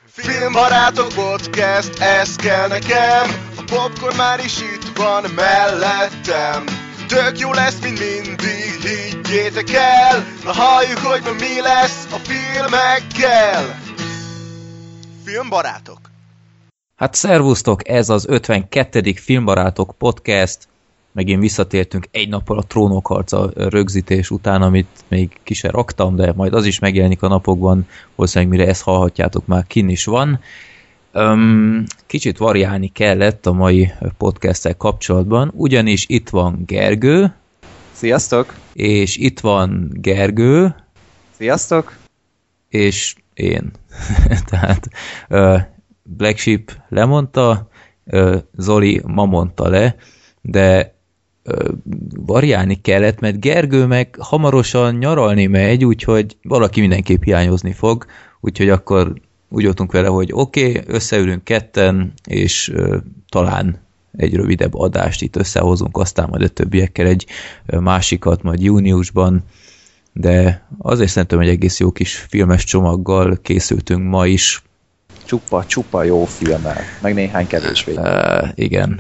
Filmbarátok podcast, ez kell nekem. A popcorn már is itt van mellettem. Tök jó lesz, mint mindig, higgyétek el. Na halljuk, hogy ma mi lesz a filmekkel. Filmbarátok. Hát szervusztok, ez az 52. Filmbarátok podcast. Megint visszatértünk egy nappal a Trónokharca rögzítés után, amit még ki se raktam, de majd az is megjelenik a napokban, valószínűleg mire ezt hallhatjátok, már kin is van. Kicsit variálni kellett a mai podcasttel kapcsolatban, ugyanis itt van Gergő. Sziasztok! És itt van Gergő. Sziasztok! És én. Tehát Black Sheep lemondta, Zoli ma mondta le, de variálni kellett, mert Gergő meg hamarosan nyaralni megy, úgyhogy valaki mindenképp hiányozni fog, úgyhogy akkor úgy voltunk vele, hogy oké, összeülünk ketten, és talán egy rövidebb adást itt összehozunk, aztán majd a többiekkel egy másikat, majd júniusban, de azért szerintem egy egész jó kis filmes csomaggal készültünk ma is. Csupa jó filmmel, meg néhány kevésbé. Igen.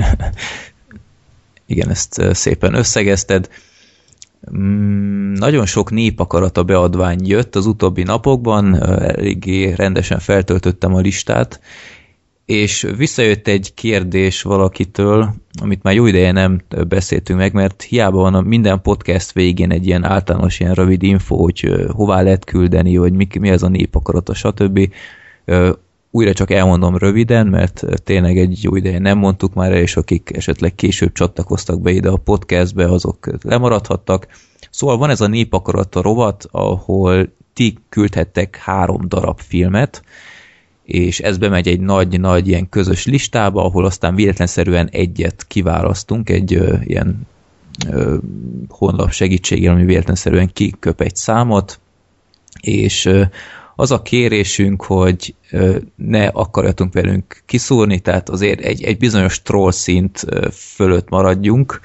Igen, ezt szépen összegezted. Nagyon sok népakarata beadvány jött az utóbbi napokban, eléggé rendesen feltöltöttem a listát, és visszajött egy kérdés valakitől, amit már jó ideje nem beszéltünk meg, mert hiába van minden podcast végén egy ilyen általános, ilyen rövid info, hogy hová lehet küldeni, vagy mi az a népakarata, stb. Újra csak elmondom röviden, mert tényleg egy jó ideje nem mondtuk már el, és akik esetleg később csatlakoztak be ide a podcastbe, azok lemaradhattak. Szóval van ez a népakarata rovat, ahol ti küldhettek 3 darab filmet, és ez bemegy egy nagy ilyen közös listába, ahol aztán véletlenszerűen egyet kiválasztunk, egy ilyen honlap segítségével, ami véletlenszerűen kiköp egy számot, és az a kérésünk, hogy ne akarjatunk velünk kiszúrni, tehát azért egy bizonyos troll szint fölött maradjunk,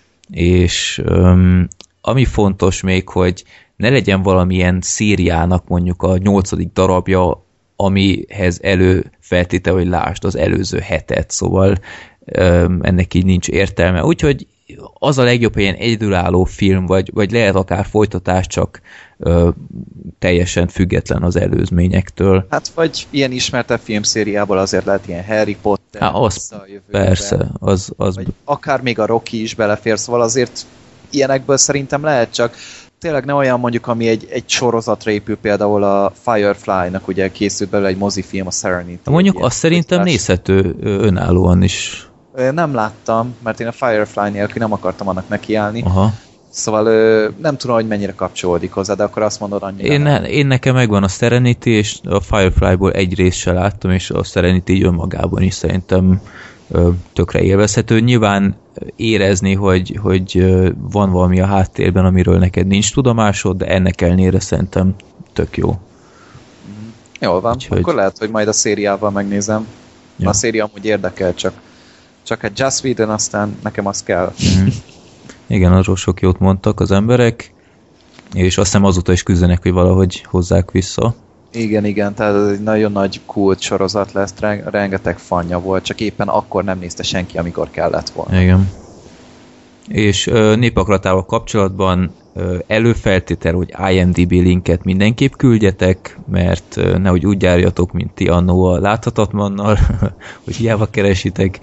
és ami fontos még, hogy ne legyen valamilyen szériának mondjuk a 8. darabja, amihez előfeltétel, hogy lásd az előző hetet, szóval ennek így nincs értelme. Úgyhogy az a legjobb, hogy ilyen egyedülálló film, vagy lehet akár folytatás, csak teljesen független az előzményektől. Hát vagy ilyen ismertebb filmszériából azért lehet ilyen Harry Potter, az persze, az vagy akár még a Rocky is belefér, szóval azért ilyenekből szerintem lehet, csak tényleg ne olyan mondjuk, ami egy sorozatra épül, például a Firefly-nak ugye készült belőle egy mozifilm, a Serenity. Mondjuk azt szerintem nézhető önállóan is. Nem láttam, mert én a Firefly nélkül nem akartam annak nekiállni. Aha. Szóval nem tudom, hogy mennyire kapcsolódik hozzá, de akkor azt mondod annyira. Én nekem megvan a Serenity, és a Fireflyból egy részt se láttam, és a Serenity így önmagában is szerintem tökre élvezhető. Nyilván érezni, hogy van valami a háttérben, amiről neked nincs tudomásod, de ennek ellenére szerintem tök jó. Jól van, úgyhogy akkor lehet, hogy majd a szériával megnézem. Ja. A széria amúgy érdekel, csak egy Joss Whedon, aztán nekem az kell. Igen, arról sok jót mondtak az emberek, és azt hiszem azóta is küzdenek, hogy valahogy hozzák vissza. Igen, tehát ez egy nagyon nagy kult sorozat lesz, rengeteg fanja volt, csak éppen akkor nem nézte senki, amikor kellett volna. Igen. És népakaratával kapcsolatban előfeltétel, hogy IMDb linket mindenképp küldjetek, mert nehogy úgy járjatok, mint ti annó a Láthatatmannal, hogy hiába keresitek.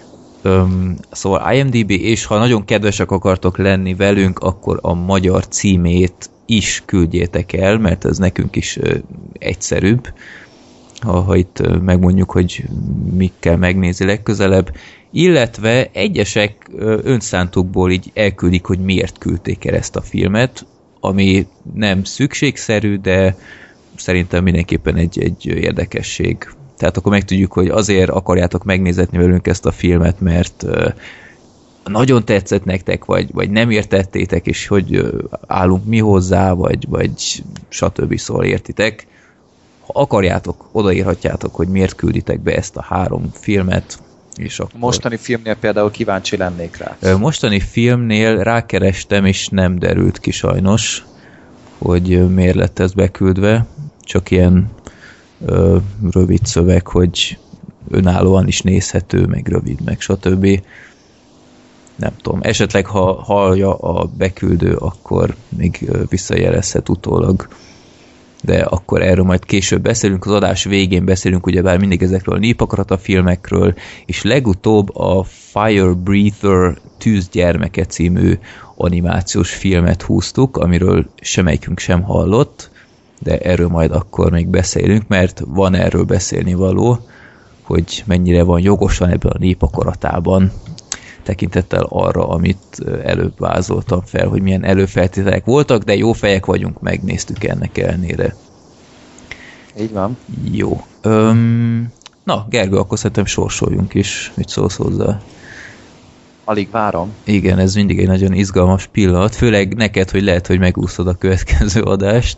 Szóval IMDb, és ha nagyon kedvesek akartok lenni velünk, akkor a magyar címét is küldjétek el, mert ez nekünk is egyszerűbb, ha itt megmondjuk, hogy mikkel megnézi legközelebb, illetve egyesek önszántukból így elküldik, hogy miért küldték el ezt a filmet, ami nem szükségszerű, de szerintem mindenképpen egy érdekesség. Tehát akkor megtudjuk, hogy azért akarjátok megnézetni velünk ezt a filmet, mert nagyon tetszett nektek, vagy nem értettétek, és hogy állunk mi hozzá, vagy stb. Szóval értitek. Ha akarjátok, odaírhatjátok, hogy miért külditek be ezt a 3 filmet. És akkor... Mostani filmnél például kíváncsi lennék rá. Mostani filmnél rákerestem, és nem derült ki sajnos, hogy miért lett ez beküldve. Csak ilyen rövid szöveg, hogy önállóan is nézhető, meg rövid, meg stb. Nem tudom, esetleg ha hallja a beküldő, akkor még visszajelezhet utólag. De akkor erről majd később beszélünk, az adás végén beszélünk ugyebár mindig ezekről a Népakarata filmekről, és legutóbb a Fire Breather Tűzgyermeke című animációs filmet húztuk, amiről semmelyikünk sem hallott, de erről majd akkor még beszélünk, mert van erről beszélni való, hogy mennyire van jogosan ebben a Népakaratában, tekintettel arra, amit előbb vázoltam fel, hogy milyen előfeltételek voltak, de jó fejek vagyunk, megnéztük ennek ellenére. Így van. Jó. Na, Gergő, akkor szerintem sorsoljunk is. Mit szólsz hozzá? Alig várom. Igen, ez mindig egy nagyon izgalmas pillanat, főleg neked, hogy lehet, hogy megúszod a következő adást.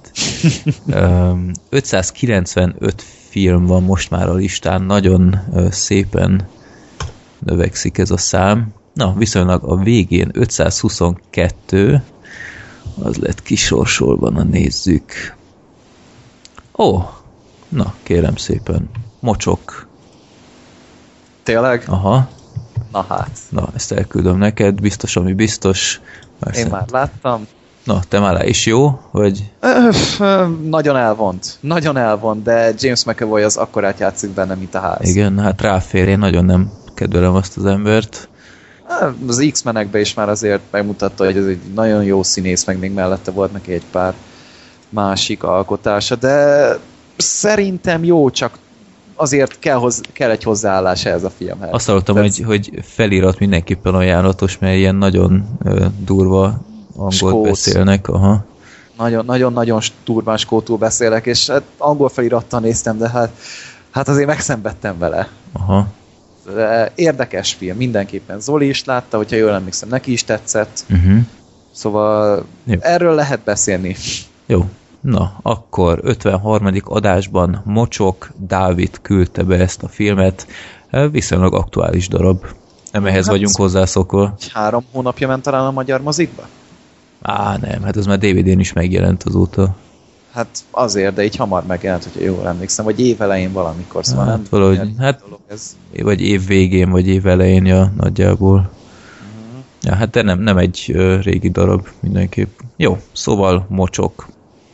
595 film van most már a listán, nagyon szépen növekszik ez a szám. Na, viszonylag a végén 522, az lett kisorsolva, na nézzük. Ó, na, kérem szépen. Mocsok. Tényleg? Aha. Na hát. Na, ezt elküldöm neked, biztos, ami biztos. Én már láttam. Na, te már le is jó, vagy? Nagyon elvont. Nagyon elvont, de James McAvoy az akkorát játszik benne, mint a ház. Igen, hát ráfér, én nagyon nem kedvelem azt az embert. Az X-menekben is már azért megmutatta, hogy ez egy nagyon jó színész, meg még mellette volt neki egy pár másik alkotása, de szerintem jó, csak azért kell egy hozzáállás ehhez a filmhez. Azt hallottam, hogy felirat mindenképpen ajánlatos, mert ilyen nagyon durva angolt beszélnek. Aha. Nagyon durván skótul beszélek, és hát angol felirattal néztem, de hát azért megszenvedtem vele. Aha. De érdekes film, mindenképpen. Zoli is látta, hogyha jól emlékszem, neki is tetszett. Szóval jó. Erről lehet beszélni. Jó. Na, akkor 53. adásban Mocsok Dávid küldte be ezt a filmet. Viszonylag aktuális darab. Nem ehhez vagyunk hozzászokva. 3 hónapja ment talán a magyar mozikba? Nem, hát ez már DVD-n is megjelent azóta. Hát azért, de így hamar megjelent, hogyha jól emlékszem, vagy év elején valamikor, szóval hát, nem valahogy, hát vagy év végén, vagy év elején, ja, nagyjából. Ja, hát de nem egy régi darab mindenképp. Jó, szóval Mocsok.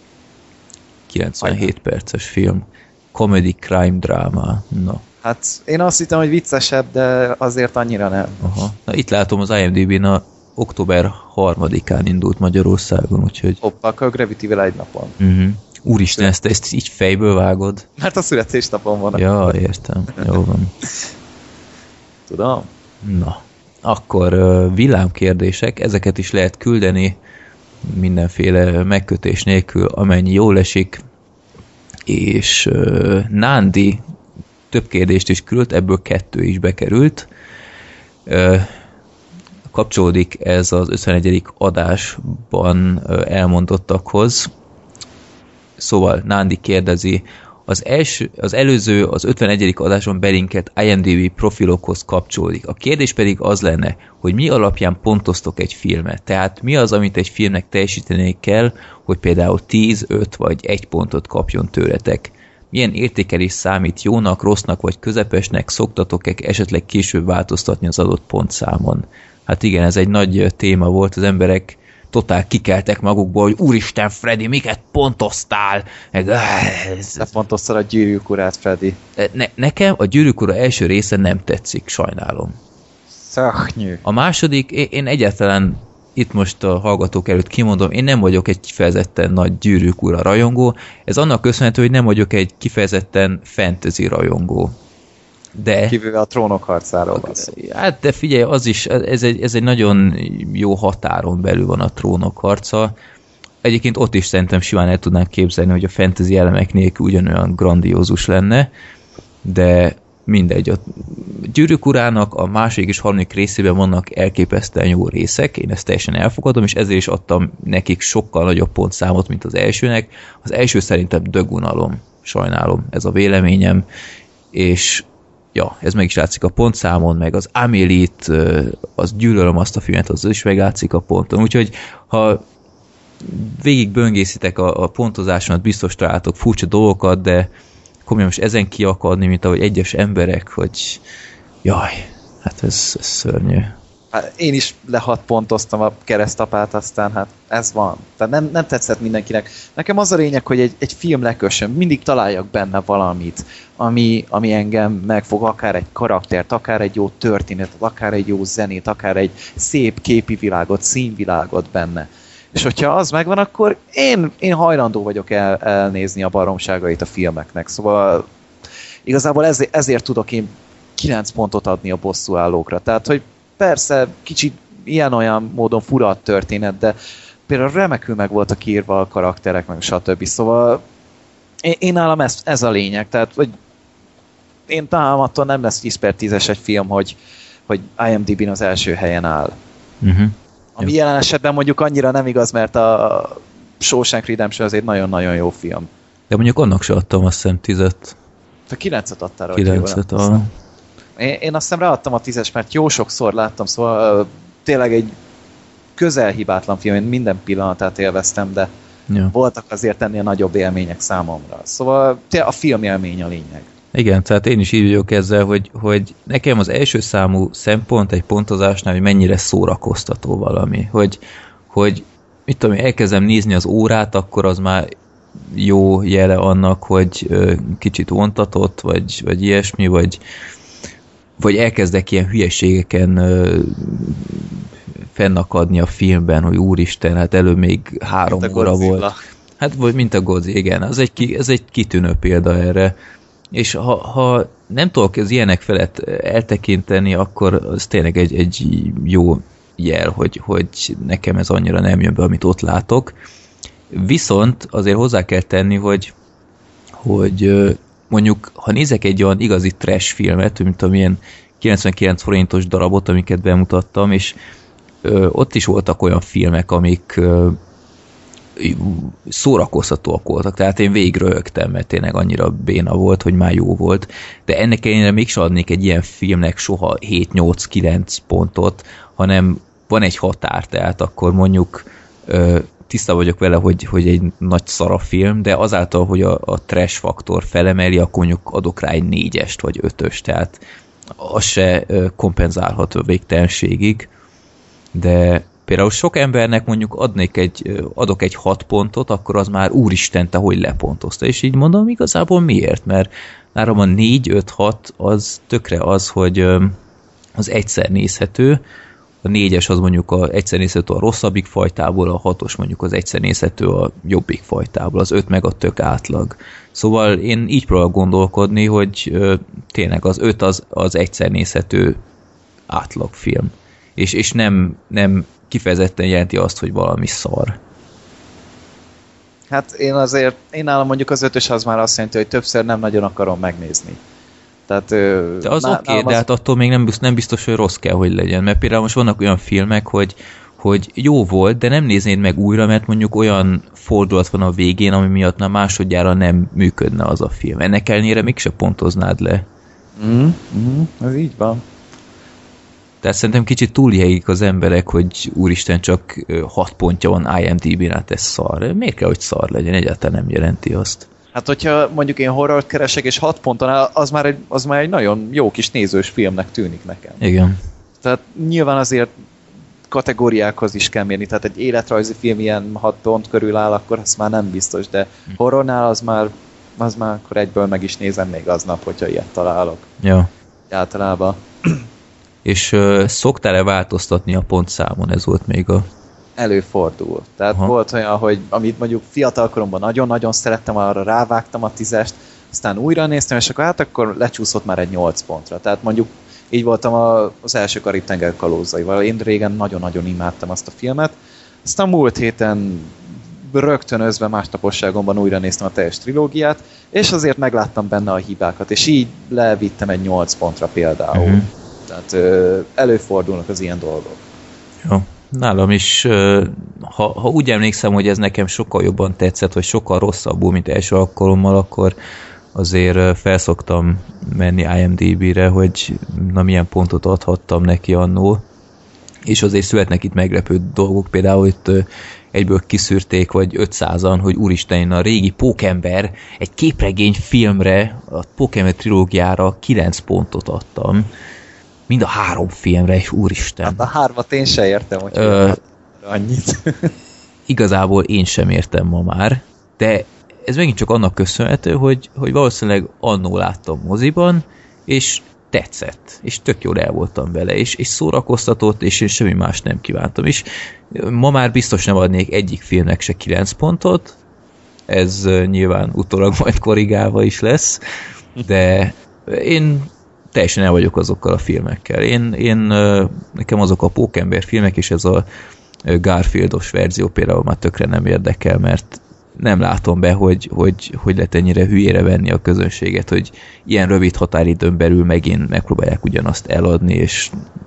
97 perces film. Comedy crime dráma. Na. Hát én azt hittem, hogy viccesebb, de azért annyira nem. Aha. Na, itt látom az IMDb-n október 3-án indult Magyarországon, úgyhogy... Hoppá, akkor a Gravity-vel egy napon. Úristen, ezt így fejből vágod? Mert a születésnapon van. Ja, értem. Jó van. Tudom. Na, akkor villámkérdések, ezeket is lehet küldeni mindenféle megkötés nélkül, amennyi jól esik, és Nándi több kérdést is küldt, ebből 2 is bekerült. Kapcsolódik ez az 51. adásban elmondottakhoz. Szóval Nándi kérdezi, az előző, az 51. adásban belinkelt IMDb profilokhoz kapcsolódik. A kérdés pedig az lenne, hogy mi alapján pontoztok egy filmet. Tehát mi az, amit egy filmnek teljesíteni kell, hogy például 10, 5 vagy 1 pontot kapjon tőletek. Milyen értékelés számít jónak, rossznak vagy közepesnek, szoktatok-e esetleg később változtatni az adott pontszámon? Hát igen, ez egy nagy téma volt, az emberek totál kikeltek magukból, hogy úristen, Freddy, miket pontoztál? Te pontoztál a Gyűrűk urát, Freddy. Nekem a Gyűrűk ura első része nem tetszik, sajnálom. Szörnyű. A második, én egyáltalán itt most a hallgatók előtt kimondom, én nem vagyok egy kifejezetten nagy Gyűrűk ura rajongó, ez annak köszönhető, hogy nem vagyok egy kifejezetten fantasy rajongó. De... Kivéve a Trónok harcáról van szó. Hát de figyelj, az is, ez egy nagyon jó határon belül van a Trónok harca. Egyébként ott is szerintem simán el tudnánk képzelni, hogy a fantasy elemek nélkül ugyanolyan grandiózus lenne, de mindegy. A Gyűrűk urának a második és harmadik részében vannak elképesztően jó részek, én ezt teljesen elfogadom, és ezért is adtam nekik sokkal nagyobb pontszámot, mint az elsőnek. Az első szerintem dögunalom, sajnálom, ez a véleményem, és ja, ez meg is látszik a pontszámon, meg az Amélie-t, az gyűlölöm azt a filmet, az is meglátszik a ponton. Úgyhogy, ha végig böngészitek a pontozásomat, biztos találtok furcsa dolgokat, de komolyan most ezen kiakadni, mint ahogy egyes emberek, hogy jaj, hát ez szörnyű. Hát én is pontoztam a keresztapát, aztán hát ez van. Tehát nem tetszett mindenkinek. Nekem az a lényeg, hogy egy film lekössön, mindig találjak benne valamit, ami engem megfog, akár egy karaktert, akár egy jó történetet, akár egy jó zenét, akár egy szép képi világot, színvilágot benne. És hogyha az megvan, akkor én hajlandó vagyok elnézni a baromságait a filmeknek. Szóval igazából ezért tudok én 9 pontot adni a bosszúállókra. Tehát, hogy persze kicsit ilyen-olyan módon fura a történet, de például remekül meg voltak írva a karakterek, meg stb. Szóval én nálam ez a lényeg. Tehát, hogy én talán attól nem lesz 10/10-es egy film, hogy IMDb-n az első helyen áll. Ami jelen esetben mondjuk annyira nem igaz, mert a Shawshank Redemption az egy nagyon-nagyon jó film. De mondjuk annak se adtam azt hiszem 10-et. Te 9-et adtál rá. 9-et, Én azt hiszem ráadtam a 10-es, mert jó sokszor láttam, szóval tényleg egy közelhibátlan film, én minden pillanatát élveztem, de voltak azért ennél nagyobb élmények számomra. Szóval a film élmény a lényeg. Igen, tehát én is így vagyok ezzel, hogy nekem az első számú szempont egy pontozásnál, hogy mennyire szórakoztató valami. Hogy mit tudom, elkezdem nézni az órát, akkor az már jó jele annak, hogy kicsit vontatott, vagy ilyesmi, vagy elkezdek ilyen hülyeségeken fennakadni a filmben, hogy úristen, hát előbb még 3 óra volt. Hát vagy mint a Godzilla, igen. Ez egy kitűnő példa erre. És ha nem tudok az ilyenek felett eltekinteni, akkor az tényleg egy jó jel, hogy nekem ez annyira nem jön be, amit ott látok. Viszont azért hozzá kell tenni, hogy mondjuk, ha nézek egy olyan igazi trash filmet, mint amilyen 99 forintos darabot, amiket bemutattam, és ott is voltak olyan filmek, amik szórakoztatóak voltak, tehát én végig röhögtem, mert tényleg annyira béna volt, hogy már jó volt, de ennek ellenére mégsem adnék egy ilyen filmnek soha 7-8-9 pontot, hanem van egy határ, tehát akkor mondjuk tiszta vagyok vele, hogy egy nagy szarafilm, de azáltal, hogy a trash faktor felemeli, akkor mondjuk adok rá egy 4-est vagy 5-öst, tehát az se kompenzálható végtelenségig, de például sok embernek mondjuk adok egy 6 pontot, akkor az már úristen, te hogy lepontozta. És így mondom, igazából miért? Mert nálam a 4-5-6 az tökre az, hogy az egyszer nézhető, a 4-es az mondjuk egyszer nézhető a rosszabbik fajtából, a 6-os mondjuk az egyszer nézhető a jobbik fajtából, az 5 meg a tök átlag. Szóval én így próbálok gondolkodni, hogy tényleg az 5 az egyszer nézhető átlagfilm. És nem kifejezetten jelenti azt, hogy valami szar. Hát én nálam mondjuk az 5-ös az már azt jelenti, hogy többször nem nagyon akarom megnézni. Tehát, de az oké, de hát attól még nem biztos, hogy rossz kell, hogy legyen. Mert például most vannak olyan filmek, hogy jó volt, de nem néznéd meg újra, mert mondjuk olyan fordulat van a végén, ami miatt már másodjára nem működne az a film. Ennek ellenére mégse pontoznád le. Ez így van. Tehát szerintem kicsit túljegyik az emberek, hogy úristen, csak 6 pontja van IMDb-n, hát ez szar. Miért kell, hogy szar legyen? Egyáltalán nem jelenti azt. Hát, hogyha mondjuk én horrort keresek, és 6 ponton az már egy nagyon jó kis nézős filmnek tűnik nekem. Igen. Tehát nyilván azért kategóriákhoz is kell mérni, tehát egy életrajzi film ilyen 6 pont körül áll, akkor az már nem biztos, de horrornál az már akkor egyből meg is nézem még aznap, hogyha ilyet találok. Ja. Általában. És szoktál-e változtatni a pontszámon? Ez volt még a... Előfordul. Tehát volt olyan, hogy amit mondjuk fiatalkoromban nagyon-nagyon szerettem, arra rávágtam a 10-est, aztán újra néztem, és akkor lecsúszott már egy 8 pontra. Tehát mondjuk így voltam az első Karib-tenger kalózaival. Én régen nagyon-nagyon imádtam azt a filmet. Aztán múlt héten rögtönözve másnaposságomban újra néztem a teljes trilógiát, és azért megláttam benne a hibákat, és így levittem egy 8 pontra például. Tehát előfordulnak az ilyen dolgok. Jó. Nálam is, ha úgy emlékszem, hogy ez nekem sokkal jobban tetszett, vagy sokkal rosszabbul, mint első alkalommal, akkor azért felszoktam menni IMDb-re, hogy na milyen pontot adhattam neki annól, és azért születnek itt meglepő dolgok, például itt egyből kiszűrték, vagy 500-an, hogy úristen, én a régi Pókember egy képregény filmre, a Pókember trilógiára 9 pontot adtam. Mind a 3 filmre, és úristen. Hát a 3-at én se értem, hogy annyit. Igazából én sem értem ma már, de ez megint csak annak köszönhető, hogy valószínűleg annó láttam moziban, és tetszett, és tök jól el voltam vele, és szórakoztatott, és én semmi más nem kívántam. És ma már biztos nem adnék egyik filmnek se 9 pontot, ez nyilván utólag majd korrigálva is lesz, de én teljesen el vagyok azokkal a filmekkel. Nekem azok a Pókember filmek, és ez a Garfieldos verzió például már tökre nem érdekel, mert nem látom be, hogy lehet ennyire hülyére venni a közönséget, hogy ilyen rövid határidőn belül megint megpróbálják ugyanazt eladni, és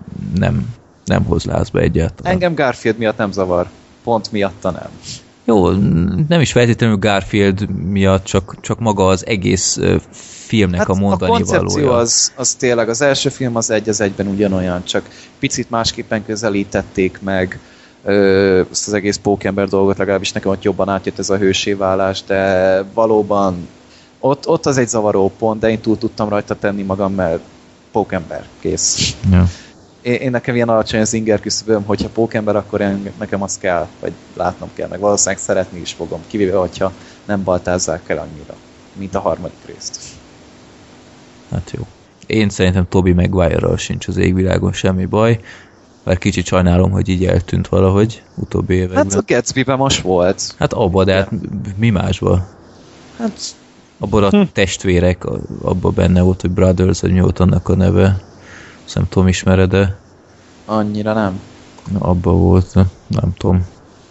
nem hoz lázba egyáltalán. Engem Garfield miatt nem zavar. Pont miatta nem. Jó, nem is feltétlenül Garfield miatt, csak maga az egész filmnek hát a mondani valója. A koncepció az tényleg, az első film az egy az egyben ugyanolyan, csak picit másképpen közelítették meg ezt az egész Pókember dolgot, legalábbis nekem ott jobban átjött ez a hősé válás, de valóban ott az egy zavaró pont, de én túl tudtam rajta tenni magam, mert Pókember, kész. Ja. Én nekem ilyen alacsony az inger küszöböm, hogyha Pókember, akkor nekem az kell, vagy látnom kell, meg valószínűleg szeretni is fogom, kivéve, hogyha nem baltázzák el annyira, mint a harmadik részt. Hát jó. Én szerintem Tobey Maguire-ral sincs az égvilágon semmi baj, mert kicsit sajnálom, hogy így eltűnt valahogy utóbbi években. Hát a Gatsby-ben most volt. Hát abban, de hát mi másban? Hát... Abban a testvérek, abban benne volt, hogy Brothers, hogy mi volt annak a neve. Azt nem tudom, ismered-e? Annyira nem. Abban volt, nem tudom.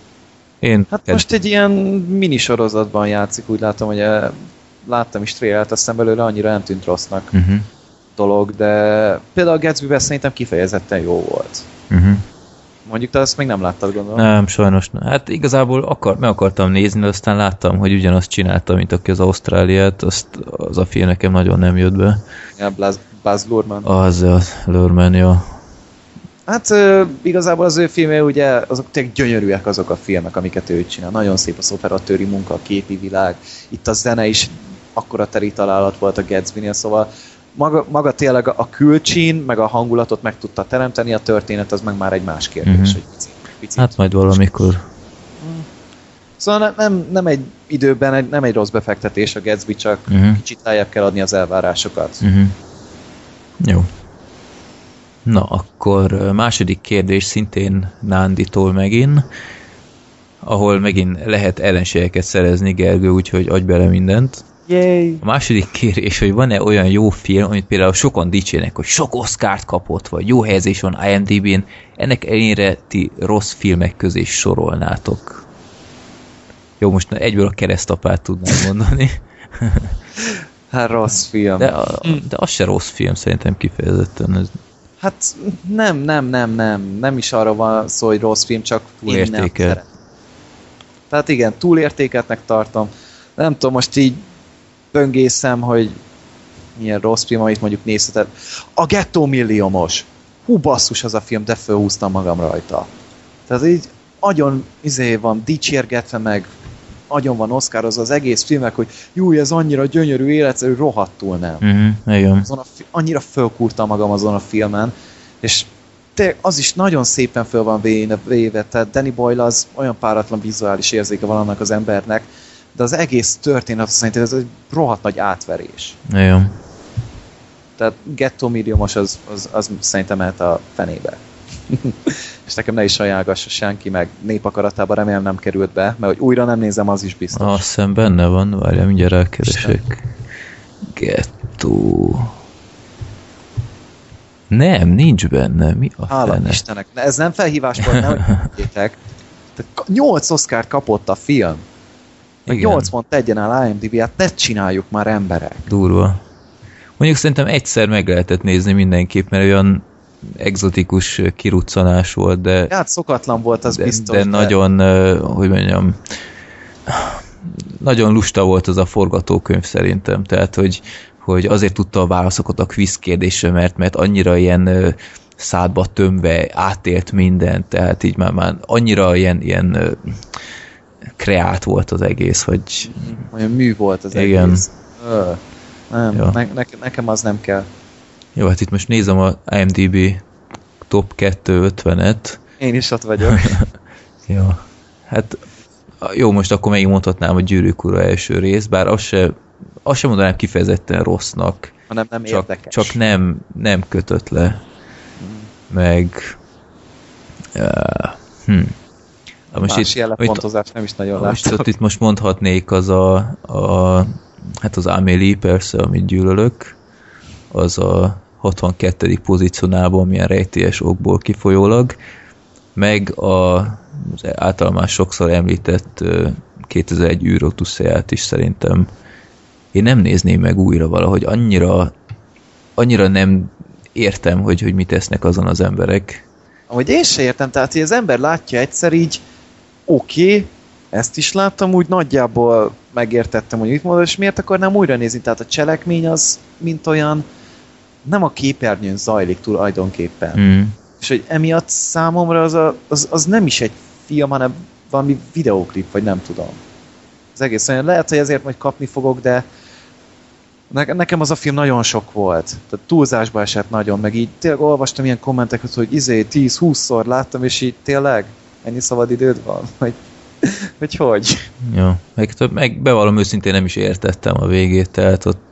Most egy ilyen minisorozatban játszik, úgy látom, hogy láttam is trailert, aztán belőle annyira nem tűnt rossznak dolog, de például a Gatsby-ben szerintem kifejezetten jó volt. Mondjuk, te azt még nem láttad, gondolom. Nem, sajnos nem. Hát igazából meg akartam nézni, de aztán láttam, hogy ugyanazt csinálta, mint aki az Ausztráliát, az a film nekem nagyon nem jött be. Ja, Baz Luhrmann. Az Luhrmann, ja. Hát igazából az ő filmje, ugye, azok tényleg gyönyörűek azok a filmek, amiket ő csinál. Nagyon szép az operatőri munka, a képi világ. Itt a zene is akkora teri találat volt a Gatsby-nél, szóval maga tényleg a külcsín, meg a hangulatot meg tudta teremteni, a történet az meg már egy más kérdés. Hogy picit. Hát majd valamikor. Szóval nem egy időben, nem egy rossz befektetés a Gatsby, csak kicsit lejjebb kell adni az elvárásokat. Jó. Na, akkor második kérdés szintén Nánditól megint, ahol megint lehet ellenségeket szerezni, Gergő, úgyhogy adj bele mindent. Yay. A második kérdés, hogy van-e olyan jó film, amit például sokan dicsérnek, hogy sok Oscart kapott, vagy jó helyezés van IMDb-n, ennek ellenére ti rossz filmek közé sorolnátok. Jó, most egyből a Keresztapát tudnám mondani. Hát rossz film. De az se rossz film, szerintem kifejezetten. Ez... Hát nem is arra van szó, hogy rossz film, csak én nem szeretem. Tehát igen, túlértékeltnek tartom. Nem tudom, most így böngészem, hogy milyen rossz film, amit mondjuk nézheted. A Gettó Milliómos. Hú, basszus az a film, de fölhúztam magam rajta. Tehát így agyon van dicsérgetve, meg agyon van oszkározva az egész filmek, hogy jó, ez annyira gyönyörű, életszerű, rohadtul nem. Igen. Annyira fölkúrtam magam azon a filmen, és az is nagyon szépen föl van véve, tehát Danny Boyle az olyan páratlan vizuális érzéke van annak az embernek, de az egész történet szerintem ez egy rohadt nagy átverés. Igen. Tehát Gettó Milliómos az szerintem mehet a fenébe. És nekem ne is ajánlgassa senki, meg népakaratában remélem nem került be, mert hogy újra nem nézem, az is biztos. Azt hiszem benne van, várjál, mindjárt elkeresek. Gettó... Nem, nincs benne. Mi a fene? Istenek, ez nem felhívás volt, nem tudjátok. 8 Oscart kapott a film. 8.1-en áll IMDb, hát ne csináljuk már, emberek. Durva. Mondjuk szerintem egyszer meg lehetett nézni mindenképp, mert olyan egzotikus kiruccanás volt, de... Hát szokatlan volt, az biztos. De nagyon, hogy mondjam, nagyon lusta volt az a forgatókönyv szerintem, tehát, hogy azért tudta a válaszokat a quiz kérdésre, mert annyira ilyen szádba tömve átélt mindent, tehát így már annyira ilyen kreált volt az egész, hogy... Olyan mű volt az igen. egész. Nem, ja. Nekem az nem kell. Jó, hát itt most nézem a IMDb top 250-et. Én is ott vagyok. Ja, hát jó, most akkor megmondhatnám a Gyűrűk ura első rész, bár azt sem mondanám kifejezetten rossznak. Hanem nem érdekes. Csak nem kötött le. Meg... Most más jellepontozás nem is nagyon láttam. Itt most mondhatnék hát az Amélie persze, amit gyűlölök, az a 62. pozícionában milyen rejtélyes okból kifolyólag, meg az általán már sokszor említett 2001 űrotuszéját is szerintem én nem nézném meg újra valahogy, annyira nem értem, hogy mit tesznek azon az emberek. Ahogy én se értem, tehát hogy az ember látja egyszer így, oké, ezt is láttam, úgy nagyjából megértettem, hogy mit mondod, és miért akarnám újra nézni? Tehát a cselekmény az, mint olyan, nem a képernyőn zajlik tulajdonképpen. És hogy emiatt számomra az nem is egy film, hanem valami videóklip, vagy nem tudom. Az egész olyan, lehet, hogy ezért majd kapni fogok, de nekem az a film nagyon sok volt. Tehát túlzásba esett nagyon, meg így tényleg olvastam ilyen kommenteket, hogy 10-20-szor láttam, és így tényleg ennyi szabad időd van? Hogy? Ja, meg bevallom őszintén nem is értettem a végét, tehát ott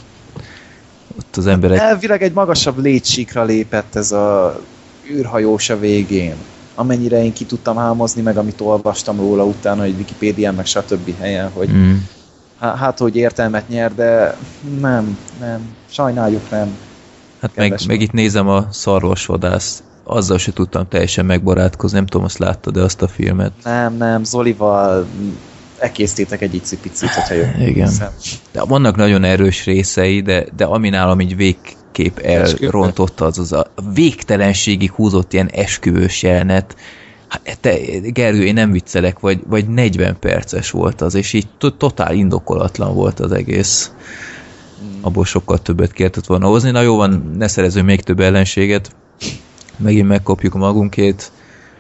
az emberek... Elvileg egy magasabb létsíkra lépett ez a űrhajós a végén. Amennyire én ki tudtam hámozni, meg amit olvastam róla utána, hogy Wikipédián, meg stb. Helyen, hogy hát, hogy értelmet nyer, de nem, sajnáljuk nem. Hát meg itt nézem a Szarvasvadász, azzal se tudtam teljesen megbarátkozni, nem tudom, azt láttad de azt a filmet? Nem, Zolival elkészítettek egy icipicit, hogyha jön. Igen. Hiszem. De vannak nagyon erős részei, de ami nálam így végképp elrontotta, az a végtelenségig húzott ilyen esküvős jelenet. Hát Gergő, én nem viccelek, vagy 40 perces volt az, és így totál indokolatlan volt az egész. Abból sokkal többet kellett volna hozni. Na jó van, ne szerezzünk még több ellenséget. Megint megkapjuk magunkét.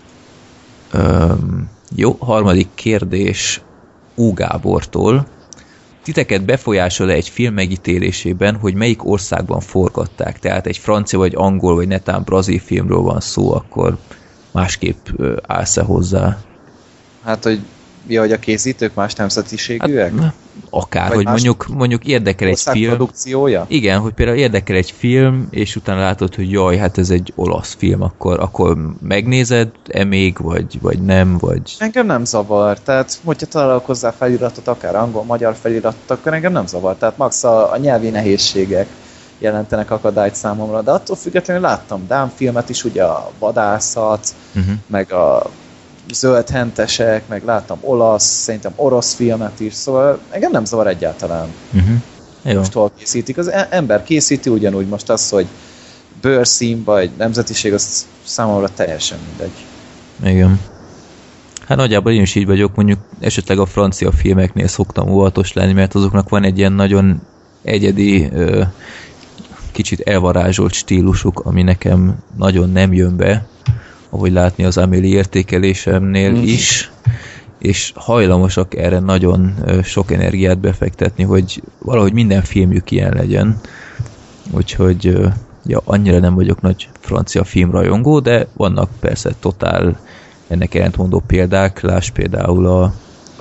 Jó, harmadik kérdés U. Gábortól. Titeket befolyásol-e egy film megítélésében, hogy melyik országban forgatták? Tehát egy francia, vagy angol, vagy netán brazil filmről van szó, akkor másképp állsz-e hozzá? Hát, hogy a készítők más nemzetiségűek? Hát, akár, vagy hogy mondjuk érdekel egy film. Produkciója? Igen, hogy például érdekel egy film, és utána látod, hogy jaj, hát ez egy olasz film, akkor megnézed-e még, vagy nem, vagy... Engem nem zavar, tehát hogyha találok hozzá feliratot, akár angol, magyar feliratot, akkor engem nem zavar, tehát max a nyelvi nehézségek jelentenek akadályt számomra, de attól függetlenül láttam dán filmet is, ugye a vadászat, meg a zöldhentesek, meg láttam olasz, szerintem orosz filmet is, szóval engem nem zavar egyáltalán. Most hol készítik. Az ember készíti, ugyanúgy most az, hogy bőrszín vagy nemzetiség, az számomra teljesen mindegy. Igen. Hát nagyjából én is így vagyok, mondjuk esetleg a francia filmeknél szoktam óvatos lenni, mert azoknak van egy ilyen nagyon egyedi, kicsit elvarázsolt stílusuk, ami nekem nagyon nem jön be, ahogy látni az Amélie értékelésemnél is, és hajlamosak erre nagyon sok energiát befektetni, hogy valahogy minden filmjük ilyen legyen. Úgyhogy annyira nem vagyok nagy francia filmrajongó, de vannak persze totál ennek ellentmondó példák. Láss például a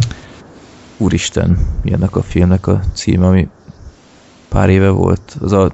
Úristen, mi ennek a filmnek a címe, ami pár éve volt. Az a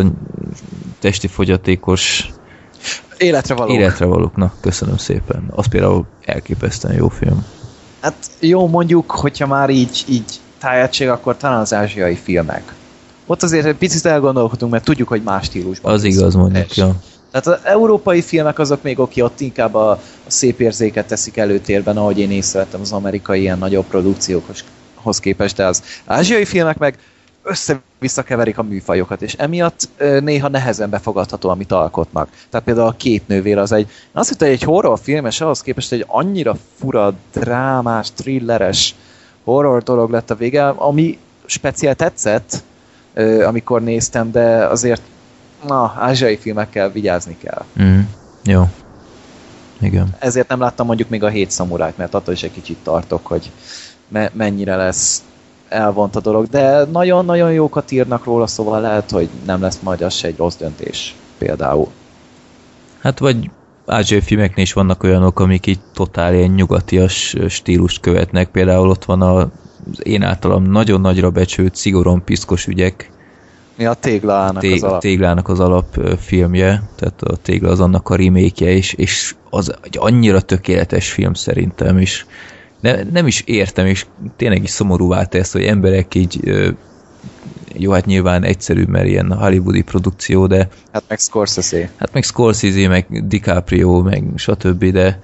testi fogyatékos Életre valók. Na, köszönöm szépen. Az például elképesztően jó film. Hát jó, mondjuk, hogyha már így tájegység, akkor talán az ázsiai filmek. Ott azért egy picit elgondolkodunk, mert tudjuk, hogy más stílusban. Az igaz, mondjuk, ja. Tehát az európai filmek azok még oké, ott inkább a szép érzéket teszik előtérben, ahogy én észrevettem az amerikai ilyen nagyobb produkciókhoz képest, de az ázsiai filmek meg össze-vissza keverik a műfajokat, és emiatt néha nehezen befogadható, amit alkotnak. Tehát például a Két nővér az azt hittem, egy horrorfilm, és ahhoz képest egy annyira fura, drámás, thrilleres horror dolog lett a vége, ami speciál tetszett, amikor néztem, de azért Na, ázsiai filmekkel vigyázni kell. Jó. Igen. Ezért nem láttam mondjuk még a 7 szamurájt, mert attól is egy kicsit tartok, hogy mennyire lesz elvont a dolog, de nagyon-nagyon jókat írnak róla, szóval lehet, hogy nem lesz majd az se egy rossz döntés például. Hát vagy ázsiai filmeknél is vannak olyanok, amik így totál ilyen nyugatias stílust követnek, például ott van az én általam nagyon nagyra becsült Szigoron piszkos ügyek. Mi a Téglának az alap? Téglának az alapfilmje, tehát a Tégla az annak a remake-je is, és az egy annyira tökéletes film szerintem is. Nem is értem, és tényleg is szomorúvá tesz, hogy emberek így jó, hát nyilván egyszerűbb, mert ilyen hollywoodi produkció, de hát meg Scorsese. Hát meg Scorsese, meg DiCaprio, meg stb., de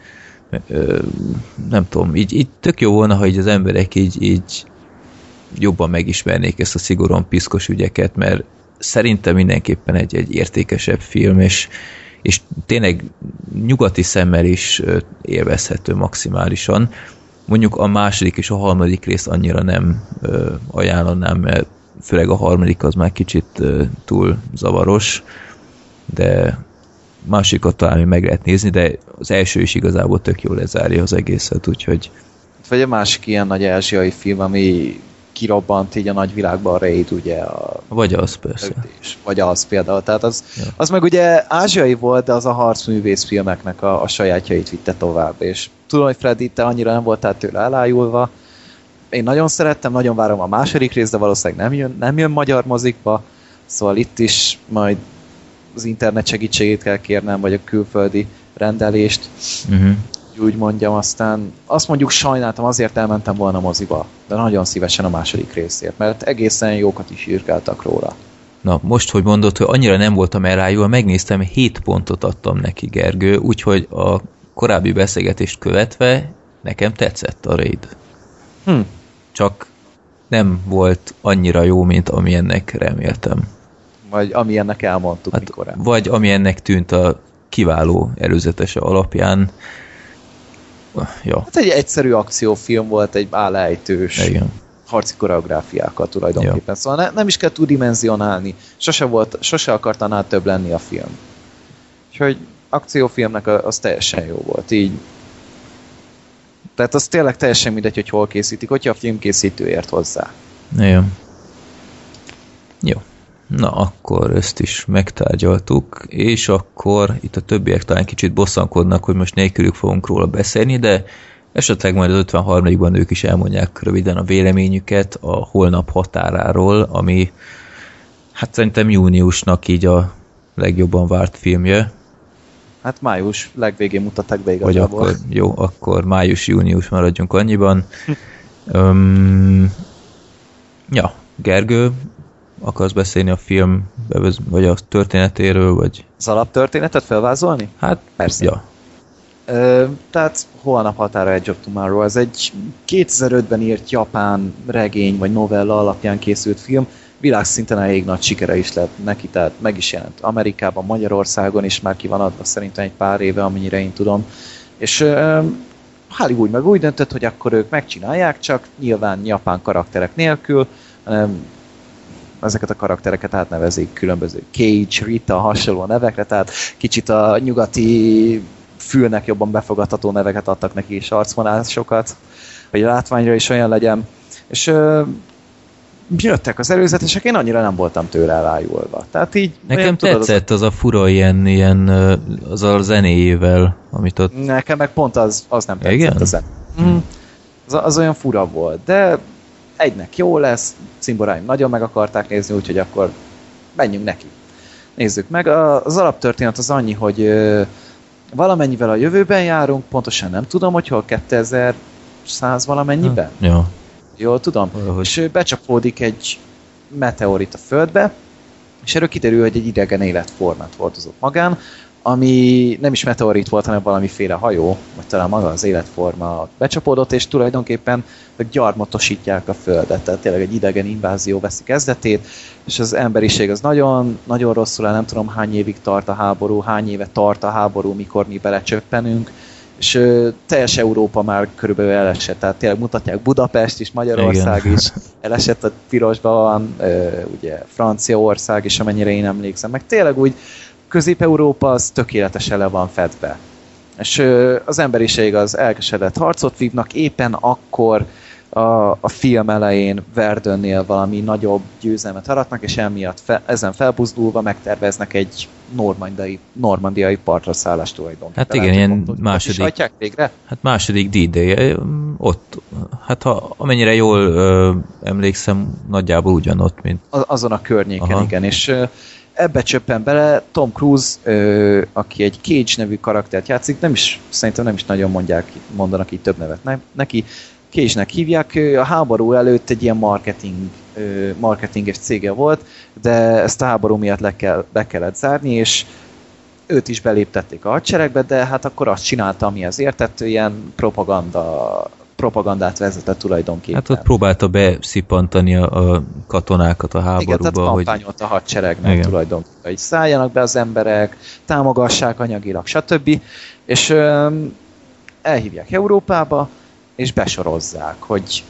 nem tudom, így tök jó volna, hogy az emberek így jobban megismernék ezt a szigorúan piszkos ügyeket, mert szerintem mindenképpen egy értékesebb film, és tényleg nyugati szemmel is élvezhető maximálisan. Mondjuk a második és a harmadik részt annyira nem ajánlanám, mert főleg a harmadik az már kicsit túl zavaros, de másikat talán meg lehet nézni, de az első is igazából tök jól lezárja az egészet, úgyhogy... Vagy a másik ilyen nagy ázsiai film, ami kirobbant így a nagyvilágban, a Raid, ugye vagy az, persze. Vagy az például, tehát az meg ugye ázsiai volt, de az a harcművész filmeknek a sajátjait vitte tovább, és tudom, hogy Freddy, te annyira nem voltál tőle elájulva. Én nagyon szerettem, nagyon várom a második részt, de valószínűleg nem jön magyar mozikba, szóval itt is majd az internet segítségét kell kérnem, vagy a külföldi rendelést, úgy mondjam, aztán azt mondjuk sajnáltam, azért elmentem volna moziba, de nagyon szívesen a második részért, mert egészen jókat is írkáltak róla. Na, most, hogy mondod, hogy annyira nem voltam elájulva, megnéztem, 7 pontot adtam neki, Gergő, úgyhogy a korábbi beszélgetést követve nekem tetszett a Raid. Csak nem volt annyira jó, mint amilyennek reméltem. Vagy amilyennek elmondtuk mikor. Vagy amilyennek tűnt a kiváló előzetese alapján. Ja. Hát egy egyszerű akciófilm volt, egy állejtős harci koreográfiákkal tulajdonképpen. Ja. Szóval nem is kell túldimenzionálni. Sose akart annál több lenni a film. Úgyhogy akciófilmnek az teljesen jó volt. Így. Tehát az tényleg teljesen mindegy, hogy hol készítik, hogyha a filmkészítő ért hozzá. Igen. Jó. Na, akkor ezt is megtárgyaltuk, és akkor itt a többiek talán kicsit bosszankodnak, hogy most nélkülük fogunk róla beszélni, de esetleg majd az 53-ban ők is elmondják röviden a véleményüket a Holnap határáról, ami hát szerintem júniusnak így a legjobban várt filmje. Hát május legvégén mutatták be igazából. Vagy akkor, akkor május-június maradjunk annyiban. Ja, Gergő, akarsz beszélni a film, vagy a történetéről, vagy... Az alaptörténetet felvázolni? Hát, persze. Ja. Tehát Holnap határa, Edge of Tomorrow, ez egy 2005-ben írt japán regény vagy novella alapján készült film, világszinten elég nagy sikere is lett neki, tehát meg is jelent Amerikában, Magyarországon is már ki van adva szerintem egy pár éve, amennyire én tudom. És Hollywood meg úgy döntött, hogy akkor ők megcsinálják, csak nyilván japán karakterek nélkül, ezeket a karaktereket átnevezik különböző Cage, Rita, hasonló nevekre, tehát kicsit a nyugati fülnek jobban befogadható neveket adtak neki is, arcvonásokat, hogy a látványra is olyan legyen. És jöttek az előzetesek, én annyira nem voltam tőle elájulva. Tehát így... Nekem tetszett az a fura ilyen az a zenéjével, amit ott... Nekem meg pont az nem tetszett. Igen? A zen. Az olyan fura volt, de egynek jó lesz, cimboráim nagyon meg akarták nézni, úgyhogy akkor menjünk neki. Nézzük meg. Az alaptörténet az annyi, hogy valamennyivel a jövőben járunk, pontosan nem tudom, hogy hol 2100 valamennyiben. Ja. Jól tudom? És becsapódik egy meteorit a Földbe, és erről kiderül, hogy egy idegen életformát hordozott magán, ami nem is meteorit volt, hanem valamiféle hajó, vagy talán maga az életforma becsapódott, és tulajdonképpen gyarmatosítják a Földet. Tehát tényleg egy idegen invázió veszi kezdetét, és az emberiség az nagyon, nagyon rosszul, nem tudom hány évig tart a háború, hány éve tart a háború, mikor mi belecsöppenünk, és teljes Európa már körülbelül elesett, tehát tényleg mutatják Budapest is, Magyarország igen. is elesett, a pirosban van, ugye Franciaország is, amennyire én emlékszem, meg tényleg úgy Közép-Európa az tökéletesen le van fedve. És az emberiség az elkeseredett harcot vívnak, éppen akkor a film elején Verdönnél valami nagyobb győzelmet aratnak, és emiatt ezen felbuzdulva megterveznek egy normandiai partra szállást tulajdonképpen. Hát igen, ilyen második... végre? Hát második D-Day, ott, hát ha amennyire jól emlékszem, nagyjából ugyanott, mint... Azon a környéken, igen, és ebbe csöppen bele Tom Cruise, aki egy Cage nevű karaktert játszik, szerintem nem is nagyon mondanak így több nevet neki, Cage-nek hívják, a háború előtt egy ilyen marketinges cége volt, de ezt a háború miatt be kellett zárni, és őt is beléptették a hadseregbe, de hát akkor azt csinálta, ami az értett, ilyen propagandát vezetett tulajdonképpen. Hát ott próbálta beszippantani a katonákat a háborúba. Igen, tehát kampányolt a hadseregnek tulajdonképpen, hogy szálljanak be az emberek, támogassák anyagilag, stb. És elhívják Európába, és besorozzák, hogy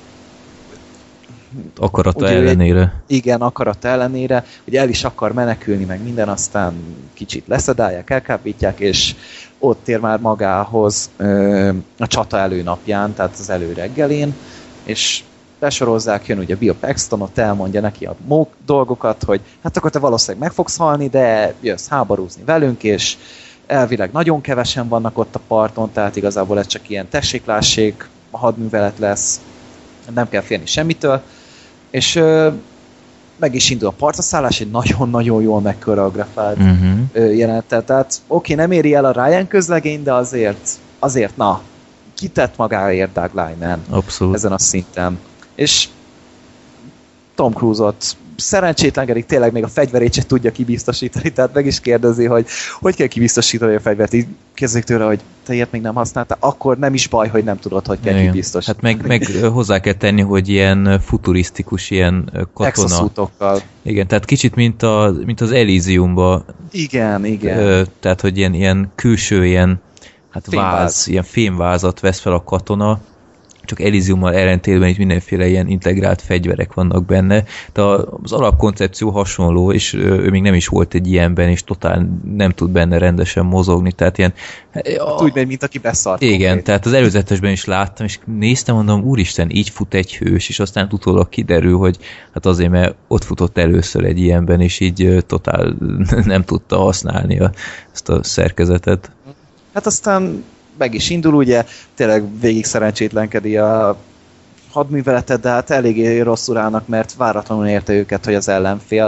akarata ellenére. Igen, akarata ellenére, hogy el is akar menekülni, meg minden, aztán kicsit leszedálják, elkábítják, és ott ér már magához a csata előnapján, tehát az előreggelén, és besorozzák, jön ugye Bill Paxton, ott elmondja neki a dolgokat, hogy hát akkor te valószínűleg meg fogsz halni, de jössz háborúzni velünk, és elvileg nagyon kevesen vannak ott a parton, tehát igazából ez csak ilyen tessék-lássék, hadművelet lesz, nem kell félni semmitől, és meg is indul a partraszállás, egy nagyon-nagyon jól megkoreografált jelentet. Tehát oké, nem éri el a Ryan közlegény, de azért na, kitett magáért Doug Liman ezen a szinten. És Tom Cruise-ot szerencsétlenkedik, tényleg még a fegyverét se tudja kibiztosítani, tehát meg is kérdezi, hogy kell kibiztosítani a fegyvert. Így kezdjük tőle, hogy te ilyet még nem használtál, akkor nem is baj, hogy nem tudod, hogy kell kibiztosítani. Hát meg hozzá kell tenni, hogy ilyen futurisztikus, ilyen katona. Exoszútokkal. Igen, tehát kicsit mint az Elysiumban. Igen. Tehát, hogy ilyen külső, ilyen fémvázat vesz fel a katona, csak Elysiummal ellentétben is mindenféle ilyen integrált fegyverek vannak benne, de az alapkoncepció hasonló, és ő még nem is volt egy ilyenben, és totál nem tud benne rendesen mozogni, tehát ilyen... Úgy megy, mint aki beszart. Igen, tehát az előzetesben is láttam, és néztem, mondom, úristen, így fut egy hős, és aztán utólag kiderül, hogy hát azért, mert ott futott először egy ilyenben, és így totál nem tudta használni ezt a szerkezetet. Hát aztán meg is indul, ugye, tényleg végig szerencsétlenkedi a hadműveletet, de hát eléggé rosszul állnak, mert váratlanul érte őket, hogy az ellenfél.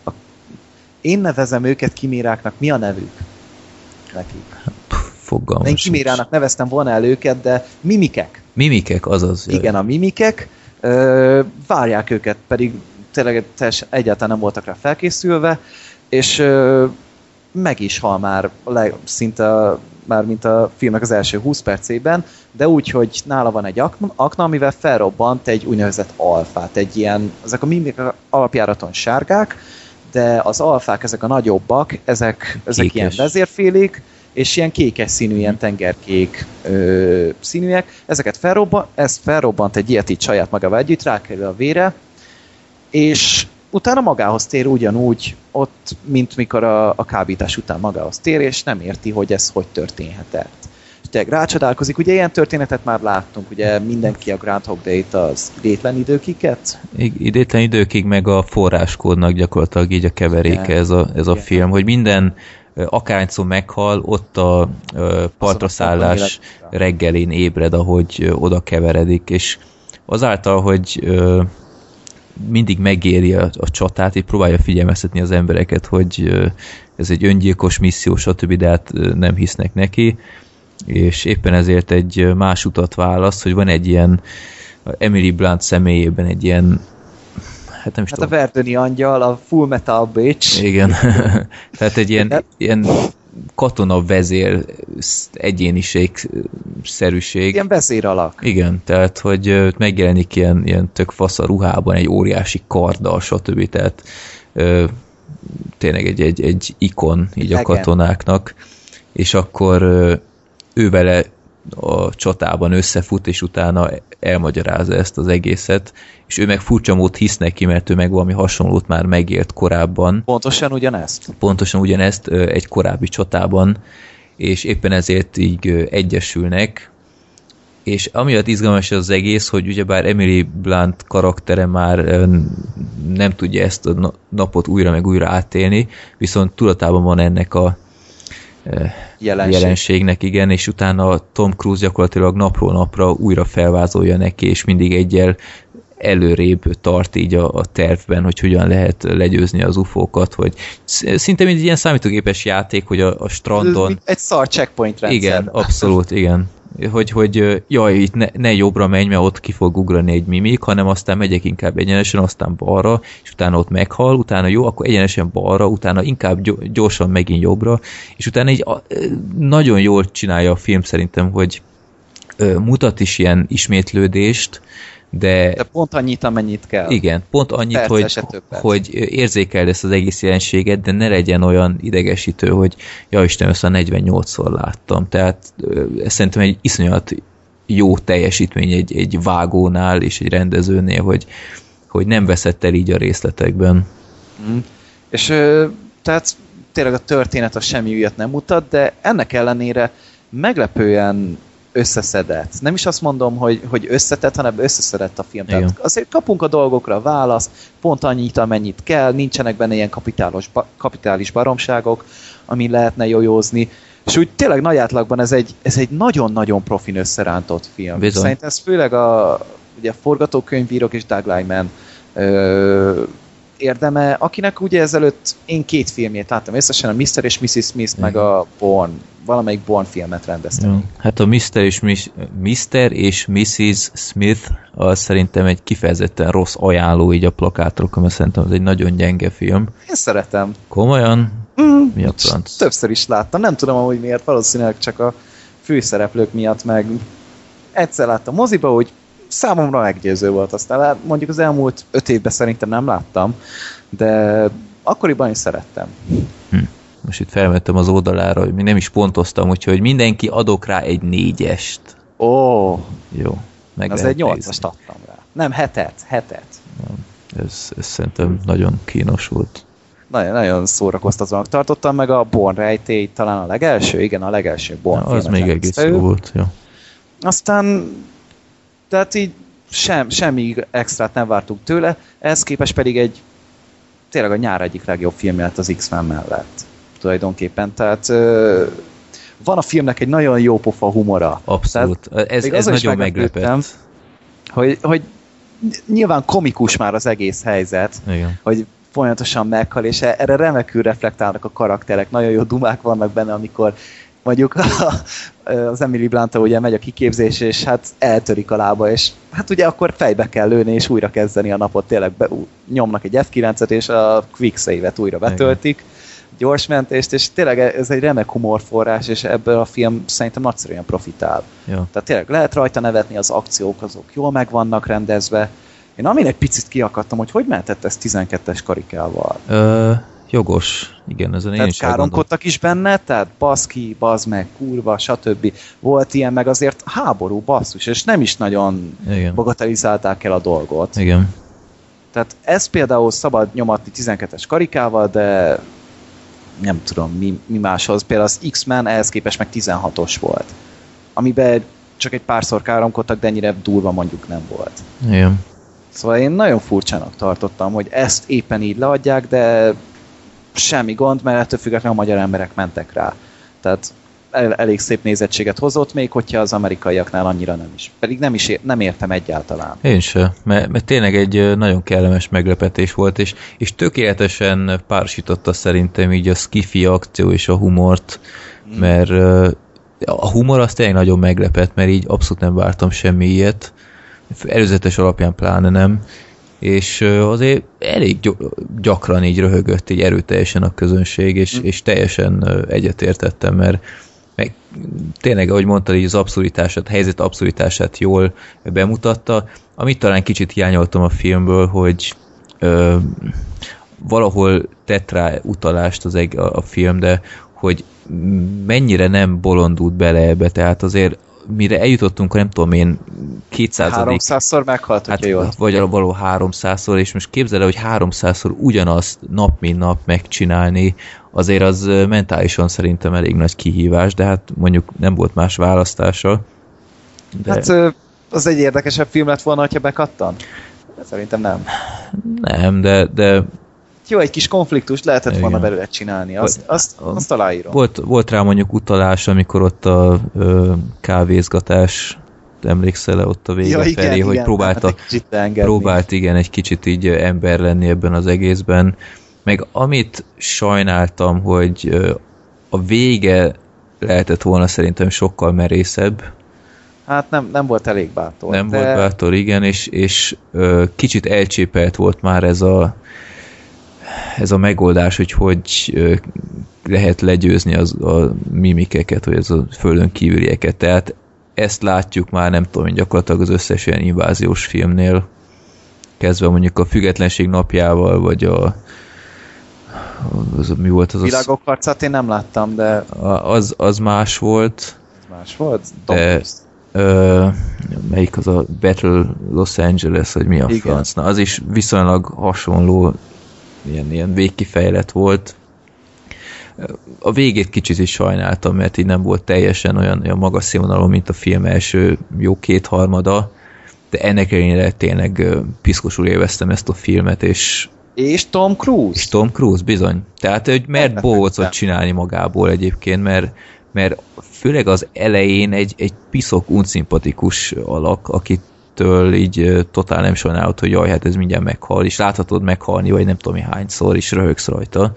Én nevezem őket kiméráknak, mi a nevük nekik? Fogalmas. Én kimérának neveztem volna el őket, de mimikek. Mimikek, azaz. Igen, a mimikek. Várják őket, pedig tényleg egyáltalán nem voltak rá felkészülve, és meg is hal már szinte már mint a filmek az első 20 percében, de úgy, hogy nála van egy akna, amivel felrobbant egy úgynevezett alfát, egy ilyen, ezek a mimik alapjáraton sárgák, de az alfák, ezek a nagyobbak, ezek ilyen vezérfélék, és ilyen kékes színű, ilyen tengerkék színűek. Ezeket felrobbant egy ilyet így saját magával együtt, rákerül a vére, és utána magához tér ugyanúgy ott, mint mikor a kábítás után magához tér, és nem érti, hogy ez hogy történhetett. És tényleg rácsodálkozik, ugye ilyen történetet már láttunk, ugye mindenki a Groundhog Day-t az idétlen időkiket. Idétlen időkig, meg a forráskódnak gyakorlatilag így a keveréke ez a film, hogy minden akárhányszor meghal, ott a partraszállás reggelén ébred, ahogy oda keveredik, és azáltal, hogy mindig megéri a csatát, és próbálja figyelmeztetni az embereket, hogy ez egy öngyilkos misszió, stb., de hát nem hisznek neki, és éppen ezért egy más utat választ, hogy van egy ilyen Emily Blunt személyében egy ilyen a Verdöni angyal, a Full Metal Bitch. Igen. Tehát egy ilyen katona vezér egyéniség-szerűség. Ilyen vezéralak. Igen, tehát, hogy megjelenik ilyen tök fasz a ruhában, egy óriási karddal, stb. Tehát tényleg egy ikon így a katonáknak, és akkor ő vele a csatában összefut, és utána elmagyarázza ezt az egészet, és ő meg furcsa mód hisz neki, mert ő meg valami hasonlót már megélt korábban. Pontosan ugyanezt egy korábbi csatában, és éppen ezért így egyesülnek, és amiatt izgalmas az egész, hogy ugyebár Emily Blunt karaktere már nem tudja ezt a napot újra meg újra átélni, viszont tudatában van ennek a jelenségnek, igen, és utána Tom Cruise gyakorlatilag napról napra újra felvázolja neki, és mindig egyel előrébb tart így a tervben, hogy hogyan lehet legyőzni az UFO-kat, hogy szinte mint egy ilyen számítógépes játék, hogy a strandon... Egy szar checkpoint rendszer. Igen, abszolút, igen. Hogy jaj, itt ne jobbra menj, mert ott ki fog ugrani egy mimik, hanem aztán megyek inkább egyenesen, aztán balra, és utána ott meghal, utána jó, akkor egyenesen balra, utána inkább gyorsan megint jobbra, és utána így nagyon jól csinálja a film szerintem, hogy mutat is ilyen ismétlődést, de pont annyit, amennyit kell. Igen, pont annyit, hogy érzékeld ezt az egész jelenséget, de ne legyen olyan idegesítő, hogy ja Isten, össze 48-szor láttam. Tehát ez szerintem egy iszonyat jó teljesítmény egy vágónál és egy rendezőnél, hogy nem veszett el így a részletekben. És tehát tényleg a történet a semmi újat nem mutat, de ennek ellenére meglepően összeszedett. Nem is azt mondom, hogy összetett, hanem összeszedett a film. Tehát azért kapunk a dolgokra választ, pont annyit, amennyit kell, nincsenek benne ilyen kapitális baromságok, ami lehetne jójózni. És úgy tényleg nagy átlagban ez egy nagyon-nagyon profin összerántott film. Bizony. Szerintem ez főleg ugye a forgatókönyvírók és Doug Liman érdeme, akinek ugye ezelőtt én 2 filmjét láttam, összesen a Mr. és Mrs. Smith, meg a Bourne, valamelyik Bourne filmet rendeztem. Hát a Mr. és Mrs. Smith az szerintem egy kifejezetten rossz ajánló így a plakátról, mert szerintem ez egy nagyon gyenge film. Én szeretem. Komolyan? Mi a franc? Többször is láttam, nem tudom amúgy miért, valószínűleg csak a főszereplők miatt, meg egyszer láttam moziba, hogy számomra meggyőző volt, aztán mondjuk az elmúlt 5 évben szerintem nem láttam, de akkoriban is szerettem. Most itt felmettem az oldalára, hogy még nem is pontoztam, úgyhogy mindenki adok rá egy 4-est. Ó! Jó. Az egy 8-ast adtam rá. Nem, 7-et. Ez szerintem nagyon kínos volt. Nagyon szórakoztatónak tartottam, meg a Bourne rejtély, talán a legelső, igen, a legelső Bourne az még egész jó volt, jó. Aztán tehát így semmi extrát nem vártunk tőle, ehhez képest pedig tényleg a nyár egyik legjobb filmje lett az X-Men mellett. Tulajdonképpen, tehát van a filmnek egy nagyon jó pofa humora. Abszolút, ez nagyon meglepett. Hogy nyilván komikus már az egész helyzet, igen. Hogy folyamatosan meghal, és erre remekül reflektálnak a karakterek, nagyon jó dumák vannak benne, amikor mondjuk az Emily Blunt ugye megy a kiképzés, és hát eltörik a lába, és hát ugye akkor fejbe kell lőni, és újra kezdeni a napot, tényleg nyomnak egy F9-et, és a quick save-et újra betöltik, gyors mentést, és tényleg ez egy remek humorforrás, és ebből a film szerintem nagyszerűen profitál. Ja. Tehát tényleg lehet rajta nevetni, az akciók azok jól meg vannak rendezve. Én amin egy picit kiakadtam, hogy mehetett ez 12-es karikával? Jogos, igen, ezen én is káromkodtak is benne, tehát baszki, bazd meg, kurva, stb. Volt ilyen, meg azért háború, basszus, és nem is nagyon bagatelizálták el a dolgot. Igen. Tehát ez például szabad nyomatni 12-es karikával, de nem tudom, mi máshoz. Például az X-Men ehhez képest meg 16-os volt. Amiben csak egy párszor káromkodtak, de ennyire durva mondjuk nem volt. Igen. Szóval én nagyon furcsának tartottam, hogy ezt éppen így leadják, de semmi gond, mert ettől függetlenül a magyar emberek mentek rá. Tehát elég szép nézettséget hozott, még hogyha az amerikaiaknál annyira nem is. Pedig nem értem egyáltalán. Én sem, mert tényleg egy nagyon kellemes meglepetés volt, és tökéletesen párosította szerintem így a skifi akció és a humort, mert a humor az tényleg nagyon meglepett, mert így abszolút nem vártam semmi ilyet. Előzetes alapján pláne nem. És azért elég gyakran így röhögött így erőteljesen a közönség, és teljesen egyetértettem, mert tényleg, ahogy mondtad, így az abszurditását, a helyzet abszurditását jól bemutatta. Amit talán kicsit hiányoltam a filmből, hogy valahol tett rá utalást a film, de hogy mennyire nem bolondult bele ebbe, tehát azért mire eljutottunk, nem tudom én, 200. 300-szor meghalt, hogyha jól. Vagy való 300-szor, és most képzeld el, hogy 300-szor ugyanazt nap mint nap megcsinálni, azért az mentálisan szerintem elég nagy kihívás, de hát mondjuk nem volt más választása. De... Hát az egy érdekesebb film lett volna, hogyha bekattan? Szerintem nem. Nem, de jó, egy kis konfliktus lehetett volna belőle csinálni, azt aláírom. Volt rá mondjuk utalás, amikor ott a kávézgatás, emlékszel-e ott a vége felé, hogy próbált egy kicsit így ember lenni ebben az egészben. Meg amit sajnáltam, hogy a vége lehetett volna szerintem sokkal merészebb. Hát nem volt elég bátor. Nem volt bátor, igen, és kicsit elcsépelt volt már ez a megoldás, hogy lehet legyőzni a mimikeket, vagy az a földön kívülieket. Tehát ezt látjuk már, nem tudom, gyakorlatilag az összes ilyen inváziós filmnél, kezdve mondjuk a Függetlenség napjával, vagy mi volt az? Világok harcát én nem láttam, de... Az más volt. Más volt? De, melyik az a Battle Los Angeles, vagy mi a franc? Na, az is viszonylag hasonló, ilyen végkifejlett volt. A végét kicsit is sajnáltam, mert így nem volt teljesen olyan magas színvonalú, mint a film első jó 2/3, de ennek ellenére tényleg piszkosul élveztem ezt a filmet, és Tom Cruise? És Tom Cruise, bizony. Tehát, hogy mert bohócot csinálni magából egyébként, mert főleg az elején egy piszok unszimpatikus alak, akitől így totál nem sajnálod, hogy jaj, hát ez mindjárt meghal, és láthatod meghalni, vagy nem tudom hányszor, és röhögsz rajta.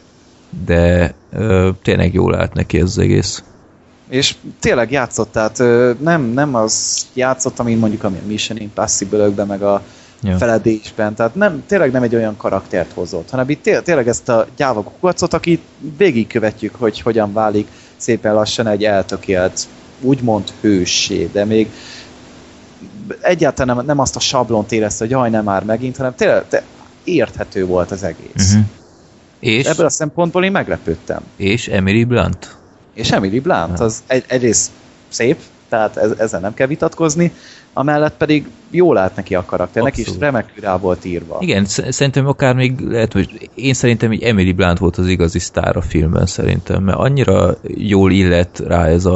De tényleg jól állt neki ez az egész. És tényleg játszott, tehát nem az játszott, ami mondjuk a Mission Impossible-ökben, meg a feledésben, tehát tényleg nem egy olyan karaktert hozott, hanem itt tényleg ezt a gyáva kukacot, akit végigkövetjük, hogy hogyan válik szépen lassan egy eltökélt, úgymond hőssé, de még egyáltalán nem azt a sablont érezte, hogy jaj, nem már megint, hanem tényleg érthető volt az egész. És ebből a szempontból én meglepődtem. És Emily Blunt? És Emily Blunt, az egyrészt szép, tehát ezzel nem kell vitatkozni, amellett pedig jól állt neki a karakternek, és remekül rá volt írva. Igen, szerintem akár még lehet, hogy én szerintem így Emily Blunt volt az igazi sztár a filmben szerintem, mert annyira jól illett rá ez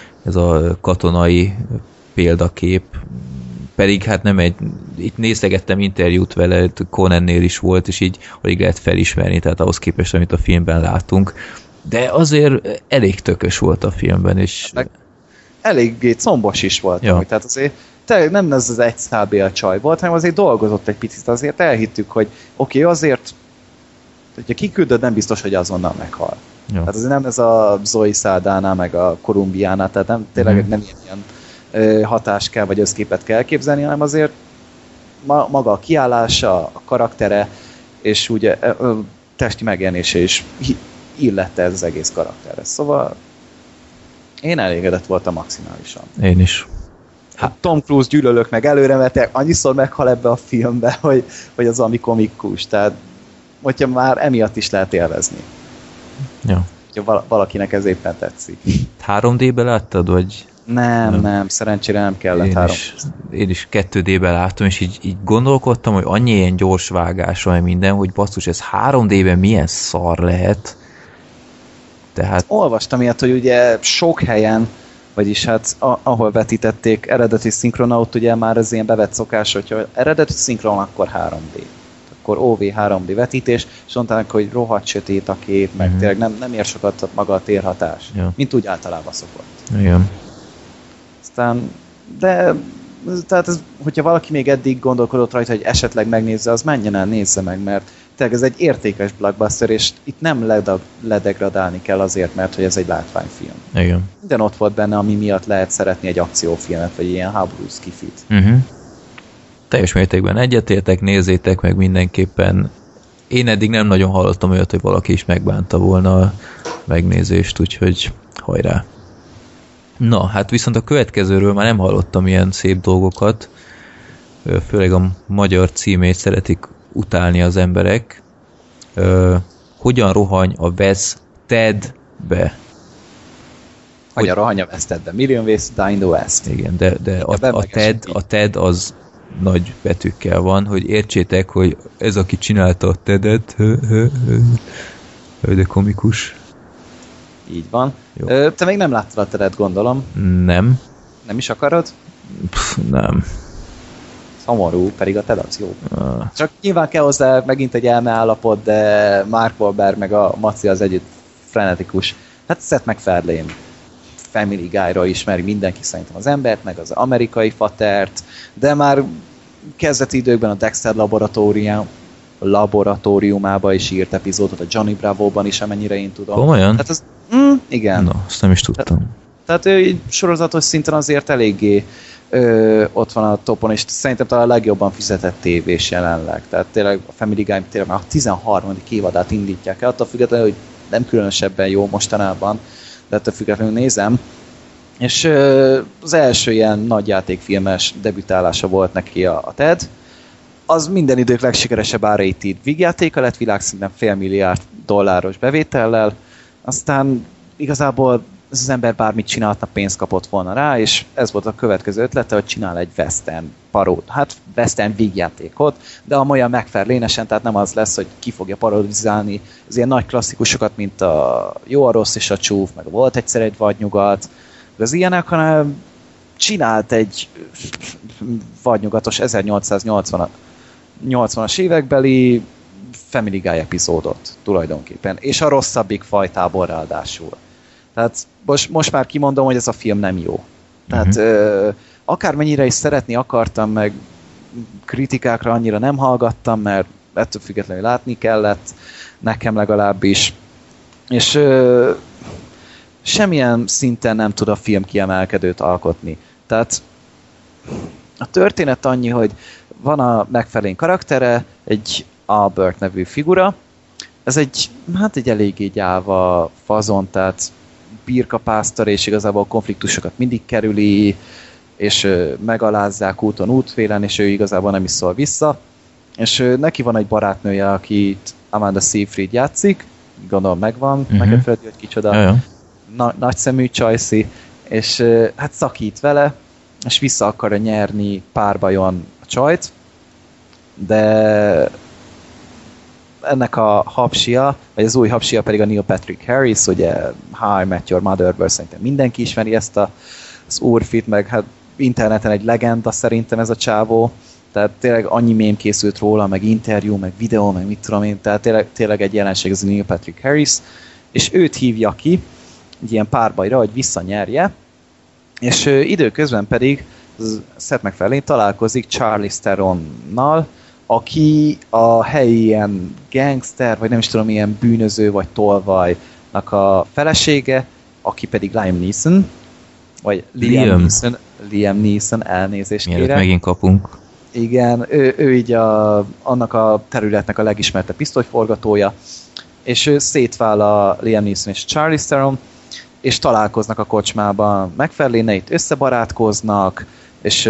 a katonai példakép, pedig hát nem itt nézegettem interjút vele, Conannél is volt, és így alig lehet felismerni, tehát ahhoz képest, amit a filmben látunk, de azért elég tökös volt a filmben, és... Eléggé combos is volt, tehát azért nem ez az egy szábél csaj volt, hanem azért dolgozott egy picit, azért elhittük, hogy oké, azért, hogyha kiküldöd, nem biztos, hogy azonnal meghal. Ja. Tehát azért nem ez a Zoe Saldana, meg a Columbiana, tehát nem, tényleg nem ilyen hatást kell, vagy összképet kell elképzelni, hanem azért maga a kiállása, a karaktere, és ugye a testi megjelenése is illette ez az egész karakterre. Szóval én elégedett voltam maximálisan. Én is. Tom Cruise gyűlölök meg előre, mert annyiszor meghal ebbe a filmbe, hogy az ami komikus. Tehát, hogyha már emiatt is lehet élvezni. Ja. Hogyha valakinek ez éppen tetszik. 3D-be láttad, vagy? Nem, szerencsére nem kellett én is 2D-be láttam, és így gondolkodtam, hogy annyi ilyen gyors vágás van minden, hogy basszus, ez 3D-ben milyen szar lehet. Tehát... Olvastam ilyet, hogy ugye sok helyen, vagyis hát ahol vetítették eredeti szinkronaut, ugye már ez ilyen bevett szokás, hogyha eredeti szinkron, akkor 3D. Akkor OV 3D vetítés, és mondták, hogy rohadt sötét a kép, meg tényleg nem ér sokat maga a térhatás, mint úgy általában szokott. Igen. Aztán, de tehát ez, hogyha valaki még eddig gondolkodott rajta, hogy esetleg megnézze, az menjen el, nézze meg, mert tényleg ez egy értékes blockbuster, és itt nem ledegradálni kell azért, mert hogy ez egy látványfilm. Igen. Minden ott volt benne, ami miatt lehet szeretni egy akciófilmet, vagy ilyen háborús skifit. Teljes mértékben egyetértek, nézzétek meg mindenképpen. Én eddig nem nagyon hallottam olyat, hogy valaki is megbánta volna a megnézést, úgyhogy hajrá. Na, hát viszont a következőről már nem hallottam ilyen szép dolgokat. Főleg a magyar címét szeretik utálni az emberek. Hogyan rohanj a Wes Tedbe? Anya rohanya Westedben. Million Ways to Die in the West. Igen, de a Ted az nagy betűkkel van, hogy értsétek, hogy ez, aki csinálta a Tedet, de komikus. Így van. Te még nem láttad a Tedet, gondolom? Nem. Nem is akarod? Nem. Szomorú, pedig a Ted az jó. Csak nyilván kell hozzá megint egy elmeállapot, de Mark Wahlberg meg a Maci az együtt frenetikus. Hát Seth MacFarlane Family Guy-ról ismeri mindenki szerintem az embert, meg az amerikai fatert, de már kezdeti időkben a Dexter laboratóriumába is írt epizódot, a Johnny Bravo-ban is, amennyire én tudom. Komolyan? Tehát az, igen. Na, azt nem is tudtam. Tehát ő sorozatos szinten azért eléggé ott van a topon, és szerintem talán a legjobban fizetett tévés jelenleg. Tehát tényleg a Family Guy tényleg már a 13. évadát indítják el, attól függetlenül, hogy nem különösebben jó mostanában, de ettől függetlenül nézem. És az első ilyen nagyjátékfilmes debütálása volt neki a Ted. Az minden idők legsikeresebb R-rated vígjátéka lett világszinten $500 milliárd bevétellel. Aztán igazából az ember bármit csinálhatna, pénzt kapott volna rá, és ez volt a következő ötlete, hogy csinál egy western western vígjátékot, de olyan MacFarlane-esen, tehát nem az lesz, hogy ki fogja parodizálni az ilyen nagy klasszikusokat, mint a Jó, a rossz és a csúf, meg Volt egyszer egy vadnyugat, az ilyenek, hanem csinált egy vadnyugatos 1880-as évekbeli Family Guy epizódot tulajdonképpen, és a rosszabbik fajtából ráadásul. Tehát most már kimondom, hogy ez a film nem jó. Tehát akármennyire is szeretni akartam, meg kritikákra annyira nem hallgattam, mert ettől függetlenül látni kellett, nekem legalábbis. És semmilyen szinten nem tud a film kiemelkedőt alkotni. Tehát a történet annyi, hogy van a MacFarlane karaktere, egy Albert nevű figura, ez egy eléggé gyáva fazon, tehát birkapásztor, és igazából a konfliktusokat mindig kerüli, és megalázzák úton, útfélen, és ő igazából nem is szól vissza. És neki van egy barátnője, akit Amanda Seyfried játszik, gondolom megvan, neked Freddy, hogy kicsoda, nagyszemű csajszi, és hát szakít vele, és vissza akarja nyerni párbajon a csajt, de ennek a hapsia, vagy az új hapsia pedig a Neil Patrick Harris, ugye How I Met Your Mother-ből szerintem mindenki ismeri ezt az úrfit, meg hát interneten egy legenda szerintem ez a csávó, tehát tényleg annyi mém készült róla, meg interjú, meg videó, meg mit tudom én, tehát tényleg egy jelenség az a Neil Patrick Harris, és őt hívja ki egy ilyen párbajra, hogy visszanyerje, és időközben pedig Seth MacFarlane találkozik Charlize Theronnal, aki a helyi ilyen gangster, vagy nem is tudom, ilyen bűnöző, vagy tolvajnak a felesége, aki pedig Liam Neeson, vagy Liam Neeson, elnézést kérek. Mielőtt megint kapunk. Igen, ő így annak a területnek a legismertebb pisztolyforgatója, és ő szétvál a Liam Neeson és Charlize Theron, és találkoznak a kocsmában. MacFarlane-eit összebarátkoznak, és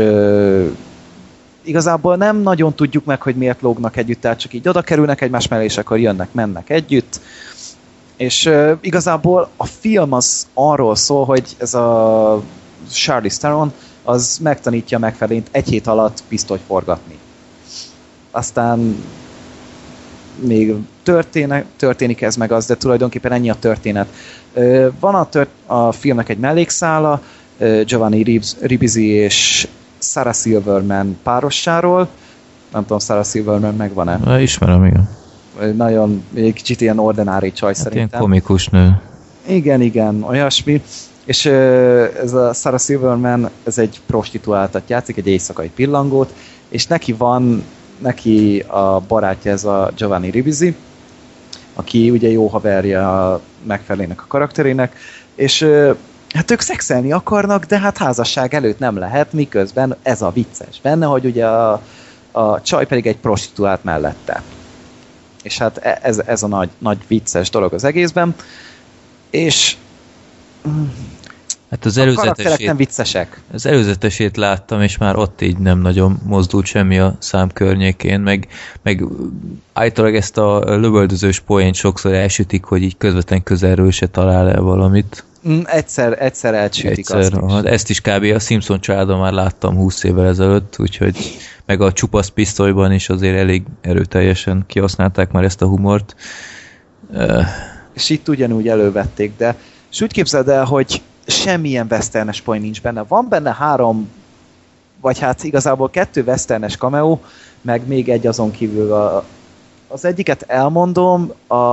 igazából nem nagyon tudjuk meg, hogy miért lógnak együtt, tehát csak így oda kerülnek egymás mellé, és akkor jönnek, mennek együtt. És igazából a film az arról szól, hogy ez a Charlize Theron az megtanítja MacFarlane-t egy hét alatt pisztolyt forgatni. Aztán még történik ez meg az, de tulajdonképpen ennyi a történet. Van a filmnek egy mellékszála, Giovanni Ribisi és Sarah Silverman párossáról. Nem tudom, Sarah Silverman megvan-e? Ismerem, igen. Nagyon, egy kicsit ilyen ordinári csaj szerintem. Ilyen komikus nő. Igen, olyasmi. És ez a Sarah Silverman, ez egy prostituáltat játszik, egy éjszakai pillangót, és neki a barátja ez a Giovanni Ribisi, aki ugye jó haverja a MacFarlane-nek a karakterének, és hát ők szexelni akarnak, de hát házasság előtt nem lehet, miközben ez a vicces benne, hogy ugye a csaj pedig egy prostituált mellette. És hát ez a nagy vicces dolog az egészben. És hát a karakterek nem viccesek. Az előzetesét láttam, és már ott így nem nagyon mozdult semmi a szám környékén, meg állítólag ezt a lövöldözős poént sokszor elsütik, hogy így közvetlen közelről se talál el valamit. Egyszer elcsütik azt is. Ezt is kb. A Simpson családban már láttam 20 évvel ezelőtt, úgyhogy meg a Csupasz pisztolyban is azért elég erőteljesen kihasználták már ezt a humort. És itt ugyanúgy elővették, de és úgy képzeld el, hogy semmilyen westernes poén nincs benne. Van benne 3, vagy hát igazából 2 westernes cameo, meg még egy azon kívül. Az egyiket elmondom,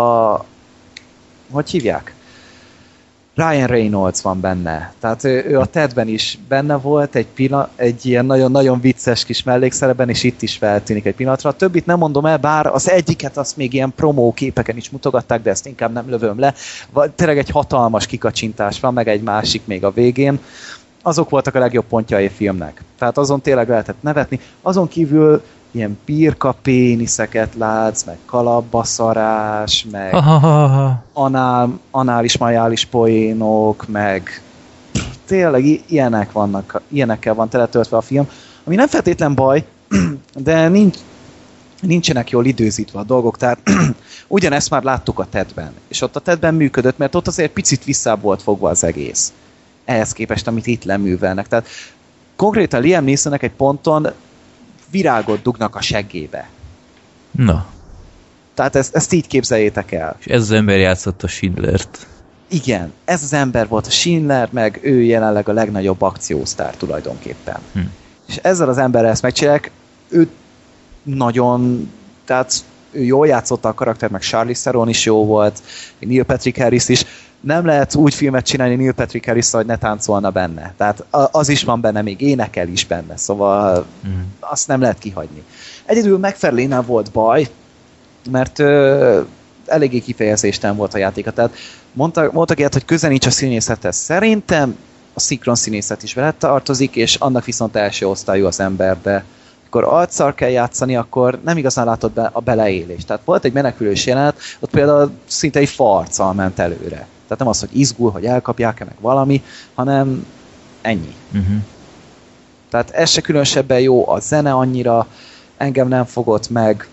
hogy hívják? Ryan Reynolds van benne. Tehát ő a Tedben is benne volt egy ilyen nagyon-nagyon vicces kis mellékszerepben, és itt is feltűnik egy pillanatra. A többit nem mondom el, bár az egyiket azt még ilyen promó képeken is mutogatták, de ezt inkább nem lövöm le. Tényleg egy hatalmas kikacsintás van, meg egy másik még a végén. Azok voltak a legjobb pontjai a filmnek. Tehát azon tényleg lehetett nevetni. Azon kívül ilyen birka péniszeket látsz, meg kalabbaszarás, meg anális majális poénok, meg tényleg ilyenekkel van teletöltve a film, ami nem feltétlen baj, de nincsenek jól időzítve a dolgok, tehát ugyanezt már láttuk a Tedben, és ott a Tedben működött, mert ott azért picit visszább volt fogva az egész. Ehhez képest, amit itt leművelnek. Tehát konkrétan Liam Neesonnek egy ponton virágot dugnak a seggébe. Na. Tehát ezt így képzeljétek el. És ez az ember játszott a Schindlert. Igen, ez az ember volt a Schindler, meg ő jelenleg a legnagyobb akciósztár tulajdonképpen. És ezzel az emberrel ezt megcsinálják, ő nagyon, tehát ő jól játszotta a karakter, meg Charlize Theron is jó volt, Neil Patrick Harris is. Nem lehet úgy filmet csinálni Neil Patrick Harris-szal, hogy ne táncolna benne. Tehát az is van benne, még énekel is benne, szóval azt nem lehet kihagyni. Egyedül McFarlane-nál volt baj, mert eléggé kifejezéstelen volt a játéka. Tehát mondtak ilyet, hogy köze nincs a színészethez. Szerintem a szinkron színészet is vele tartozik, és annak viszont első osztályú az ember, de amikor arccal kell játszani, akkor nem igazán látod be a beleélést. Tehát volt egy menekülős jelenet, ott például szinte egy farccal ment előre. Tehát nem az, hogy izgul, hogy elkapják-e meg valami, hanem ennyi. Tehát ez se különösebben jó, a zene annyira engem nem fogott meg,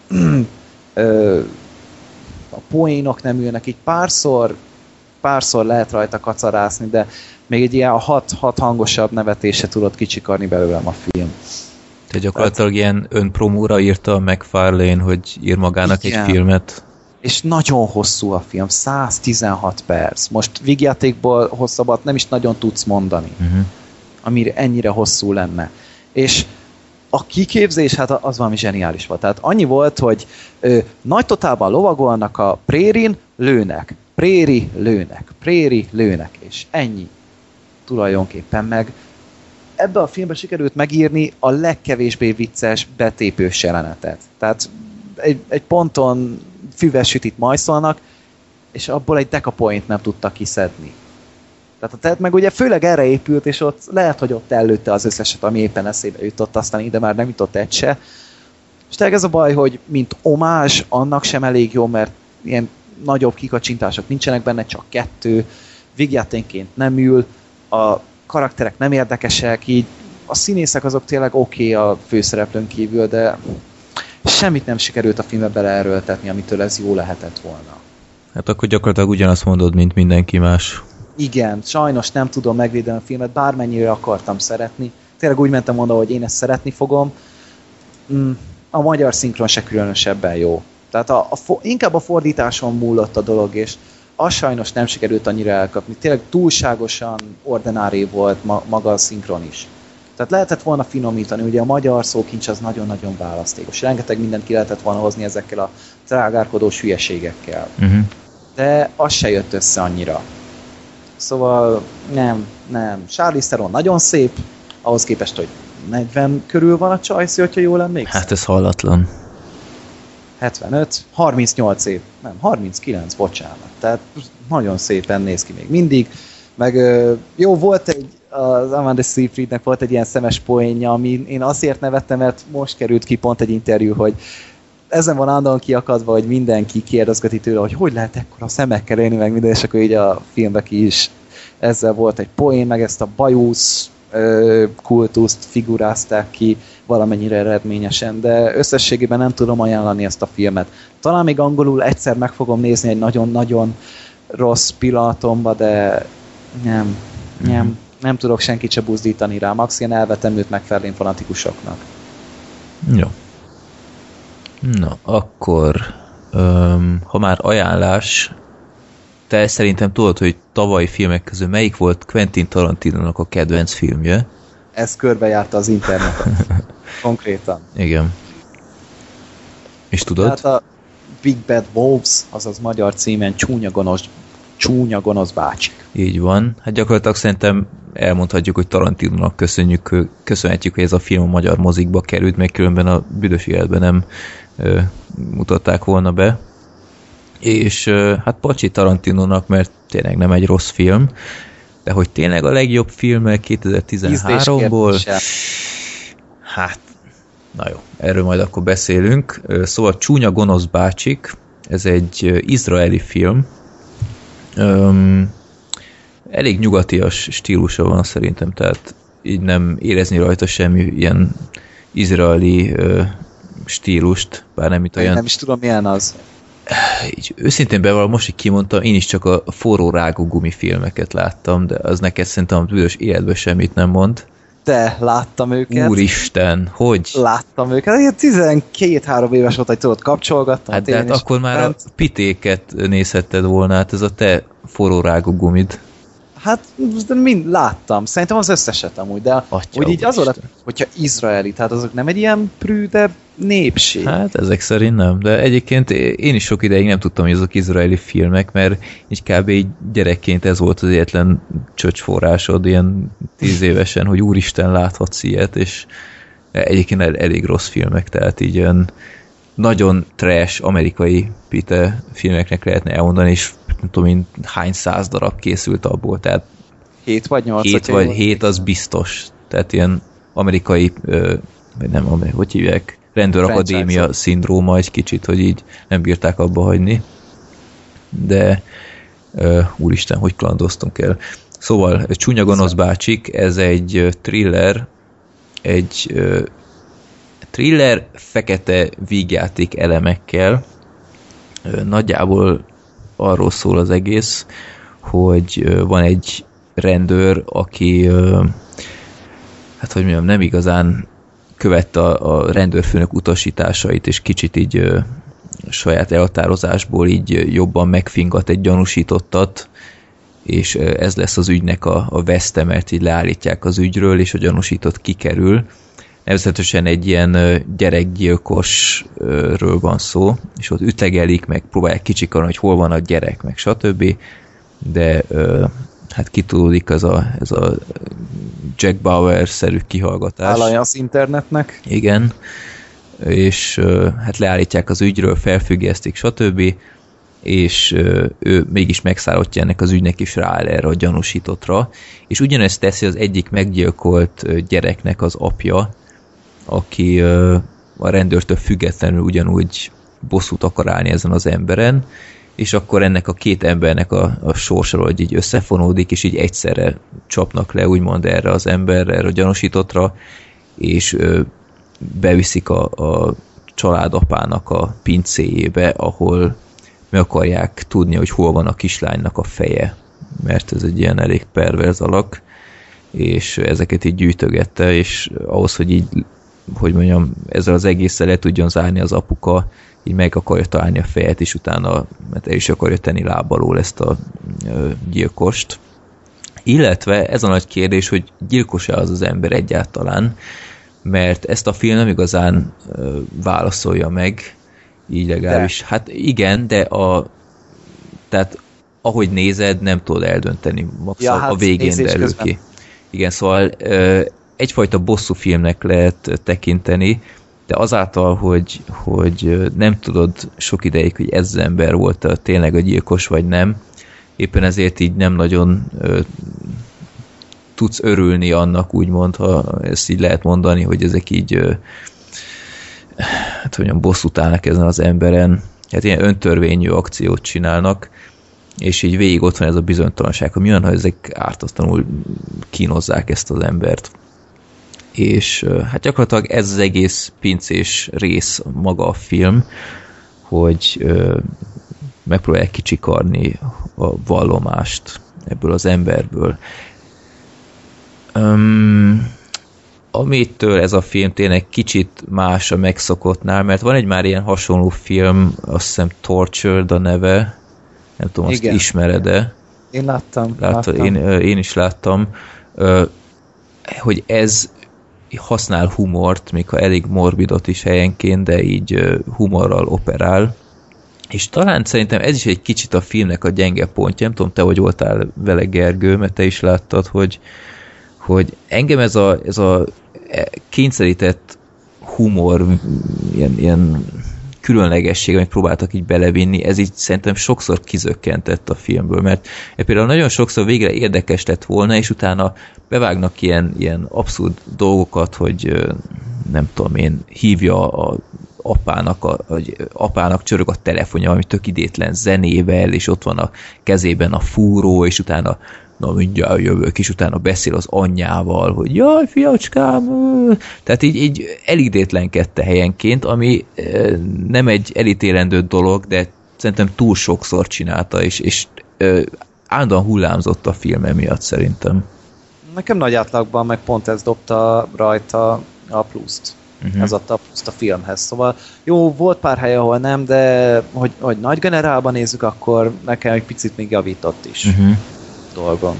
a poénok nem ülnek így párszor lehet rajta kacarászni, de még egy ilyen hat hangosabb nevetése tudott kicsikarni belőlem a film. Te gyakorlatilag ilyen önpromóra írta a McFarlane, hogy ír magának egy filmet. És nagyon hosszú a film, 116 perc. Most vígjátékból hosszabbat nem is nagyon tudsz mondani, amire ennyire hosszú lenne. És a kiképzés, hát az valami zseniális volt. Tehát annyi volt, hogy nagy totálban lovagolnak a prérin, lőnek. Préri, lőnek. És ennyi tulajdonképpen meg. Ebben a filmben sikerült megírni a legkevésbé vicces, betépős jelenetet. Tehát egy ponton füves sütit majszolnak, és abból egy dekapoint nem tudtak kiszedni. Tehát meg ugye főleg erre épült, és ott lehet, hogy ott előtte az összeset, ami éppen eszébe jutott, aztán ide már nem jutott egy se. És tényleg ez a baj, hogy mint omázs, annak sem elég jó, mert ilyen nagyobb kikacsintások nincsenek benne, csak 2, vígjáténként nem ül, a karakterek nem érdekesek, így a színészek azok tényleg oké a főszereplőn kívül, de semmit nem sikerült a filmbe beleerőltetni, amitől ez jó lehetett volna. Hát akkor gyakorlatilag ugyanazt mondod, mint mindenki más. Igen, sajnos nem tudom megvédeni a filmet, bármennyire akartam szeretni. Tényleg úgy mentem oda, hogy én ezt szeretni fogom. A magyar szinkron se különösebben jó. Tehát inkább a fordításon múlott a dolog, és az sajnos nem sikerült annyira elkapni. Tényleg túlságosan ordinári volt maga a szinkron is. Tehát lehetett volna finomítani, ugye a magyar szókincs az nagyon-nagyon választékos. Rengeteg mindent ki lehetett volna hozni ezekkel a trágárkodós hülyeségekkel. De az se jött össze annyira. Szóval nem. Charlize Theron nagyon szép, ahhoz képest, hogy 40 körül van a csajszi, hogyha jól emlékszem. Hát ez hallatlan. 75, 38 év, nem, 39, bocsánat. Tehát nagyon szépen néz ki még mindig. Meg jó, volt az Amanda Seyfriednek volt egy ilyen szemes poénja, ami én azért nevettem, mert most került ki pont egy interjú, hogy ezen van állandóan kiakadva, hogy mindenki kérdezgeti tőle, hogy lehet ekkora szemekkel élni, meg minden, és akkor így a filmben ki is ezzel volt egy poén, meg ezt a bajusz kultuszt figurázták ki valamennyire eredményesen, de összességében nem tudom ajánlani ezt a filmet. Talán még angolul egyszer meg fogom nézni egy nagyon-nagyon rossz pillanatomba, de Nem tudok senkit se buzdítani rá, max ilyen elvetemült McFarlane fanatikusoknak. Jó. Na, akkor ha már ajánlás, te szerintem tudod, hogy tavalyi filmek közül melyik volt Quentin Tarantinónak a kedvenc filmje? Ez körbejárta az internetet. Konkrétan. Igen. És tudod? Tehát a Big Bad Wolves, azaz magyar címen Csúnya gonosz bácsik. Így van. Hát gyakorlatilag szerintem elmondhatjuk, hogy Tarantinónak köszönhetjük, hogy ez a film a magyar mozikba került, meg különben a büdös életben nem mutatták volna be. És hát pacsi Tarantinónak, mert tényleg nem egy rossz film, de hogy tényleg a legjobb filmek 2013-ból, hát na jó, erről majd akkor beszélünk. Szóval Csúnya gonosz bácsik, ez egy izraeli film, elég nyugatias stílusa van szerintem, tehát így nem érezni rajta semmi ilyen izraeli stílust, bár nem itt olyan... Nem is tudom, milyen az. Így őszintén bevallom, most, hogy kimondtam, én is csak a forró rágó gumifilmeket láttam, de az neked szerintem a büdös életben semmit nem mond. De láttam őket. Úristen, hogy? Láttam őket. 12-3 éves volt, hogy tudod, kapcsolgattam. Hát de hát akkor már a pitéket nézhetted volna, hát ez a te forró rágó gumid. Hát mind láttam. Szerintem az összeset amúgy, de úgy így az volt, hogyha izraeli, tehát azok nem egy ilyen prűdebb népség. Hát ezek szerint nem, de egyébként én is sok ideig nem tudtam, hogy azok izraeli filmek, mert így kb. Így gyerekként ez volt az egyetlen csöcsforrásod, ilyen 10 évesen, hogy úristen, láthatsz ilyet, és egyébként elég rossz filmek, tehát így olyan nagyon trash amerikai pite filmeknek lehetne elmondani, és nem tudom én hány 100 darab készült abból, tehát 7 vagy 8? 7 az biztos, tehát ilyen amerikai, nem amerikai, hogy hívják, rendőrakadémia szindróma egy kicsit, hogy így nem bírták abba hagyni, de úristen, hogy kalandoztunk el. Szóval Csúnya gonosz bácsik, ez egy thriller, fekete vígjáték elemekkel. Nagyjából arról szól az egész, hogy van egy rendőr, aki hát hogy mondjam, nem igazán követte a rendőrfőnök utasításait, és kicsit így saját elhatározásból így jobban megfingat egy gyanúsítottat, és ez lesz az ügynek a veszte, mert így leállítják az ügyről, és a gyanúsított kikerül. Nevezetesen egy ilyen gyerekgyilkosról van szó, és ott ütlegelik, meg próbálják kicsikarni, hogy hol van a gyerek, meg stb. De hát kitudódik ez a Jack Bauer-szerű kihallgatás. Állja az internetnek. Igen, és hát leállítják az ügyről, felfüggesztik, stb. És ő mégis megszállottja ennek az ügynek, is rááll erre a gyanúsítottra. És ugyanezt teszi az egyik meggyilkolt gyereknek az apja, aki a rendőrtől függetlenül ugyanúgy bosszút akar állni ezen az emberen, és akkor ennek a két embernek a sorsa, hogy így összefonódik, és így egyszerre csapnak le, úgymond erre az emberre, erre a gyanúsítottra, és beviszik a családapának a pincéjébe, ahol meg akarják tudni, hogy hol van a kislánynak a feje, mert ez egy ilyen elég perverz alak, és ezeket így gyűjtögette, és ahhoz, hogy így, hogy mondjam, ezzel az egésszel le tudjon zárni az apuka, így meg akarja találni a fejet, és utána mert el is akarja tenni láb alól ezt a gyilkost. Illetve ez a nagy kérdés, hogy gyilkos-e az az ember egyáltalán, mert ezt a film nem igazán válaszolja meg, így legalábbis. Hát igen, de tehát ahogy nézed, nem tudod eldönteni. Max a végén derül ki. Igen, szóval egyfajta bosszú filmnek lehet tekinteni, de azáltal, hogy nem tudod sok ideig, hogy ez az ember volt tényleg a gyilkos, vagy nem, éppen ezért így nem nagyon tudsz örülni annak, úgymond, ha ezt így lehet mondani, hogy ezek így hát hogyan bosszút állnak ezen az emberen, hát ilyen öntörvényű akciót csinálnak, és így végig ott van ez a bizonytalanság, hogy mi van, ha ezek ártatlanul kínozzák ezt az embert. És hát gyakorlatilag ez az egész pincés rész maga a film, hogy megpróbálják kicsikarni a vallomást ebből az emberből. Amitől ez a film tényleg kicsit más a megszokottnál, mert van egy már ilyen hasonló film, azt hiszem Tortured a neve, nem tudom, azt ismered-e? Én láttam. Én is láttam, hogy ez használ humort, még ha elég morbidot is helyenként, de így humorral operál, és talán szerintem ez is egy kicsit a filmnek a gyenge pontja, nem tudom, te hogy voltál vele, Gergő, mert te is láttad, hogy engem ez a kényszerített humor, ilyen különlegesség, amit próbáltak így belevinni, ez így szerintem sokszor kizökkentett a filmből, mert például nagyon sokszor végre érdekes lett volna, és utána bevágnak ilyen abszurd dolgokat, hogy nem tudom én, hívja a apának csörög a telefonja, ami tök idétlen zenével, és ott van a kezében a fúró, és utána na mindjárt jövök, és utána beszél az anyjával, hogy jaj, fiacskám, tehát így elidétlenkedte helyenként, ami nem egy elítélendő dolog, de szerintem túl sokszor csinálta, és állandóan hullámzott a film emiatt szerintem. Nekem nagy átlagban meg pont ez dobta rajta a pluszt. Ez adta a pluszt a filmhez. Szóval jó, volt pár hely, ahol nem, de hogy nagy generálban nézzük, akkor nekem egy picit még javított is dolgon.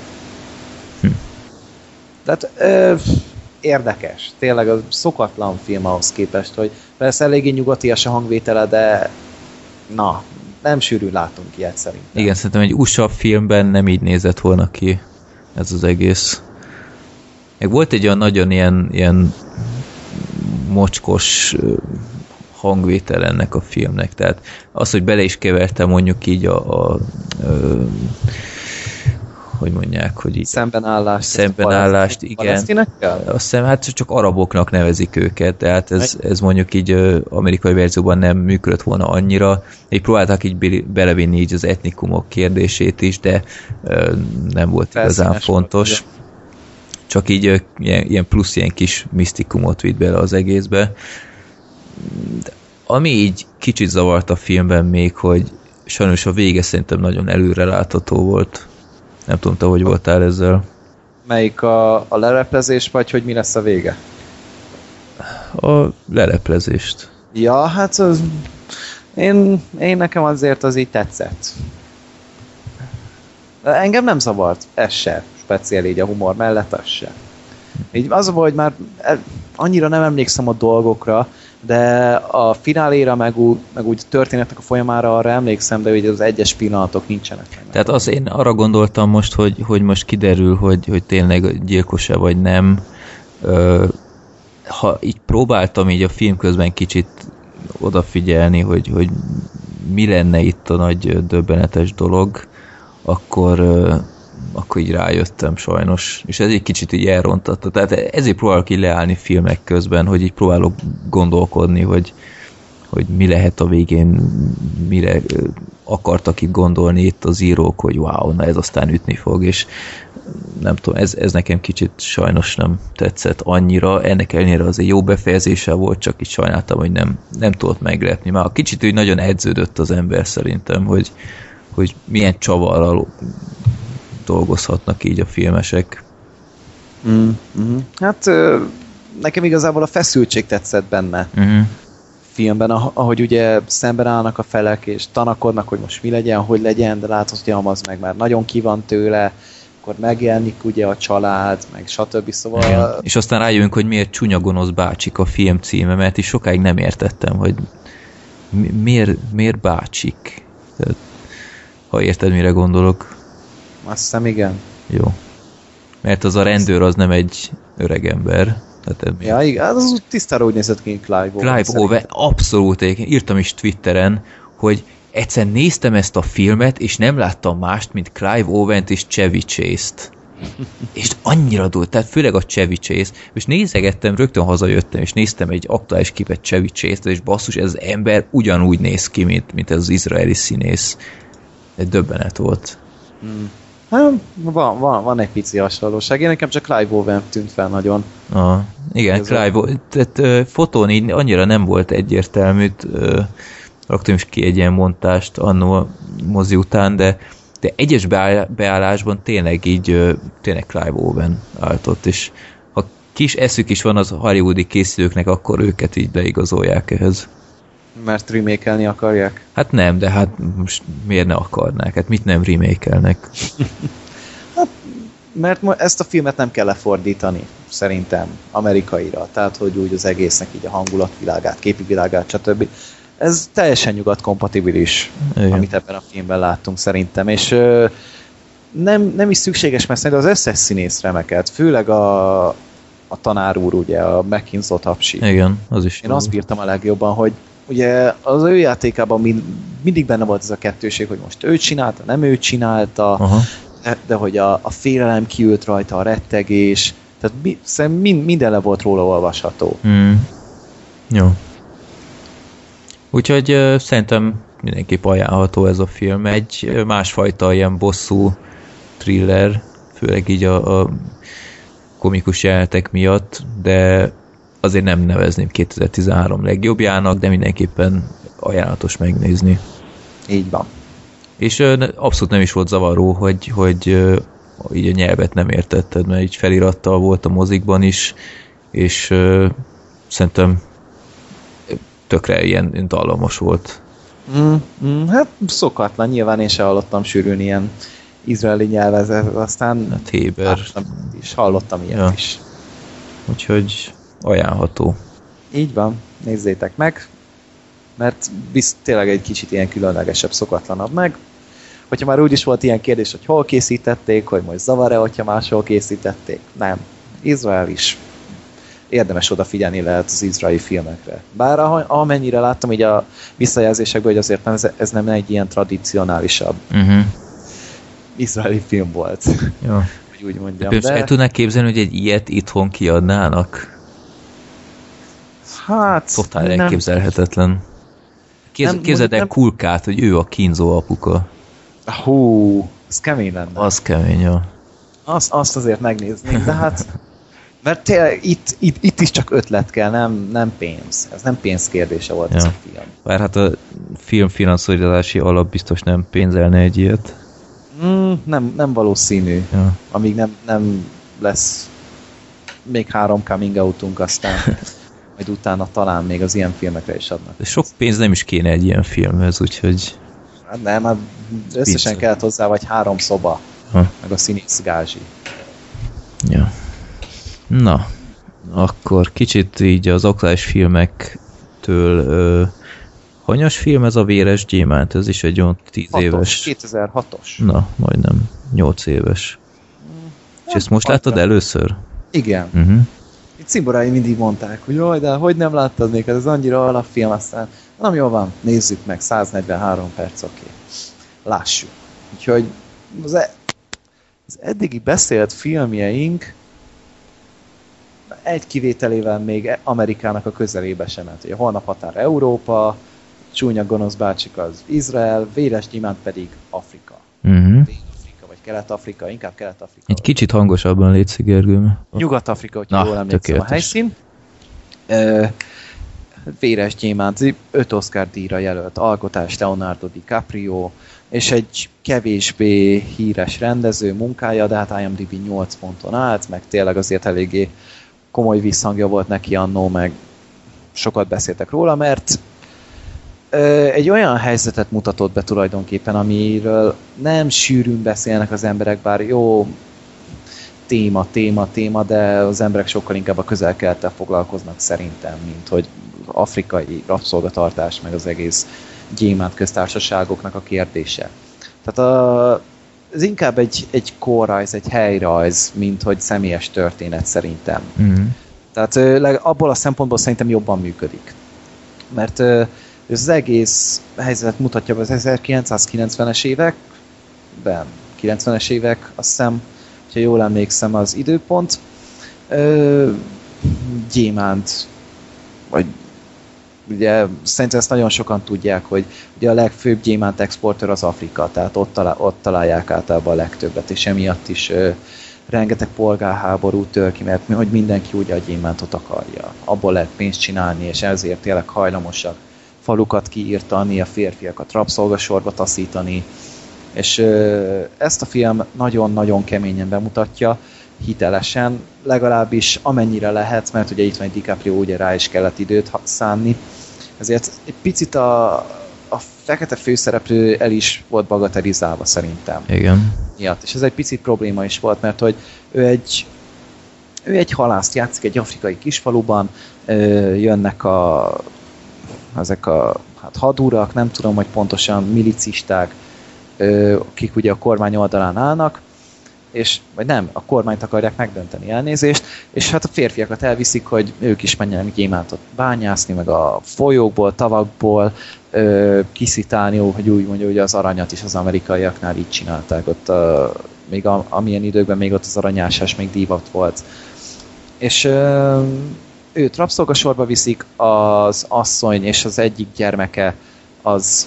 Tehát érdekes. Tényleg a szokatlan film ahhoz képest, hogy persze eléggé nyugatias a hangvétele, de nem sűrű látunk ilyet szerintem. Igen, szerintem egy USA filmben nem így nézett volna ki ez az egész. Meg volt egy olyan nagyon ilyen mocskos hangvétel ennek a filmnek, tehát az, hogy bele is kevertem mondjuk így hogy mondják, hogy így szembenállást, igen. Azt hiszem, hát csak araboknak nevezik őket, tehát ez mondjuk így amerikai verzióban nem működött volna annyira. Így próbálták így belevinni így az etnikumok kérdését is, de nem volt igazán fontos. Volt, csak így ilyen plusz ilyen kis misztikumot vitt bele az egészbe. De ami így kicsit zavart a filmben még, hogy sajnos a vége szerintem nagyon előrelátható volt. Nem tudom, te hogy voltál ezzel. Melyik a leleplezés, vagy hogy mi lesz a vége? A leleplezést. Ja, hát én nekem azért az így tetszett. Engem nem zavart, ez se. Speciál így a humor mellett, az se. Így az a baj, hogy már annyira nem emlékszem a dolgokra, de a fináléra, meg úgy történetnek a folyamára arra emlékszem, de ugye az egyes pillanatok nincsenek. Tehát én arra gondoltam most, hogy most kiderül, hogy tényleg gyilkos-e vagy nem. Ha így próbáltam így a film közben kicsit odafigyelni, hogy mi lenne itt a nagy döbbenetes dolog, akkor így rájöttem sajnos. És ez egy kicsit így elrontatta. Tehát ezért próbálok így leállni filmek közben, hogy így próbálok gondolkodni, hogy mi lehet a végén, mire akartak itt gondolni itt az írók, hogy wow, na ez aztán ütni fog, és nem tudom, ez nekem kicsit sajnos nem tetszett annyira. Ennek ellenére azért jó befejezése volt, csak így sajnáltam, hogy nem tudott meglepni. Már kicsit úgy nagyon edződött az ember szerintem, hogy milyen csavarral dolgozhatnak így a filmesek. Hát nekem igazából a feszültség tetszett benne filmben, ahogy ugye szemben állnak a felek, és tanakodnak, hogy most mi legyen, hogy legyen, de látod, hogy az meg már nagyon ki van tőle, akkor megjelenik ugye a család, meg stb. Szóval... Igen. És aztán rájövünk, hogy miért Csúnya gonosz bácsik a film címe, mert is sokáig nem értettem, hogy miért bácsik. Tehát, ha érted, mire gondolok. Azt hiszem, igen. Jó. Mert az a rendőr az nem egy öreg ember. Ja, igen, az tisztára úgy nézett ki, Clive Owen. Clive Owen, abszolút. Írtam is Twitteren, hogy egyszer néztem ezt a filmet, és nem láttam mást, mint Clive Owent és Chevy Chase-t. És annyira durva, tehát főleg a Chevy Chase, és nézegettem, rögtön hazajöttem, és néztem egy aktuális képet Chevy Chase-t, és basszus, ez az ember ugyanúgy néz ki, mint ez az izraeli színész. Egy döbbenet volt. Van egy pici hasonlóság. Én nekem csak Clive Owen tűnt fel nagyon. Igen, Clive, tehát fotón így annyira nem volt egyértelmű, raktam is ki egy ilyen montást annó a mozi után, de de egyes beállásban tényleg így, tényleg Clive Owen állt, és ha kis eszük is van az hollywoodi készítőknek, akkor őket így leigazolják ehhez. Mert remake-elni akarják? Hát nem, de hát most miért ne akarnák? Hát mit nem remake-elnek? Hát, mert ezt a filmet nem kell lefordítani, szerintem, amerikaira. Tehát, hogy úgy az egésznek így a hangulatvilágát, képi világát, stb. Ez teljesen nyugat-kompatibilis, amit ebben a filmben láttunk szerintem, és nem is szükséges, mert szerintem az összes színész remekelt, főleg a tanár úr, ugye, a McKinsey Tapsi. Igen, az is. Én azt bírtam a legjobban, hogy ugye az ő játékában mindig benne volt ez a kettőség, hogy most ő csinálta, nem ő csinálta, de hogy a félelem kiült rajta, a rettegés, tehát minden le volt róla olvasható. Jó. Úgyhogy szerintem mindenképp ajánlható ez a film. Egy másfajta ilyen bosszú thriller, főleg így a komikus jelenetek miatt, de azért nem nevezném 2013 legjobbjának, de mindenképpen ajánlatos megnézni. Így van. És abszolút nem is volt zavaró, hogy így a nyelvet nem értetted, mert így felirattal volt a mozikban is, és szerintem tökre ilyen dallamos volt. Hát szokatlan, nyilván én se hallottam sűrűn ilyen izraeli nyelvezet, aztán hát Héber. És hallottam ilyet is. Úgyhogy ajánlható. Így van, nézzétek meg, mert tényleg egy kicsit ilyen különlegesebb, szokatlanabb meg. Hogyha már úgy is volt ilyen kérdés, hogy hol készítették, hogy most zavar-e, hogyha máshol készítették. Nem. Izrael is. Érdemes odafigyelni lehet az izraeli filmekre. Bár amennyire láttam így a visszajelzésekből, hogy azért ez nem egy ilyen tradicionálisabb izraeli film volt. Ja. Hogy úgy mondjam. De el tudnák képzelni, hogy egy ilyet itthon kiadnának? Hát... Totál elképzelhetetlen. Képzeld el Kulkát, hogy ő a kínzó apuka. Hú, ez kemény lenne. Az kemény, jó. Azt azért megnéznék, de hát... Mert tényleg itt is csak ötlet kell, nem pénz. Ez nem pénz kérdése volt ez a film. Bár hát a filmfinanszírozási alap biztos nem pénzelne egy ilyet. Nem valószínű. Ja. Amíg nem lesz még 3 coming outunk, aztán majd utána talán még az ilyen filmekre is adnak. De sok pénz nem is kéne egy ilyen filmhez, úgyhogy... Hát nem, hát összesen kellett hozzá, vagy 3 szoba, meg a színész gázsi. Ja. Na, akkor kicsit így az aktuális filmektől hanyas film ez a Véres gyémánt? Ez is egy olyan 10 éves. 2006-os. Na, majdnem 8 éves. És ezt most láttad először? Igen. Itt cimborái mindig mondták, hogy jaj, de hogy nem láttad még, ez annyira alapfilm, aztán nem jól van, nézzük meg, 143 perc, oké. Lássuk. Úgyhogy az eddigi beszélt filmjeink egy kivételével még Amerikának a közelébe sem ment. Ugye Holnap határ Európa, Csúnya gonosz bácsik az Izrael, Véres gyémánt pedig Afrika. Dél-Afrika vagy Kelet-Afrika, inkább Kelet-Afrika. Egy kicsit hangosabban létszik, Gergő. Nyugat-Afrika, hogyha jól emlékszem a helyszín. Véres gyémánt, 5 Oscar díjra jelölt alkotás, Leonardo DiCaprio, és egy kevésbé híres rendező munkája, de hát IMDb 8 ponton állt, meg tényleg azért eléggé komoly visszhangja volt neki annó, meg sokat beszéltek róla, mert egy olyan helyzetet mutatott be tulajdonképpen, amiről nem sűrűn beszélnek az emberek, bár jó téma, de az emberek sokkal inkább a közel-kelettel foglalkoznak szerintem, mint hogy afrikai rabszolgatartás, meg az egész gyémánt köztársaságoknak a kérdése. Tehát ez inkább egy korrajz, egy helyrajz, mint hogy személyes történet szerintem. Tehát abból a szempontból szerintem jobban működik. Mert az egész helyzetet mutatja az 1990-es években, 90-es évek, azt hiszem, ha jól emlékszem az időpont, gyémánt, vagy ugye szerintem ezt nagyon sokan tudják, hogy ugye a legfőbb gyémánt exportőr az Afrika, tehát ott találják általában a legtöbbet, és emiatt is rengeteg polgárháború tör ki, mert hogy mindenki ugye a gyémántot akarja. Abból lehet pénzt csinálni, és ezért tényleg hajlamosak falukat kiírtani, a férfiakat rabszolgasorba taszítani, És ezt a film nagyon-nagyon keményen bemutatja, hitelesen, legalábbis amennyire lehet, mert ugye itt van egy DiCaprio, ugye rá is kellett időt szánni. Ezért egy picit a fekete főszereplő el is volt bagatelizálva szerintem. Igen. Miatt. És ez egy picit probléma is volt, mert hogy ő egy halászt játszik egy afrikai kisfaluban, jönnek ezek a hadurak, nem tudom, hogy pontosan milicisták, akik ugye a kormány oldalán állnak, vagy nem, a kormányt akarják megdönteni, elnézést, és hát a férfiakat elviszik, hogy ők is menjenek gyémántot bányászni, meg a folyókból, tavakból kiszitálni, hogy úgy mondja, hogy az aranyat is az amerikaiaknál így csinálták, ott még amilyen időkben még ott az aranyásás még divat volt. És őt rabszolgasorba viszik, az asszony és az egyik gyermeke az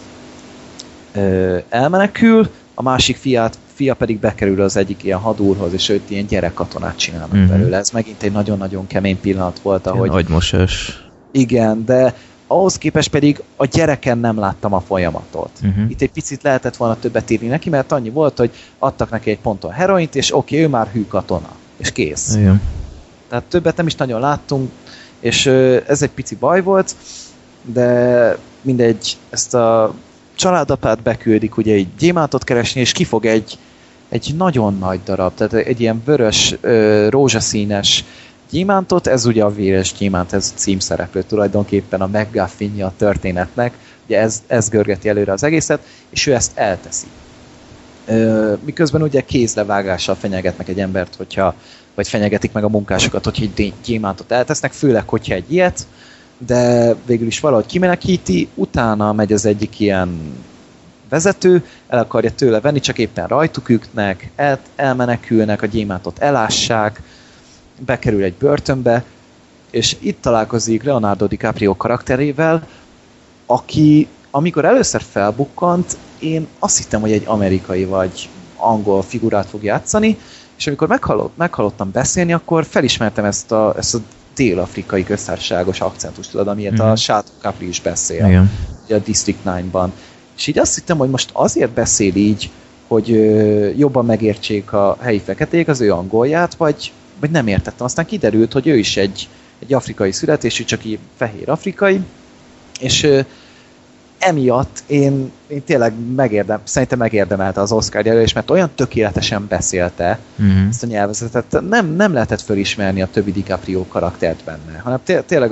elmenekül, a másik fia pedig bekerül az egyik ilyen hadúrhoz, és őt ilyen gyerekkatonát csinálnak belőle. Ez megint egy nagyon-nagyon kemény pillanat volt, ahogy... Agymosás. Igen, de ahhoz képest pedig a gyereken nem láttam a folyamatot. Itt egy picit lehetett volna többet írni neki, mert annyi volt, hogy adtak neki egy ponton heroint, és oké, ő már hű katona. És kész. Igen. Tehát többet nem is nagyon láttunk, és ez egy pici baj volt, de mindegy, ezt a családapát beküldik ugye egy gyémántot keresni, és kifog egy nagyon nagy darab, tehát egy ilyen vörös, rózsaszínes gyémántot, ez ugye a véres gyémánt, ez a címszereplő tulajdonképpen a McGuffinja a történetnek, ugye ez görgeti előre az egészet, és ő ezt elteszi. Miközben ugye kézlevágással fenyegetnek egy embert, vagy fenyegetik meg a munkásokat, hogyha egy gyémántot eltesznek, főleg, hogyha egy ilyet, de végül is valahogy kimenekíti, utána megy az egyik ilyen vezető, el akarja tőle venni, csak éppen rajtuk ütnek, elmenekülnek, a gyémántot elássák, bekerül egy börtönbe, és itt találkozik Leonardo DiCaprio karakterével, aki, amikor először felbukkant, én azt hittem, hogy egy amerikai vagy angol figurát fog játszani, és amikor meghallottam beszélni, akkor felismertem ezt a dél-afrikai köztársaságos akcentust, tudod, amilyet a Shadow Capri is beszél, igen. Ugye a District 9-ban. És így azt hittem, hogy most azért beszél így, hogy jobban megértsék a helyi feketék az ő angolját, vagy nem értettem. Aztán kiderült, hogy ő is egy afrikai születésű, csak így fehér afrikai, és emiatt én tényleg szerintem megérdemelte az Oscar jelölést, mert olyan tökéletesen beszélte ezt a nyelvezetet, nem lehetett fölismerni a többi DiCaprio karaktert benne, hanem tényleg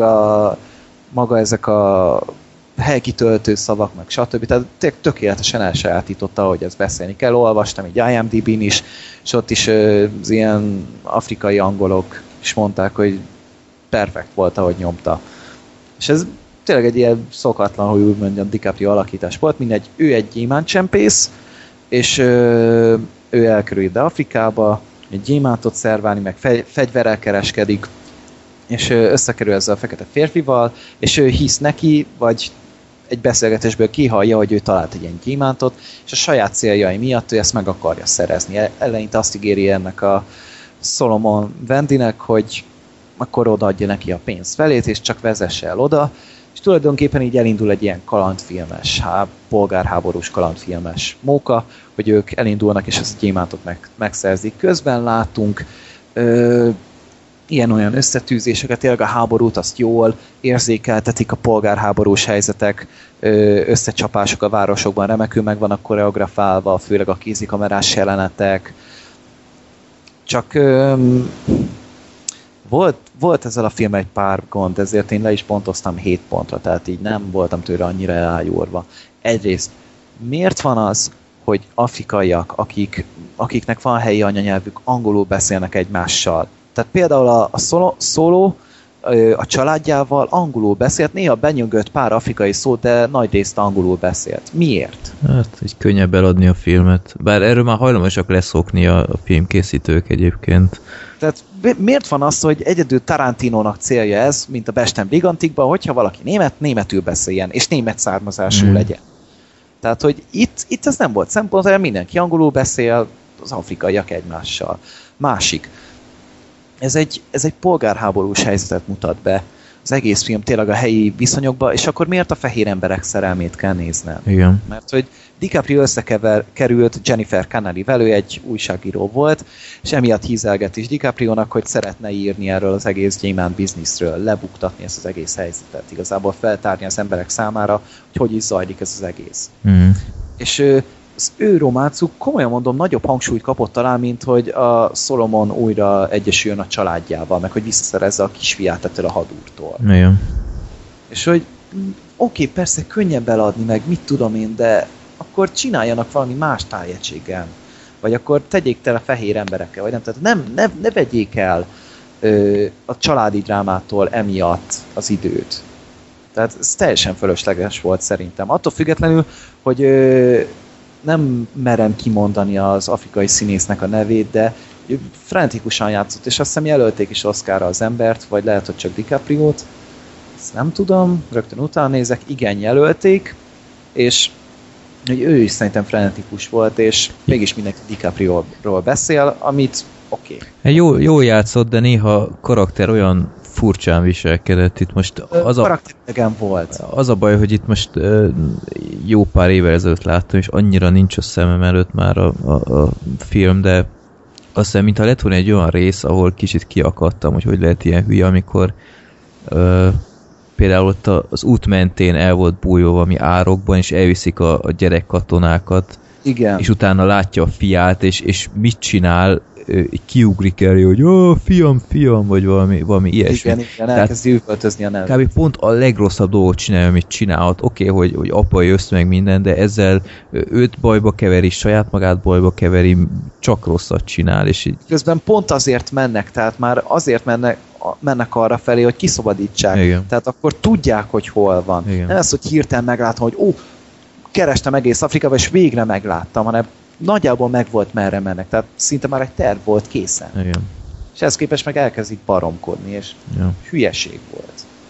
maga ezek a helykitöltő szavak, meg stb. Tehát tökéletesen elsajátította, hogy ezt beszélni kell. Olvastam egy IMDb-n is, és ott is az ilyen afrikai angolok is mondták, hogy perfekt volt, ahogy nyomta. És ez tényleg egy ilyen szokatlan, hogy úgy mondjam, DiCaprio alakítás volt, mindegy, ő egy gyémántcsempész, és ő elkerül ide Afrikába, egy gyémántot szerválni, meg fegyverrel kereskedik, és összekerül ezzel a fekete férfival, és ő hisz neki, vagy egy beszélgetésből kihallja, hogy ő talált egy ilyen gyémántot, és a saját céljai miatt ő ezt meg akarja szerezni. Eleinte azt ígéri ennek a Solomon Wendynek, hogy akkor odaadja neki a pénz felét, és csak vezesse el oda, és tulajdonképpen így elindul egy ilyen kalandfilmes, polgárháborús kalandfilmes móka, hogy ők elindulnak, és ezt a gyémántot megszerzik. Közben látunk ilyen-olyan összetűzéseket, tényleg a háborút azt jól érzékeltetik, a polgárháborús helyzetek, összecsapások a városokban remekül meg vannak koreografálva, főleg a kézikamerás jelenetek. Csak volt ezzel a film egy pár gond, ezért én le is pontoztam 7 pontra, tehát így nem voltam tőle annyira elájulva. Egyrészt, miért van az, hogy afrikaiak, akiknek van helyi anyanyelvük, angolul beszélnek egymással? Tehát például a Solo a családjával angolul beszélt, néha benyögött pár afrikai szót, de nagy részt angolul beszélt. Miért? Hát, így könnyebb eladni a filmet. Bár erről már hajlamosak leszokni a filmkészítők egyébként. Tehát miért van az, hogy egyedül Tarantinónak célja ez, mint a Besten Brigantikban, hogyha valaki németül beszéljen, és német származású legyen? Tehát, hogy itt ez nem volt szempont, hanem mindenki angolul beszél, az afrikaiak egymással. Másik. Ez egy polgárháborús helyzetet mutat be, az egész film tényleg a helyi viszonyokba, és akkor miért a fehér emberek szerelmét kell néznem? Igen. Mert hogy DiCaprio összekerült Jennifer Connellyvel, ő egy újságíró volt, és emiatt hízelget is DiCapriónak, hogy szeretne írni erről az egész gyémánt bizniszről, lebuktatni ezt az egész helyzetet, igazából feltárni az emberek számára, hogy is zajlik ez az egész. És az ő románcuk, komolyan mondom, nagyobb hangsúlyt kapott talán, mint hogy a Solomon újra egyesüljön a családjával, meg hogy visszaszerezze a kisfiát ettől a hadúrtól. Igen. És hogy oké, persze könnyebb eladni, meg mit tudom én, de akkor csináljanak valami más tájegységgel. Vagy akkor tegyék tele fehér emberekkel, vagy nem. Tehát ne vegyék el a családi drámától emiatt az időt. Tehát ez teljesen fölösleges volt szerintem. Attól függetlenül, hogy nem merem kimondani az afrikai színésznek a nevét, de frenetikusan játszott, és azt hiszem jelölték is Oscarra az embert, vagy lehet, hogy csak DiCapriót. Ezt nem tudom, rögtön utána nézek, igen, jelölték, és hogy ő is szerintem frenetikus volt, és mégis mindenki DiCaprióról beszél, amit oké. Jó játszott, de néha a karakter olyan furcsán viselkedett. Itt most karakteregen volt. Az a baj, hogy itt most jó pár évvel ezelőtt láttam, és annyira nincs a szemem előtt már a film, de azt hiszem, mintha lett volna egy olyan rész, ahol kicsit kiakadtam, hogy lehet ilyen hülye, amikor például ott az út mentén el volt bújva valami árokban, és elviszik a gyerekkatonákat, igen. És utána látja a fiát, és mit csinál, kiugrik elé, hogy fiam, vagy valami ilyesmi. Igen, elkezdi üvöltözni a nevet. Kb. Pont a legrosszabb dolgot csinálja, amit csinálhat. Oké, hogy apa jössz meg minden, de ezzel őt bajba keveri, saját magát bajba keveri, csak rosszat csinál. És így... Közben pont azért mennek, tehát már azért mennek arra felé, hogy kiszabadítsák. Igen. Tehát akkor tudják, hogy hol van. Igen. Nem az, hogy hirtelen meglátom, hogy kerestem egész Afrikában, és végre megláttam, hanem nagyjából meg volt, merre mennek. Tehát szinte már egy terv volt készen. Igen. És ehhez képest meg elkezdik baromkodni, és hülyeség volt.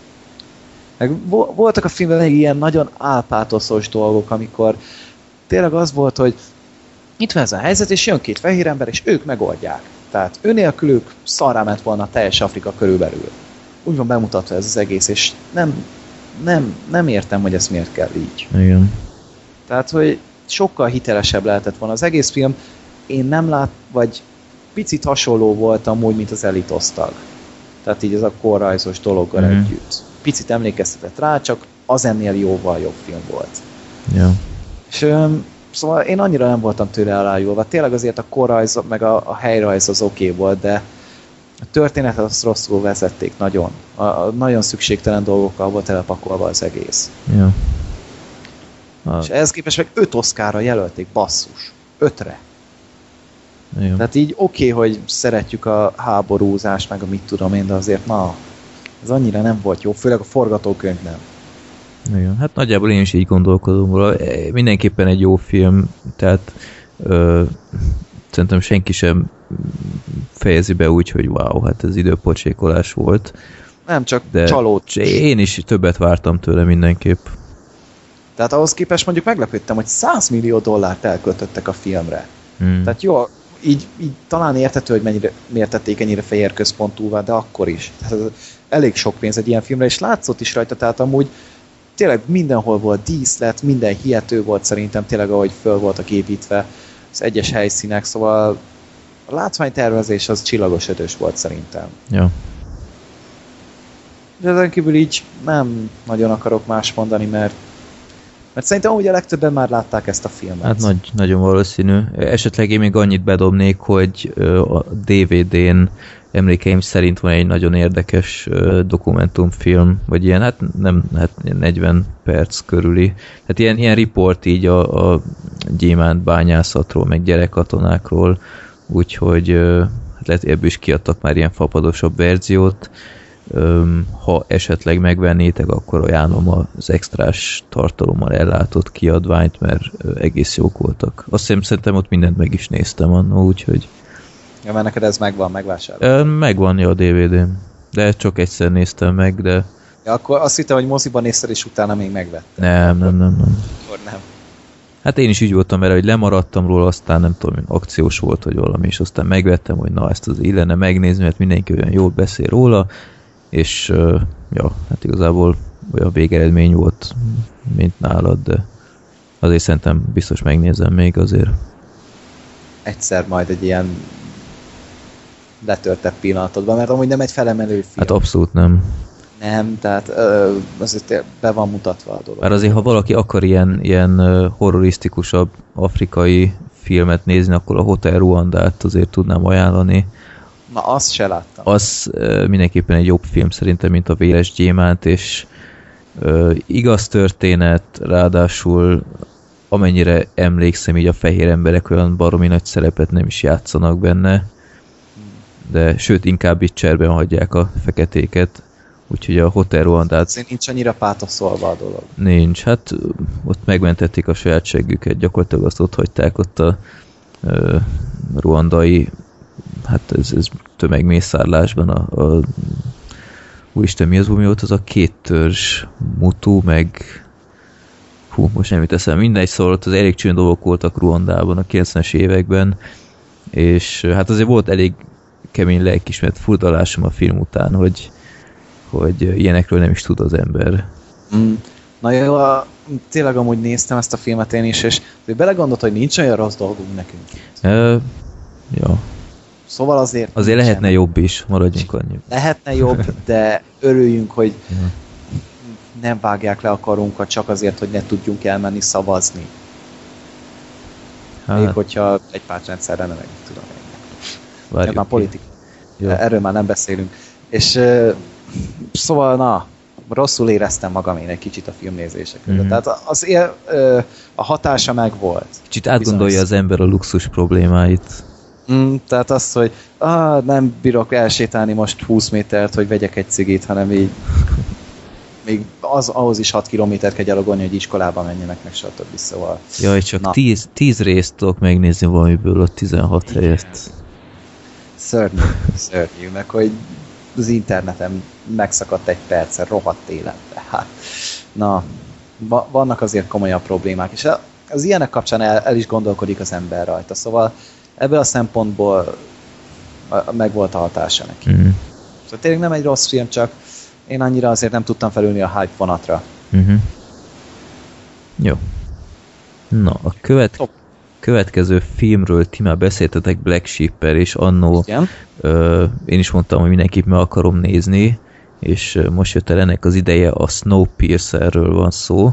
Meg voltak a filmben még ilyen nagyon álpátoszos dolgok, amikor tényleg az volt, hogy itt van ez a helyzet, és jön két fehér ember, és ők megoldják. Tehát ő nélkülük szarrá ment volna teljes Afrika körülbelül. Úgy van bemutatva ez az egész, és nem értem, hogy ez miért kell így. Igen. Tehát, hogy sokkal hitelesebb lehetett volna az egész film. Én vagy picit hasonló volt amúgy, mint az Elite osztag. Tehát így ez a korrajzos dologgal együtt. Picit emlékeztetett rá, csak az ennél jóval jobb film volt. Ja. És szóval én annyira nem voltam tőle elájulva. Tényleg azért a korrajz, meg a helyrajz az oké volt, de a történetet azt rosszul vezették nagyon. Nagyon szükségtelen dolgokkal volt telepakolva az egész. Ja. És ehhez képest meg 5 Oscarra jelölték, basszus. 5-re. Igen. Tehát így oké, hogy szeretjük a háborúzást, meg a mit tudom én, de azért ez annyira nem volt jó, főleg a forgatókönyv nem. Igen. Hát nagyjából én is így gondolkodom róla. Mindenképpen egy jó film, tehát szerintem senki sem fejezi be úgy, hogy wow, hát ez időpocsékolás volt. Nem, csak csalód. Én is többet vártam tőle mindenképp. Tehát ahhoz képest mondjuk meglepődtem, hogy $100 millió elköltöttek a filmre. Tehát jó, így talán érthető, hogy miért tették ennyire fehér központúvá, de akkor is. Tehát elég sok pénz egy ilyen filmre, és látszott is rajta, tehát amúgy tényleg mindenhol volt díszlet, minden hihető volt szerintem, tényleg ahogy föl voltak építve az egyes helyszínek, szóval a látványtervezés az csillagos 5-ös volt szerintem. Ja. De ezen kívül így nem nagyon akarok más mondani, mert szerintem úgy a legtöbben már látták ezt a filmet. Hát nagyon valószínű. Esetleg én még annyit bedobnék, hogy a DVD-n emlékeim szerint van egy nagyon érdekes dokumentumfilm, vagy ilyen, hát 40 perc körüli. Tehát ilyen riport így a gyémánt bányászatról, meg gyerekkatonákról, úgyhogy lehet ebből is kiadtak már ilyen fapadosabb verziót. Ha esetleg megvennétek, akkor ajánlom az extrás tartalommal ellátott kiadványt, mert egész jók voltak. Azt hiszem, szerintem ott mindent meg is néztem annó, úgyhogy... Ja, mert neked ez megvásároltad? Megvan a DVD-n, de csak egyszer néztem meg, de... Ja, akkor azt hittem, hogy moziban nézted, és utána még megvettem. Nem. Akkor nem. Hát én is így voltam vele, hogy lemaradtam róla, aztán nem tudom, akciós volt, hogy valami, és aztán megvettem, hogy na, ezt az illene megnézni, mert mindenki olyan jól beszél róla, és ja, hát igazából olyan végeredmény volt, mint nálad, de azért szerintem biztos megnézem még azért. Egyszer majd egy ilyen letörtebb pillanatodban, mert amúgy nem egy felemelő film. Hát abszolút nem. Nem, tehát azért be van mutatva a dolog. Már azért, ha valaki akar ilyen horrorisztikusabb afrikai filmet nézni, akkor a Hotel Ruandát azért tudnám ajánlani. Na, azt se láttam. Az mindenképpen egy jobb film szerintem, mint a Véres Gyémánt, és igaz történet, ráadásul amennyire emlékszem, így a fehér emberek olyan baromi nagy szerepet nem is játszanak benne, de sőt, inkább itt cserben hagyják a feketéket, úgyhogy a Hotel Ruandát... Azért nincs annyira pátoszolva a dolog. Nincs, hát ott megmentették a saját seggüket, gyakorlatilag azt ott hagyták ott a ruandai, hát ez tömegmészárlásban úristen, mi volt az a két törzs, Mutu, meg most nem jut eszembe, mindegy, szóval ott az elég csúnya dolgok voltak Ruandában a 90-es években, és hát azért volt elég kemény lelkismert furdalásom a film után, hogy ilyenekről nem is tud az ember. Na jó, tényleg amúgy néztem ezt a filmet én is, és belegondolt, hogy nincs olyan rossz dolgunk nekünk. Ja. Szóval azért lehetne jobb is, maradjunk annyi. Lehetne jobb, de örüljünk, hogy nem vágják le a karunkat csak azért, hogy ne tudjunk elmenni szavazni. Hát. Még hogyha egy pártrendszerre nem tudom én. Már politika. Erről már nem beszélünk. És szóval na, rosszul éreztem magam én egy kicsit a filmnézésekről. Tehát a hatása meg volt. Kicsit átgondolja az ember a luxus problémáit. Tehát az, hogy nem bírok elsétálni most 20 métert, hogy vegyek egy cigit, hanem így még ahhoz is 6 kilométert kell gyalogolni, hogy iskolába menjenek, meg stb. Szóval... Jaj, csak 10 részt tudok megnézni valamiből a 16 helyett. Szörnyű, meg hogy az interneten megszakadt egy perccel, rohadt életbe. Hát, na, vannak azért komolyabb problémák, és az ilyenek kapcsán el is gondolkodik az ember rajta, szóval ebből a szempontból meg volt a hatása neki. Szóval tényleg nem egy rossz film, csak én annyira azért nem tudtam felülni a hype vonatra. Jó. Na, a következő filmről ti már beszéltetek, Black Sheep-el, és annó én is mondtam, hogy mindenképp meg akarom nézni, és most jött el ennek az ideje, a Snowpiercerről van szó.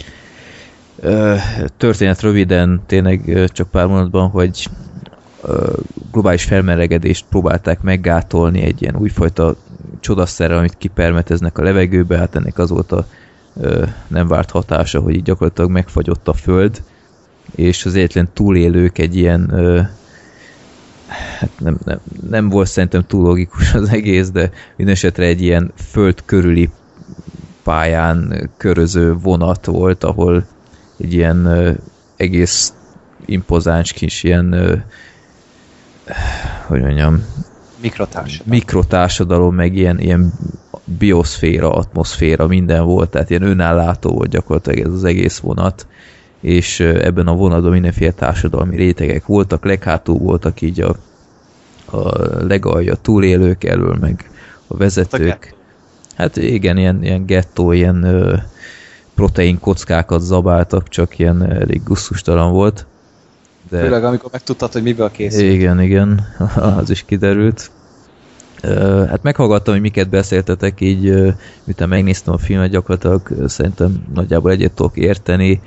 Történet röviden, tényleg csak pár mondatban, hogy globális felmelegedést próbálták meggátolni egy ilyen újfajta csodaszerrel, amit kipermeteznek a levegőbe, hát ennek az volt a nem várt hatása, hogy így gyakorlatilag megfagyott a föld, és az egyetlen túlélők egy ilyen hát nem volt szerintem túl logikus az egész, de mindenesetre egy ilyen föld körüli pályán köröző vonat volt, ahol egy ilyen egész impozáns kis ilyen hogy mondjam, mikrotársadalom, meg ilyen bioszféra, atmoszféra, minden volt, tehát ilyen önállátó volt gyakorlatilag ez az egész vonat, és ebben a vonatban mindenféle társadalmi rétegek voltak, leghátul voltak így a legalja túlélők elől, meg a vezetők. Hát igen, ilyen gettó, ilyen protein kockákat zabáltak, csak ilyen elég gusztustalan volt. De... Főleg amikor megtudtad, hogy miből készült. Igen, az is kiderült. Hát meghallgattam, hogy miket beszéltetek, így miután megnéztem a filmet, gyakorlatilag szerintem nagyjából egyet tudok érteni.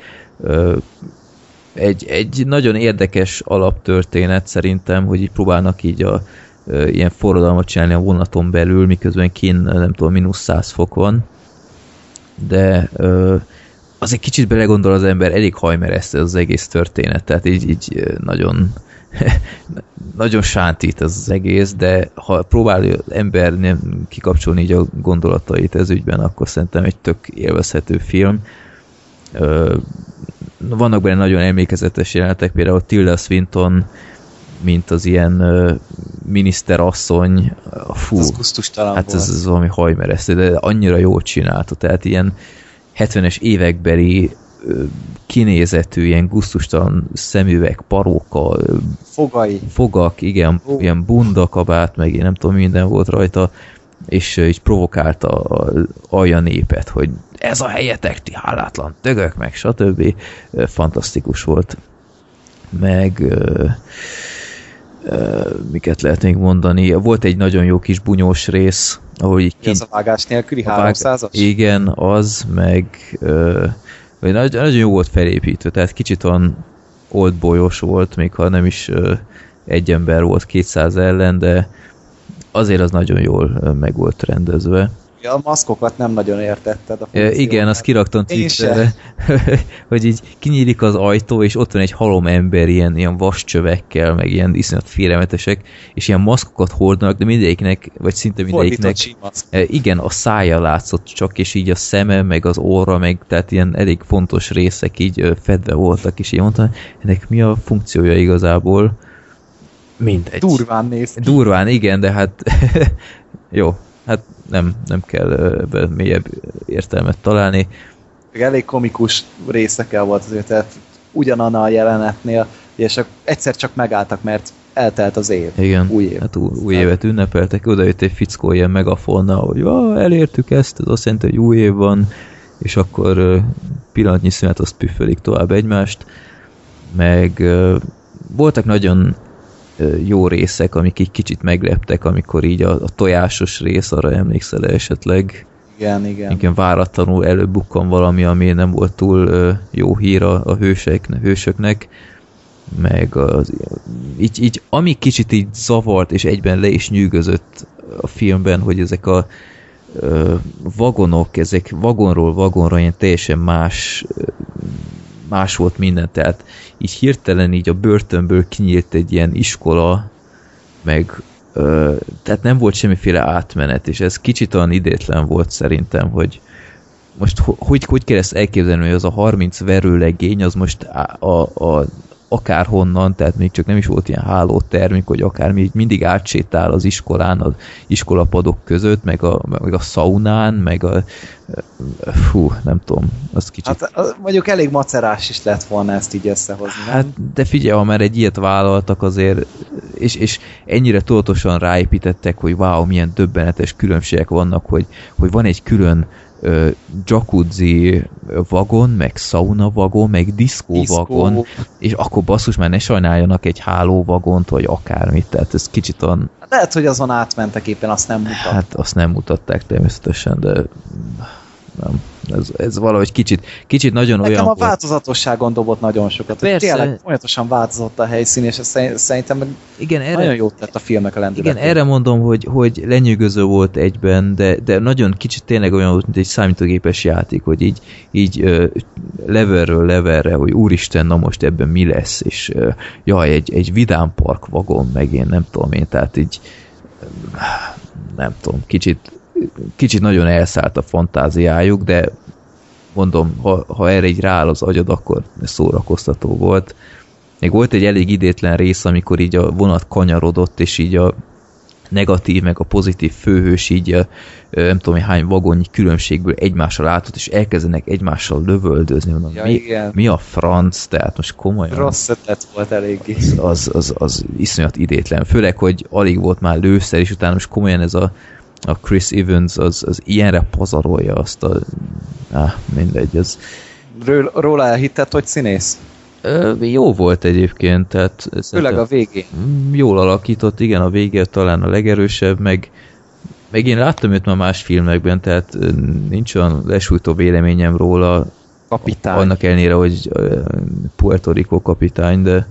Egy nagyon érdekes alaptörténet szerintem, hogy így próbálnak így ilyen forradalmat csinálni a vonaton belül, miközben kín, nem tudom, -100 fok van. De az egy kicsit belegondol az ember, elég hajmeresztő az egész történet, tehát így nagyon nagyon sántít az egész, de ha próbálja az ember nem kikapcsolni így a gondolatait ez ügyben, akkor szerintem egy tök élvezhető film. Vannak benne nagyon emlékezetes jelenetek, például Tilda Swinton, mint az ilyen miniszterasszony, fú, ez gusztustalan hát ez valami hajmeresztő, de annyira jól csinálta, tehát ilyen 70-es évekbeli kinézetű, ilyen gusztustalan szemüveg, paróka, fogak, igen, ilyen bundakabát, meg én nem tudom, minden volt rajta, és így provokálta az alja népet, hogy ez a helyetek, ti hálátlan dögök, meg stb. Fantasztikus volt. Meg miket lehet még mondani? Volt egy nagyon jó kis bunyós rész, ahol így Ez a vágás nélküli 300-as? Igen, az, meg nagyon jó volt felépítve, tehát kicsit olyan oldboyos volt, még ha nem is egy ember volt 200 ellen, de azért az nagyon jól meg volt rendezve. Ja, a maszkokat nem nagyon értetted a igen, azt kiraktam Twitterre, hogy így kinyílik az ajtó, és ott van egy halom ember ilyen vascsövekkel, meg ilyen iszonyat félelmetesek, és ilyen maszkokat hordanak, de mindegyiknek, vagy szinte mindegyiknek, igen, a szája látszott csak, és így a szeme, meg az orra, meg tehát ilyen elég fontos részek így fedve voltak, és így mondtam, ennek mi a funkciója igazából? Mindegy. Durván néz ki. Durván, igen, de hát jó, hát nem kell ebbe mélyebb értelmet találni. Elég komikus részekkel volt azért, tehát ugyananna a jelenetnél, és egyszer csak megálltak, mert eltelt az év. Igen, új év. Hát új évet ünnepeltek, oda jött egy fickó ilyen megafonnal, hogy elértük ezt, ez azt jelenti, hogy új év van, és akkor pillanatnyi szünet azt püffölik tovább egymást, meg voltak nagyon jó részek, amik így kicsit megleptek, amikor így a tojásos rész, arra emlékszel esetleg? Igen. Igen, váratlanul előbukkan valami, ami nem volt túl jó hír a hősöknek, meg így ami kicsit így zavart, és egyben le is nyűgözött a filmben, hogy ezek a vagonok, ezek vagonról vagonra ilyen teljesen más volt minden, tehát így hirtelen így a börtönből kinyílt egy ilyen iskola, meg tehát nem volt semmiféle átmenet, és ez kicsit olyan idétlen volt szerintem, hogy most hogy kell ezt elképzelni, hogy az a 30 verőlegény, az most akárhonnan, tehát még csak nem is volt ilyen hálótermik, hogy akármi, így mindig átsétál az iskolán, az iskolapadok között, meg a szaunán, meg nem tudom, az kicsit... Hát mondjuk elég macerás is lett volna ezt így összehozni, nem? Hát, de figyelj, ha már egy ilyet vállaltak azért, és ennyire tudatosan ráépítettek, hogy wow, milyen döbbenetes különbségek vannak, hogy van egy külön jacuzzi vagon, meg sauna vagon, meg diszkó vagon, és akkor basszus, már ne sajnáljanak egy hálóvagont, vagy akármit, tehát ez kicsit olyan... Lehet, hogy azon átmentek éppen, azt nem mutatták. Hát azt nem mutatták természetesen, de nem. Ez valahogy kicsit nagyon nekem olyan a volt. változatosságon dobott nagyon sokat. Tényleg folyamatosan változott a helyszín, és szerintem igen, nagyon jót tett a filmnek a lendületét. Igen, erre mondom, hogy lenyűgöző volt egyben, de nagyon kicsit tényleg olyan volt, mint egy számítógépes játék, hogy így levelről levelre, hogy úristen, na most ebben mi lesz, és jaj, egy vidámpark vagon, meg én nem tudom én, tehát így nem tudom, kicsit nagyon elszállt a fantáziájuk, de mondom, ha erre így rááll az agyad, akkor szórakoztató volt. Még volt egy elég idétlen rész, amikor így a vonat kanyarodott, és így a negatív, meg a pozitív főhős így nem tudom, hány vagonnyi különbségből egymással látott, és elkezdenek egymással lövöldözni. Mondom, mi a franc? Tehát most komolyan. Rossz ötlet volt eléggé. Az iszonyat idétlen. Főleg, hogy alig volt már lőszer, és utána most komolyan ez a Chris Evans az ilyenre pazarolja azt a... mindegy, az... Róla elhitted, hogy színész? Jó volt egyébként, tehát... Főleg a végén. Jól alakított, igen, a vége talán a legerősebb, meg én láttam őt már más filmekben, tehát nincs olyan lesújtó véleményem róla. Kapitány. Annak ellenére, hogy Puerto Rico kapitány, de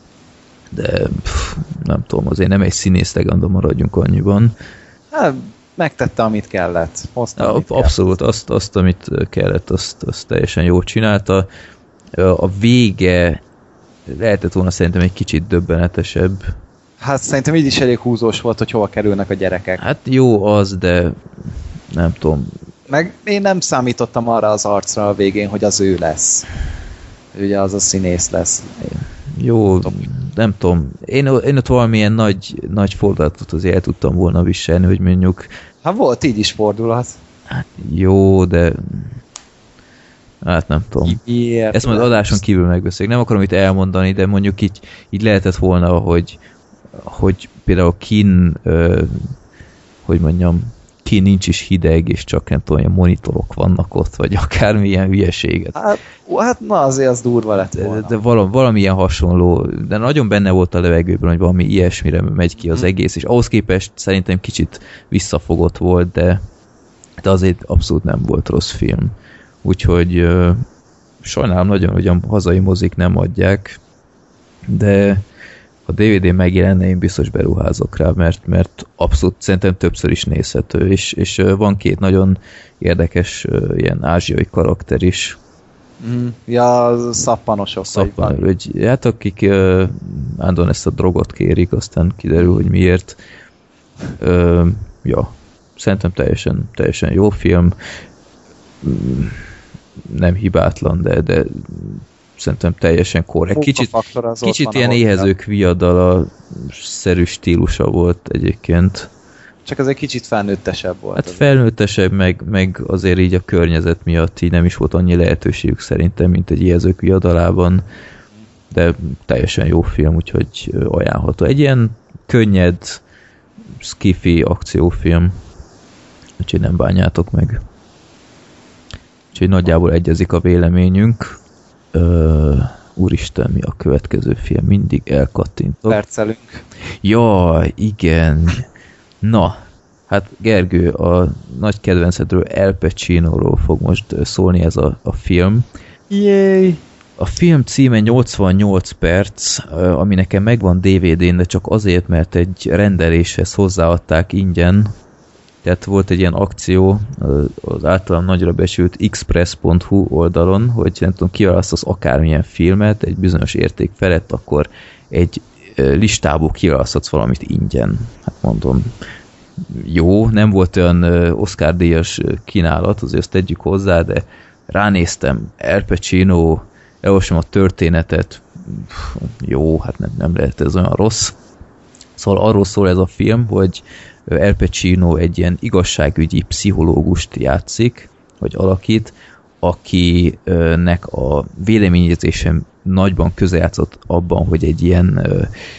nem tudom, azért nem egy színész, legalább maradjunk annyiban. Hát, megtette, amit kellett. Abszolút, azt, amit kellett, azt teljesen jól csinálta. A vége lehetett volna szerintem egy kicsit döbbenetesebb. Hát szerintem így is elég húzós volt, hogy hova kerülnek a gyerekek. Hát jó az, de nem tudom. Meg én nem számítottam arra az arcra a végén, hogy az ő lesz. Ugye az a színész lesz. Jó, nem tudom. Én ott valamilyen nagy fordulatot azért el tudtam volna viselni, hogy mondjuk... Hát volt így is fordulat. Hát jó, de... Hát nem tudom. Miért? Ezt majd adáson kívül megbeszéljük. Nem akarom itt elmondani, de mondjuk így lehetett volna, hogy például hogy mondjam, ki nincs is hideg, és csak nem tudom, hogy a monitorok vannak ott, vagy akármilyen hülyeséget. Hát na azért az durva lett volna. De valamilyen hasonló, de nagyon benne volt a levegőben, hogy valami ilyesmire megy ki az egész, és ahhoz képest szerintem kicsit visszafogott volt, de azért abszolút nem volt rossz film. Úgyhogy sajnálom nagyon, hogy a hazai mozik nem adják, de a DVD megjelenne, én biztos beruházok rá, mert abszolút szerintem többször is nézhető, és van két nagyon érdekes ilyen ázsiai karakter is. Ja, szappanosok. Hát akik állandóan ezt a drogot kérik, aztán kiderül, hogy miért. Ja, szerintem teljesen jó film. Nem hibátlan, de szerintem teljesen korrekt. Kicsit ilyen éhezők viadala-szerű stílusa volt egyébként. Csak az egy kicsit felnőttesebb volt. Hát felnőttesebb, meg azért így a környezet miatt így nem is volt annyi lehetőségük szerintem, mint egy éhezők viadalában, de teljesen jó film, úgyhogy ajánlható. Egy ilyen könnyed, skifi akciófilm, úgyhogy nem bánjátok meg. Úgyhogy nagyjából egyezik a véleményünk. Úristen, mi a következő film? Mindig elkattintok. Percelünk. Ja, igen. Na, hát Gergő, a nagy kedvencedről, Al Pacinoról fog most szólni ez a film. Yay! A film címe 88 perc, ami nekem megvan DVD-n, de csak azért, mert egy rendeléshez hozzáadták ingyen. Tehát volt egy ilyen akció az általán nagyra becsült express.hu oldalon, hogy nem tudom, kiválasztasz akármilyen filmet egy bizonyos érték felett, akkor egy listából kiválaszthatsz valamit ingyen. Hát mondom, jó, nem volt olyan Oscar-díjas kínálat, azért ezt tegyük hozzá, de ránéztem, Al Pacino, elolvasom a történetet, jó, hát nem lehet ez olyan rossz. Szóval arról szól ez a film, hogy Al Pacino egy ilyen igazságügyi pszichológust játszik, vagy alakít, akinek a véleményezése nagyban közrejátszott abban, hogy egy ilyen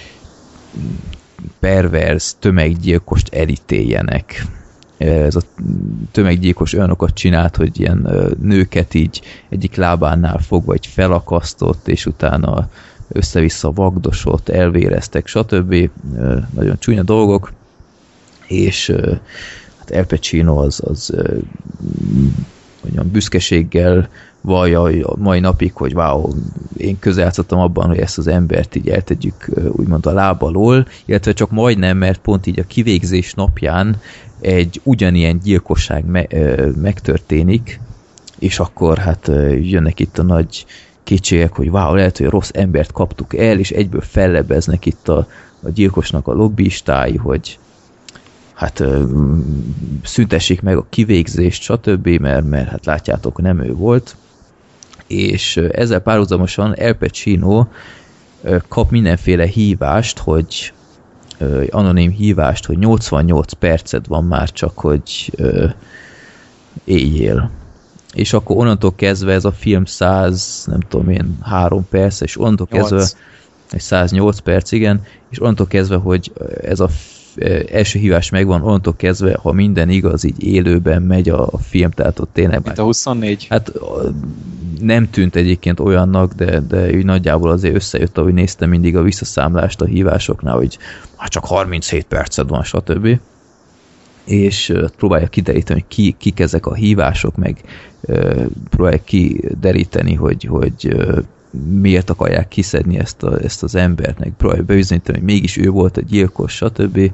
perverz tömeggyilkost elítéljenek. Ez a tömeggyilkos olyanokat csinált, hogy ilyen nőket így egyik lábánál fogva egy felakasztott, és utána össze-vissza vagdosott, elvéreztek, stb. Nagyon csúnya dolgok, és hát Al Pacino az olyan büszkeséggel vallja a mai napig, hogy wow, én közrejátszottam abban, hogy ezt az embert így eltegyük úgymond a láb alól, illetve csak majdnem, mert pont így a kivégzés napján egy ugyanilyen gyilkosság megtörténik, és akkor hát jönnek itt a nagy kétségek, hogy wow, lehet, hogy rossz embert kaptuk el, és egyből fellebeznek itt a gyilkosnak a lobbistái, hogy hát szüntessék meg a kivégzést, stb., mert hát látjátok, nem ő volt. És ezzel párhuzamosan Al Pacino kap mindenféle hívást, hogy anonim hívást, hogy 88 perced van már csak, hogy éljél. És akkor onnantól kezdve ez a film 100, nem tudom én, 3 perc, és onnantól kezdve 108 perc, igen, és onnantól kezdve, hogy ez a első hívás megvan, onnantól kezdve, ha minden igaz, így élőben megy a film, tehát ott tényleg... Mint a 24? Hát nem tűnt egyébként olyannak, de úgy nagyjából azért összejött, ahogy néztem mindig a visszaszámlást a hívásoknál, hogy hát csak 37 perced van, stb. És próbálja kideríteni, hogy kik ezek a hívások, meg próbálja kideríteni, hogy miért akarják kiszedni ezt az embert, meg próbálja bebizonyítani, hogy mégis ő volt a gyilkos, stb.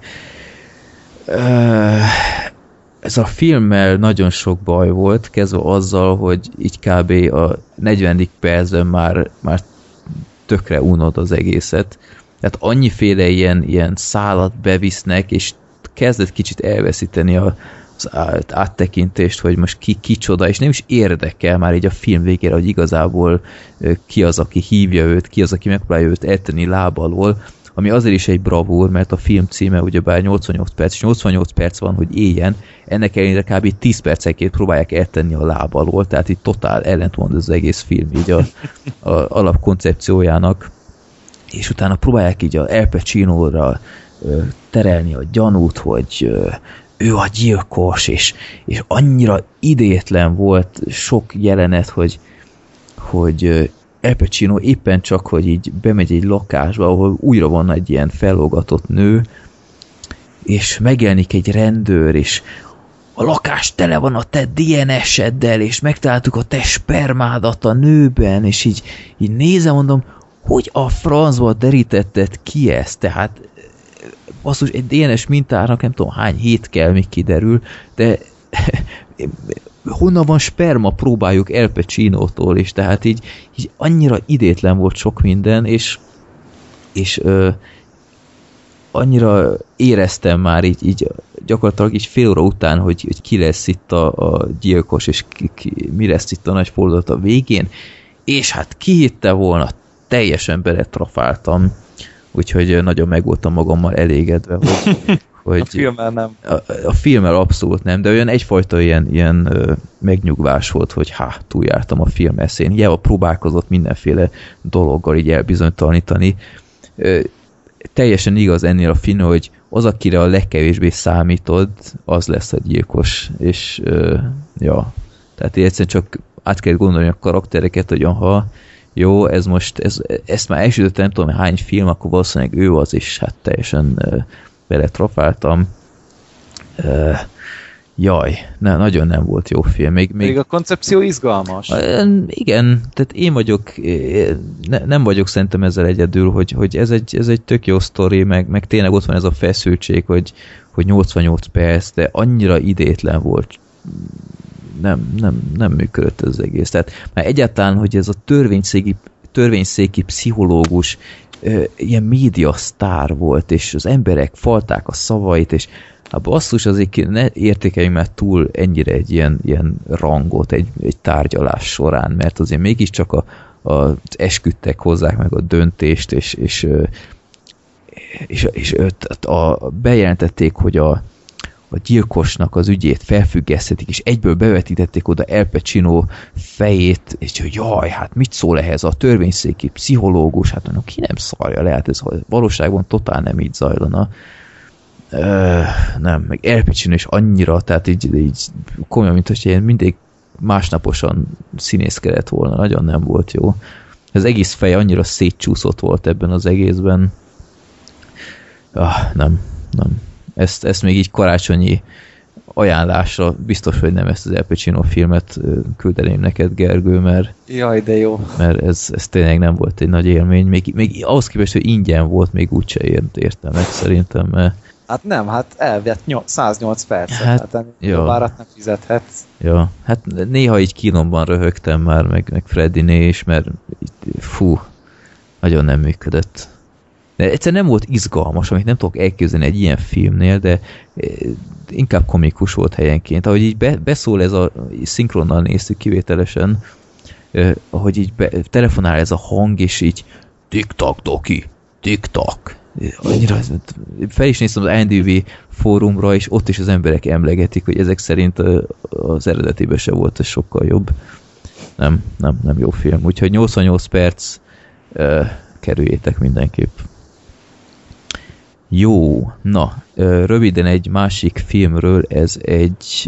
Ez a filmmel nagyon sok baj volt, kezdve azzal, hogy így kb. A 40. percben már tökre unod az egészet. Tehát annyiféle ilyen szálat bevisznek, és kezdett kicsit elveszíteni az áttekintést, hogy most ki kicsoda, és nem is érdekel már így a film végére, hogy igazából ki az, aki hívja őt, ki az, aki megpróbálja őt eltenni láb alól, ami azért is egy bravúr, mert a film címe ugyebár 88 perc, és 88 perc van, hogy éljen, ennek ellenére kb. 10 percenként próbálják eltenni a láb alól, tehát itt totál ellentmond az egész film, így a alapkoncepciójának, és utána próbálják így a Al Pacino-ra terelni a gyanút, hogy ő a gyilkos, és annyira idétlen volt sok jelenet, hogy Al Pacino éppen csak, hogy így bemegy egy lakásba, ahol újra van egy ilyen fellógatott nő, és megjelenik egy rendőr, és a lakás tele van a te DNS-eddel, és megtaláltuk a te spermádat a nőben, és így nézem, mondom, hogy a francba derítetted ki ezt? Tehát basszus, egy DNS mintának nem tudom hány hét kell, még kiderül, de honnan van sperma, próbáljuk Al Pacinótól, és tehát így annyira idétlen volt sok minden, és annyira éreztem már így gyakorlatilag így fél óra után, hogy ki lesz itt a gyilkos, és mi lesz itt a nagy fordulat a végén, és hát ki hitte volna, teljesen beletrafáltam, úgyhogy nagyon meg voltam magammal elégedve, hogy a filmmel nem. A filmmel abszolút nem, de olyan egyfajta ilyen megnyugvás volt, hogy túljártam a film eszén. Hiába próbálkozott mindenféle dologgal így elbizonytalanítani. Teljesen igaz ennél a film, hogy az, akire a legkevésbé számítod, az lesz a gyilkos, és tehát egyszerűen csak át kell gondolni a karaktereket, hogy jó, ezt már elsütött nem tudom hány film, akkor valószínűleg ő az, és hát teljesen beletrafáltam. Nagyon nem volt jó film. Még a koncepció izgalmas. Igen, tehát én vagyok, nem vagyok szerintem ezzel egyedül, hogy ez egy tök jó sztori, meg tényleg ott van ez a feszültség, hogy 88 perc, de annyira idétlen volt. Nem működött ez az egész. Tehát már egyáltalán, hogy ez a törvényszéki pszichológus ilyen médiasztár volt, és az emberek falták a szavait, és hát basszus, azért ne értékeljünk már túl ennyire egy ilyen rangot egy tárgyalás során, mert azért mégiscsak az esküdtek hozzák meg a döntést, és bejelentették, hogy a gyilkosnak az ügyét felfüggesztetik, és egyből bevetítették oda Al Pacino fejét, és hogy jaj, hát mit szól ehhez a törvényszéki pszichológus, hát ki nem szarja le, hát ez valóságban totál nem így zajlana. Nem, meg Al Pacino is annyira, tehát így komolyan, mint hogy ilyen mindig másnaposan színészkedett volna, nagyon nem volt jó. Az egész fej annyira szétcsúszott volt ebben az egészben. Nem. Ezt még így karácsonyi ajánlásra biztos, hogy nem ezt az Al Pacino filmet küldeném neked, Gergő, mert jaj, de jó. Mert ez tényleg nem volt egy nagy élmény. Még ahhoz képest, hogy ingyen volt, még úgyse értem meg szerintem, mert hát nem, elvett 108 percet, hát ja. Várat nem fizethetsz. Ja, hát néha így kínomban röhögtem már, meg Freddyné is, mert nagyon nem működött. De egyszerűen nem volt izgalmas, amit nem tudok elképzelni egy ilyen filmnél, de inkább komikus volt helyenként. Ahogy így beszól ez a szinkronnal néztük kivételesen, ahogy így telefonál ez a hang, és így tik-tak, Doki, tik-tak. Annyira, fel is néztem az IMDb fórumra, és ott is az emberek emlegetik, hogy ezek szerint az eredetiben se volt ez sokkal jobb. Nem jó film. Úgyhogy 88 perc, kerüljétek mindenképp. Jó, na, röviden egy másik filmről, ez egy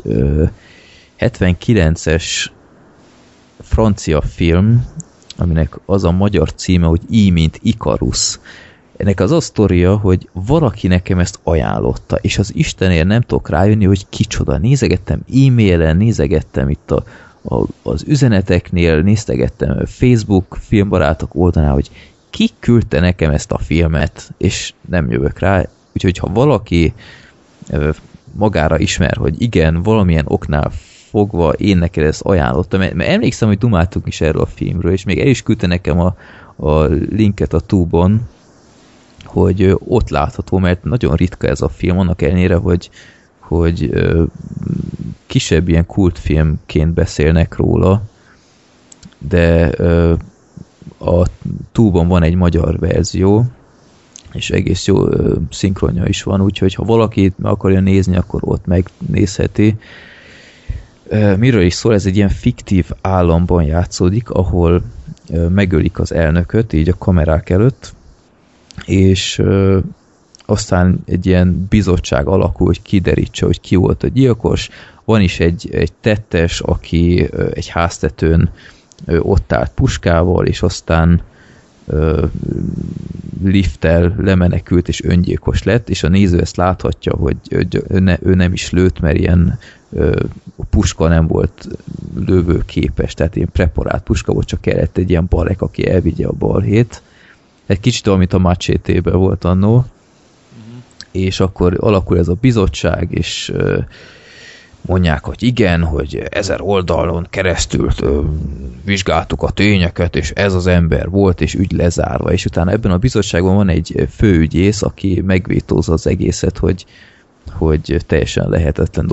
79-es francia film, aminek az a magyar címe, hogy I, mint Ikarus. Ennek az a sztoria, hogy valaki nekem ezt ajánlotta, és az Istenért nem tudok rájönni, hogy kicsoda. Nézegettem e-mailen, nézegettem itt az üzeneteknél, néztegettem Facebook filmbarátok oldalán, hogy ki küldte nekem ezt a filmet, és nem jövök rá. Úgyhogy ha valaki magára ismer, hogy igen, valamilyen oknál fogva én neked ezt ajánlottam, mert emlékszem, hogy dumáltuk is erről a filmről, és még el is küldte nekem a linket a Tube-on, hogy ott látható, mert nagyon ritka ez a film, annak ellenére, hogy kisebb ilyen kultfilmként beszélnek róla, de a Tube-on van egy magyar verzió, és egész jó szinkronja is van, úgyhogy ha valaki akarja nézni, akkor ott megnézheti. Miről is szól? Ez egy ilyen fiktív államban játszódik, ahol megölik az elnököt, így a kamerák előtt, és aztán egy ilyen bizottság alakul, hogy kiderítse, hogy ki volt a gyilkos. Van is egy tettes, aki egy háztetőn ott állt puskával, és aztán lifttel lemenekült, és öngyilkos lett, és a néző ezt láthatja, hogy ő nem is lőtt, mert ilyen a puska nem volt lövőképes, tehát ilyen preparált puska volt, csak kellett egy ilyen balek, aki elvigye a balhét. Egy kicsit olyan, mint a Machete-ben volt annó, és akkor alakul ez a bizottság, és mondják, hogy igen, hogy 1000 oldalon keresztül vizsgáltuk a tényeket, és ez az ember volt, és ügy lezárva, és utána ebben a bizottságban van egy főügyész, aki megvétózza az egészet, hogy teljesen lehetetlen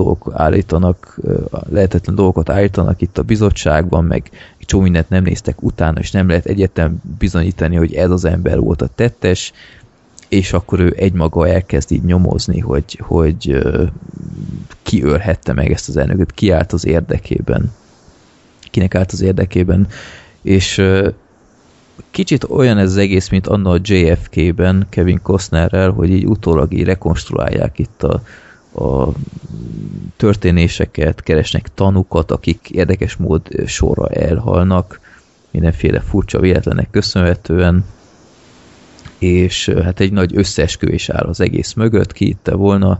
dolgokat állítanak itt a bizottságban, meg egy csomó mindent nem néztek utána, és nem lehet egyetem bizonyítani, hogy ez az ember volt a tettes, és akkor ő egymaga elkezd így nyomozni, hogy ki ölhette meg ezt az elnököt, ki állt az érdekében, kinek állt az érdekében, és kicsit olyan ez az egész, mint anna a JFK-ben Kevin Costnerrel, hogy így utólag így rekonstruálják itt a történéseket, keresnek tanúkat, akik érdekes mód sorra elhalnak, mindenféle furcsa véletlenek köszönhetően, és hát egy nagy összeesküvés áll az egész mögött, ki hitte volna.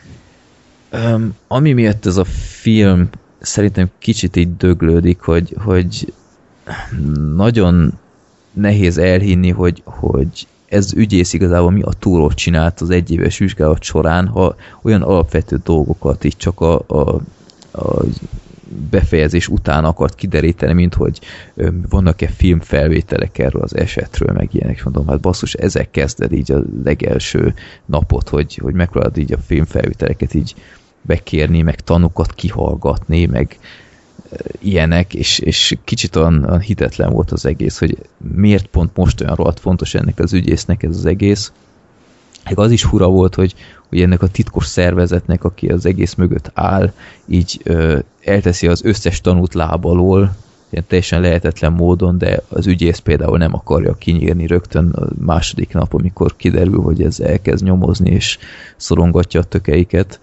Ami miatt ez a film szerintem kicsit így döglődik, hogy nagyon nehéz elhinni, hogy ez ügyész igazából mi a túrót csinált az egyéves vizsgálat során, ha olyan alapvető dolgokat így csak a befejezés után akart kideríteni, mint hogy vannak-e filmfelvételek erről az esetről, meg ilyenek, mondom, hát basszus, ezek kezded így a legelső napot, hogy megpróbálod így a filmfelvételeket így bekérni, meg tanúkat kihallgatni, meg ilyenek, és kicsit olyan hitetlen volt az egész, hogy miért pont most olyan rohadt fontos ennek az ügyésznek ez az egész. Az is fura volt, hogy ennek a titkos szervezetnek, aki az egész mögött áll, így elteszi az összes tanút láb alól, ilyen teljesen lehetetlen módon, de az ügyész például nem akarja kinyírni rögtön a második nap, amikor kiderül, hogy ez elkezd nyomozni, és szorongatja a tökeiket.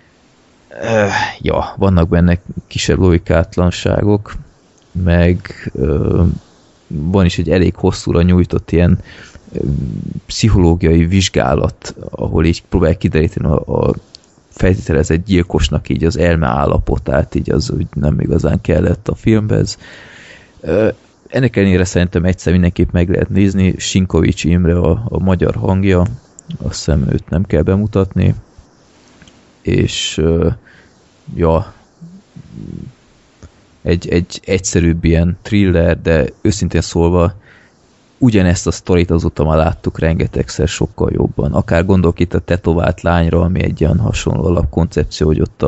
Ja, vannak benne kisebb logikátlanságok, meg van is egy elég hosszúra nyújtott ilyen pszichológiai vizsgálat, ahol így próbál kideríteni a feltételezett gyilkosnak így az elme állapotát, így az úgy nem igazán kellett a filmhez. Ennek ellenére szerintem egyszer mindenképp meg lehet nézni. Sinkovics Imre a magyar hangja, azt hiszem őt nem kell bemutatni, és ja, egy egyszerűbb ilyen thriller, de őszintén szólva ugyanezt a sztorit azóta már láttuk rengetegszer sokkal jobban. Akár gondolok itt a tetovált lányra, ami egy ilyen hasonló alapkoncepció, hogy ott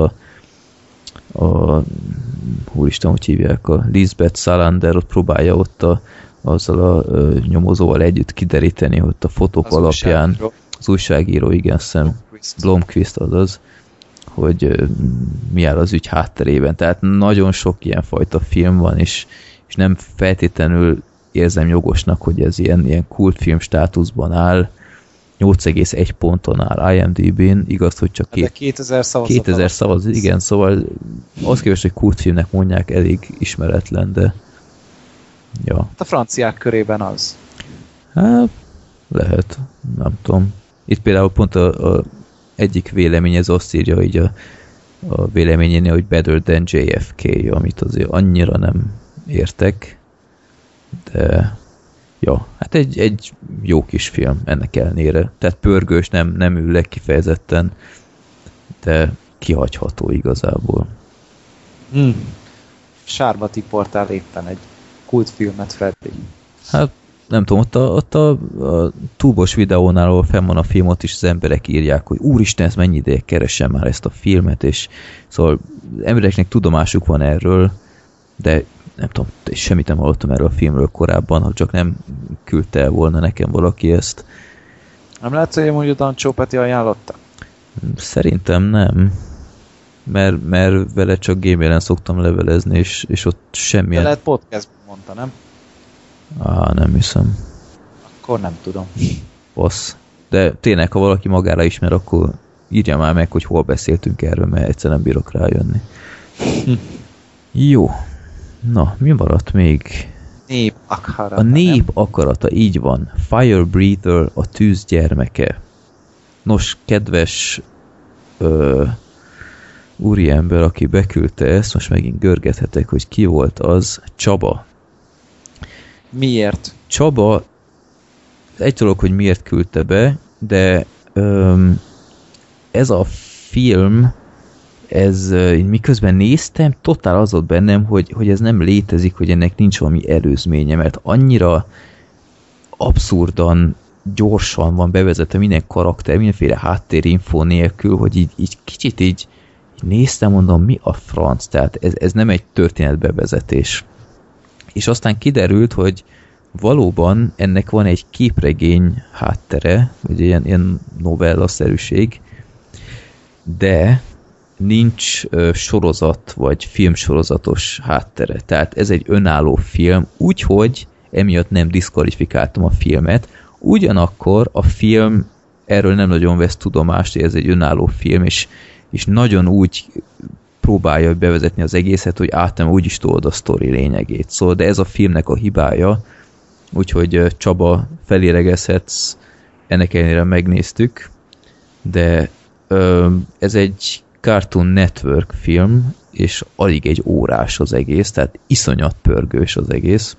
úristen, hogy hívják, a Lisbeth Salander ott próbálja ott azzal a nyomozóval együtt kideríteni, hogy a fotók az alapján az újságíró, igen, Blomqvist azaz, hogy mi áll az ügy hátterében. Tehát nagyon sok ilyen fajta film van, és nem feltétlenül érzem jogosnak, hogy ez ilyen kultfilm státuszban áll, 8,1 ponton áll IMDb-n, igaz, hogy csak 2000 szavazat. 2000 szavazat, igen, szóval az képest, hogy kultfilmnek mondják, elég ismeretlen, de ja. Hát a franciák körében az. Hát, lehet, nem tudom. Itt például pont a egyik véleményező azt írja így a véleményénél, hogy Better than JFK, amit azért annyira nem értek, de ja, hát egy jó kis film ennek ellenére. Tehát pörgős, nem ül le kifejezetten, de kihagyható igazából. Sárba tiportál éppen egy kultfilmet, Freddy. Hát nem tudom, ott a túbos videónál, ahol fenn van a filmot is, az emberek írják, hogy úristen, ez mennyi ideje keresem már ezt a filmet, és szóval embereknek tudomásuk van erről, de nem tudom, semmit nem hallottam erről a filmről korábban, ha csak nem küldte el volna nekem valaki ezt. Nem lehet, hogy mondjuk Dancsó Peti ajánlotta? Szerintem nem. Mert vele csak gmail-en szoktam levelezni, és ott semmilyen... De lehet podcastban mondta, nem? Nem hiszem. Akkor nem tudom. Passz. De tényleg, ha valaki magára ismer, akkor írja már meg, hogy hol beszéltünk erről, mert egyszer nem bírok rájönni. Jó. Na, mi maradt még? Nép akarata. A nép akarata, így van. Firebreather, a tűz gyermeke. Nos, kedves úriember, aki beküldte ezt, most megint görgethetek, hogy ki volt az, Csaba. Miért? Csaba, egy dolog, hogy miért küldte be, de ez a film, ez miközben néztem, totál az volt bennem, hogy ez nem létezik, hogy ennek nincs valami előzménye, mert annyira abszurdan, gyorsan van bevezetve minden karakter, mindenféle háttérinfó nélkül, hogy így kicsit így néztem, mondom, mi a franc, tehát ez nem egy történetbevezetés. És aztán kiderült, hogy valóban ennek van egy képregény háttere, vagy ilyen novellaszerűség, de nincs sorozat, vagy filmsorozatos háttere. Tehát ez egy önálló film, úgyhogy emiatt nem diszkvalifikáltam a filmet. Ugyanakkor a film erről nem nagyon vesz tudomást, hogy ez egy önálló film, és nagyon úgy próbálja bevezetni az egészet, hogy nem úgy is tudod a sztori lényegét. Szóval, de ez a filmnek a hibája, úgyhogy Csaba, felélegezhetsz, ennek ellenére megnéztük, de ez egy Cartoon Network film, és alig egy órás az egész, tehát iszonyat pörgős az egész.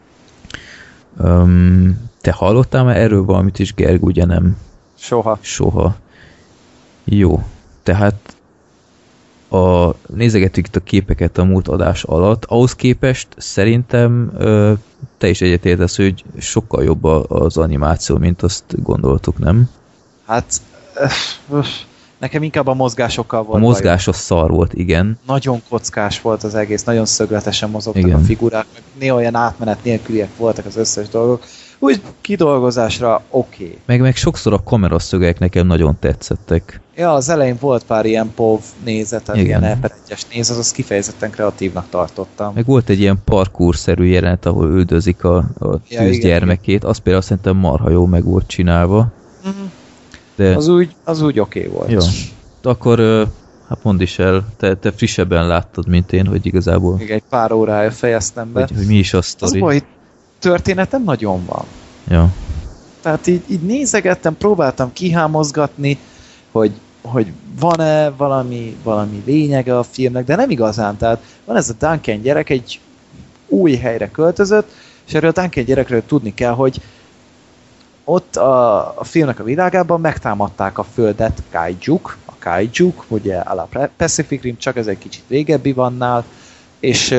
Te hallottál már erről valamit is, Gerg, ugye nem? Soha. Jó, tehát nézegettük itt a képeket a múlt adás alatt, ahhoz képest szerintem te is egyetértesz, hogy sokkal jobb az animáció, mint azt gondoltuk, nem? Hát nekem inkább a mozgásokkal volt. A mozgás a szar volt, igen. Nagyon kockás volt az egész, nagyon szögletesen mozogtak igen. A figurák, meg néha olyan átmenet nélküliek voltak az összes dolgok. Úgy kidolgozásra oké. Meg sokszor a kameraszögek nekem nagyon tetszettek. Ja, az elején volt pár ilyen POV nézet, ilyen elperettyes nézet, az kifejezetten kreatívnak tartottam. Meg volt egy ilyen parkour-szerű jelenet, ahol üldözik a tűzgyermekét, az például szerintem marha jó meg volt csinálva. De... Az úgy oké volt. Jó. De akkor hát mondd is el, te frissebben láttad, mint én, hogy igazából... Még egy pár órája fejeztem be. Hogy mi is a sztori. Az baj, történetem nagyon van. Ja. Tehát így nézegettem, próbáltam kihámozgatni, hogy van-e valami lényege a filmnek, de nem igazán. Tehát van ez a Duncan gyerek, egy új helyre költözött, és erről a Duncan gyerekről tudni kell, hogy ott a filmnek a világában megtámadták a földet a kaijuk, ugye a la Pacific Rim, csak ez egy kicsit régebbi vannál, és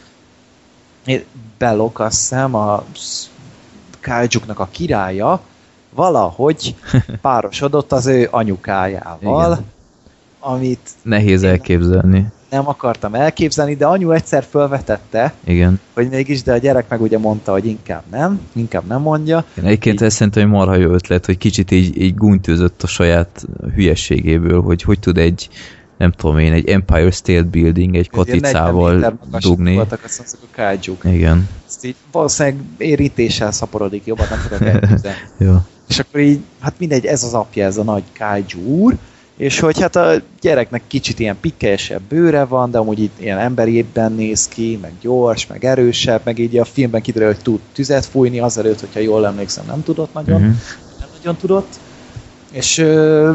Belloc, azt hiszem, a kaijuknak a királya valahogy párosodott az ő anyukájával, igen. Amit nehéz elképzelni. Nem akartam elképzelni, de anyu egyszer felvetette, igen. Hogy mégis, de a gyerek meg ugye mondta, hogy inkább nem mondja. Egyébként ezt szerintem, hogy marha jó ötlet, hogy kicsit így gúnytőzött a saját hülyességéből, hogy tud egy, nem tudom én, egy Empire State Building egy katicával dugni. Voltak azt a kaijuk. Igen. Ezt így valószínűleg érintéssel szaporodik jobban, nem tudok elképzelni. Jó. És akkor így, hát mindegy, ez az apja, ez a nagy kaiju úr, és hogy hát a gyereknek kicsit ilyen pikkelyesebb bőre van, de amúgy itt ilyen emberiebben néz ki, meg gyors, meg erősebb, meg így a filmben kiderül, hogy tud tüzet fújni, azelőtt, hogyha jól emlékszem, nem tudott nagyon, nem nagyon tudott, és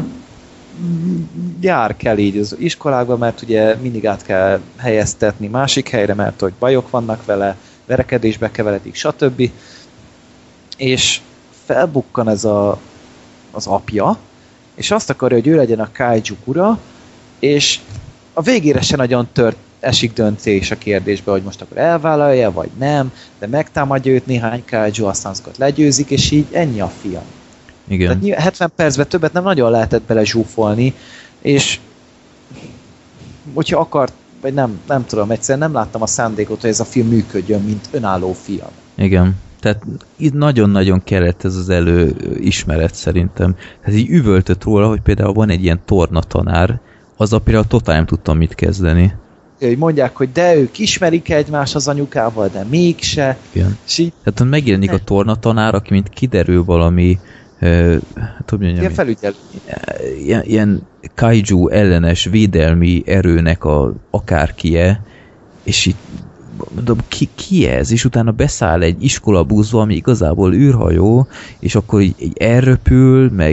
jár kell így az iskolákba, mert ugye mindig át kell helyeztetni másik helyre, mert hogy bajok vannak vele, verekedésbe keveredik, stb. És felbukkan ez az apja, és azt akarja, hogy ő legyen a kaijuk ura, és a végére se nagyon esik döntés a kérdésbe, hogy most akkor elvállalja, vagy nem, de megtámadja őt néhány kaiju, aztán azokat legyőzik, és így ennyi a film. Igen. Tehát 70 percben többet nem nagyon lehetett bele zsúfolni, és hogyha akart, vagy nem tudom, egyszerűen nem láttam a szándékot, hogy ez a film működjön, mint önálló film. Igen. Tehát itt nagyon-nagyon kellett ez az előismeret szerintem. Hát így üvöltött róla, hogy például van egy ilyen tornatanár, azzal például totál nem tudtam mit kezdeni. Mondják, hogy de ők ismerik egymást az anyukával, de mégse. Igen. És így... Tehát megjelenik a tornatanár, aki mint kiderül valami hogy mondjam, Ilyen felügyelő. Ilyen kaiju ellenes védelmi erőnek akárkie, és itt mondom, ki ez? És utána beszáll egy iskolabuszba, ami igazából űrhajó, és akkor így elröpül, meg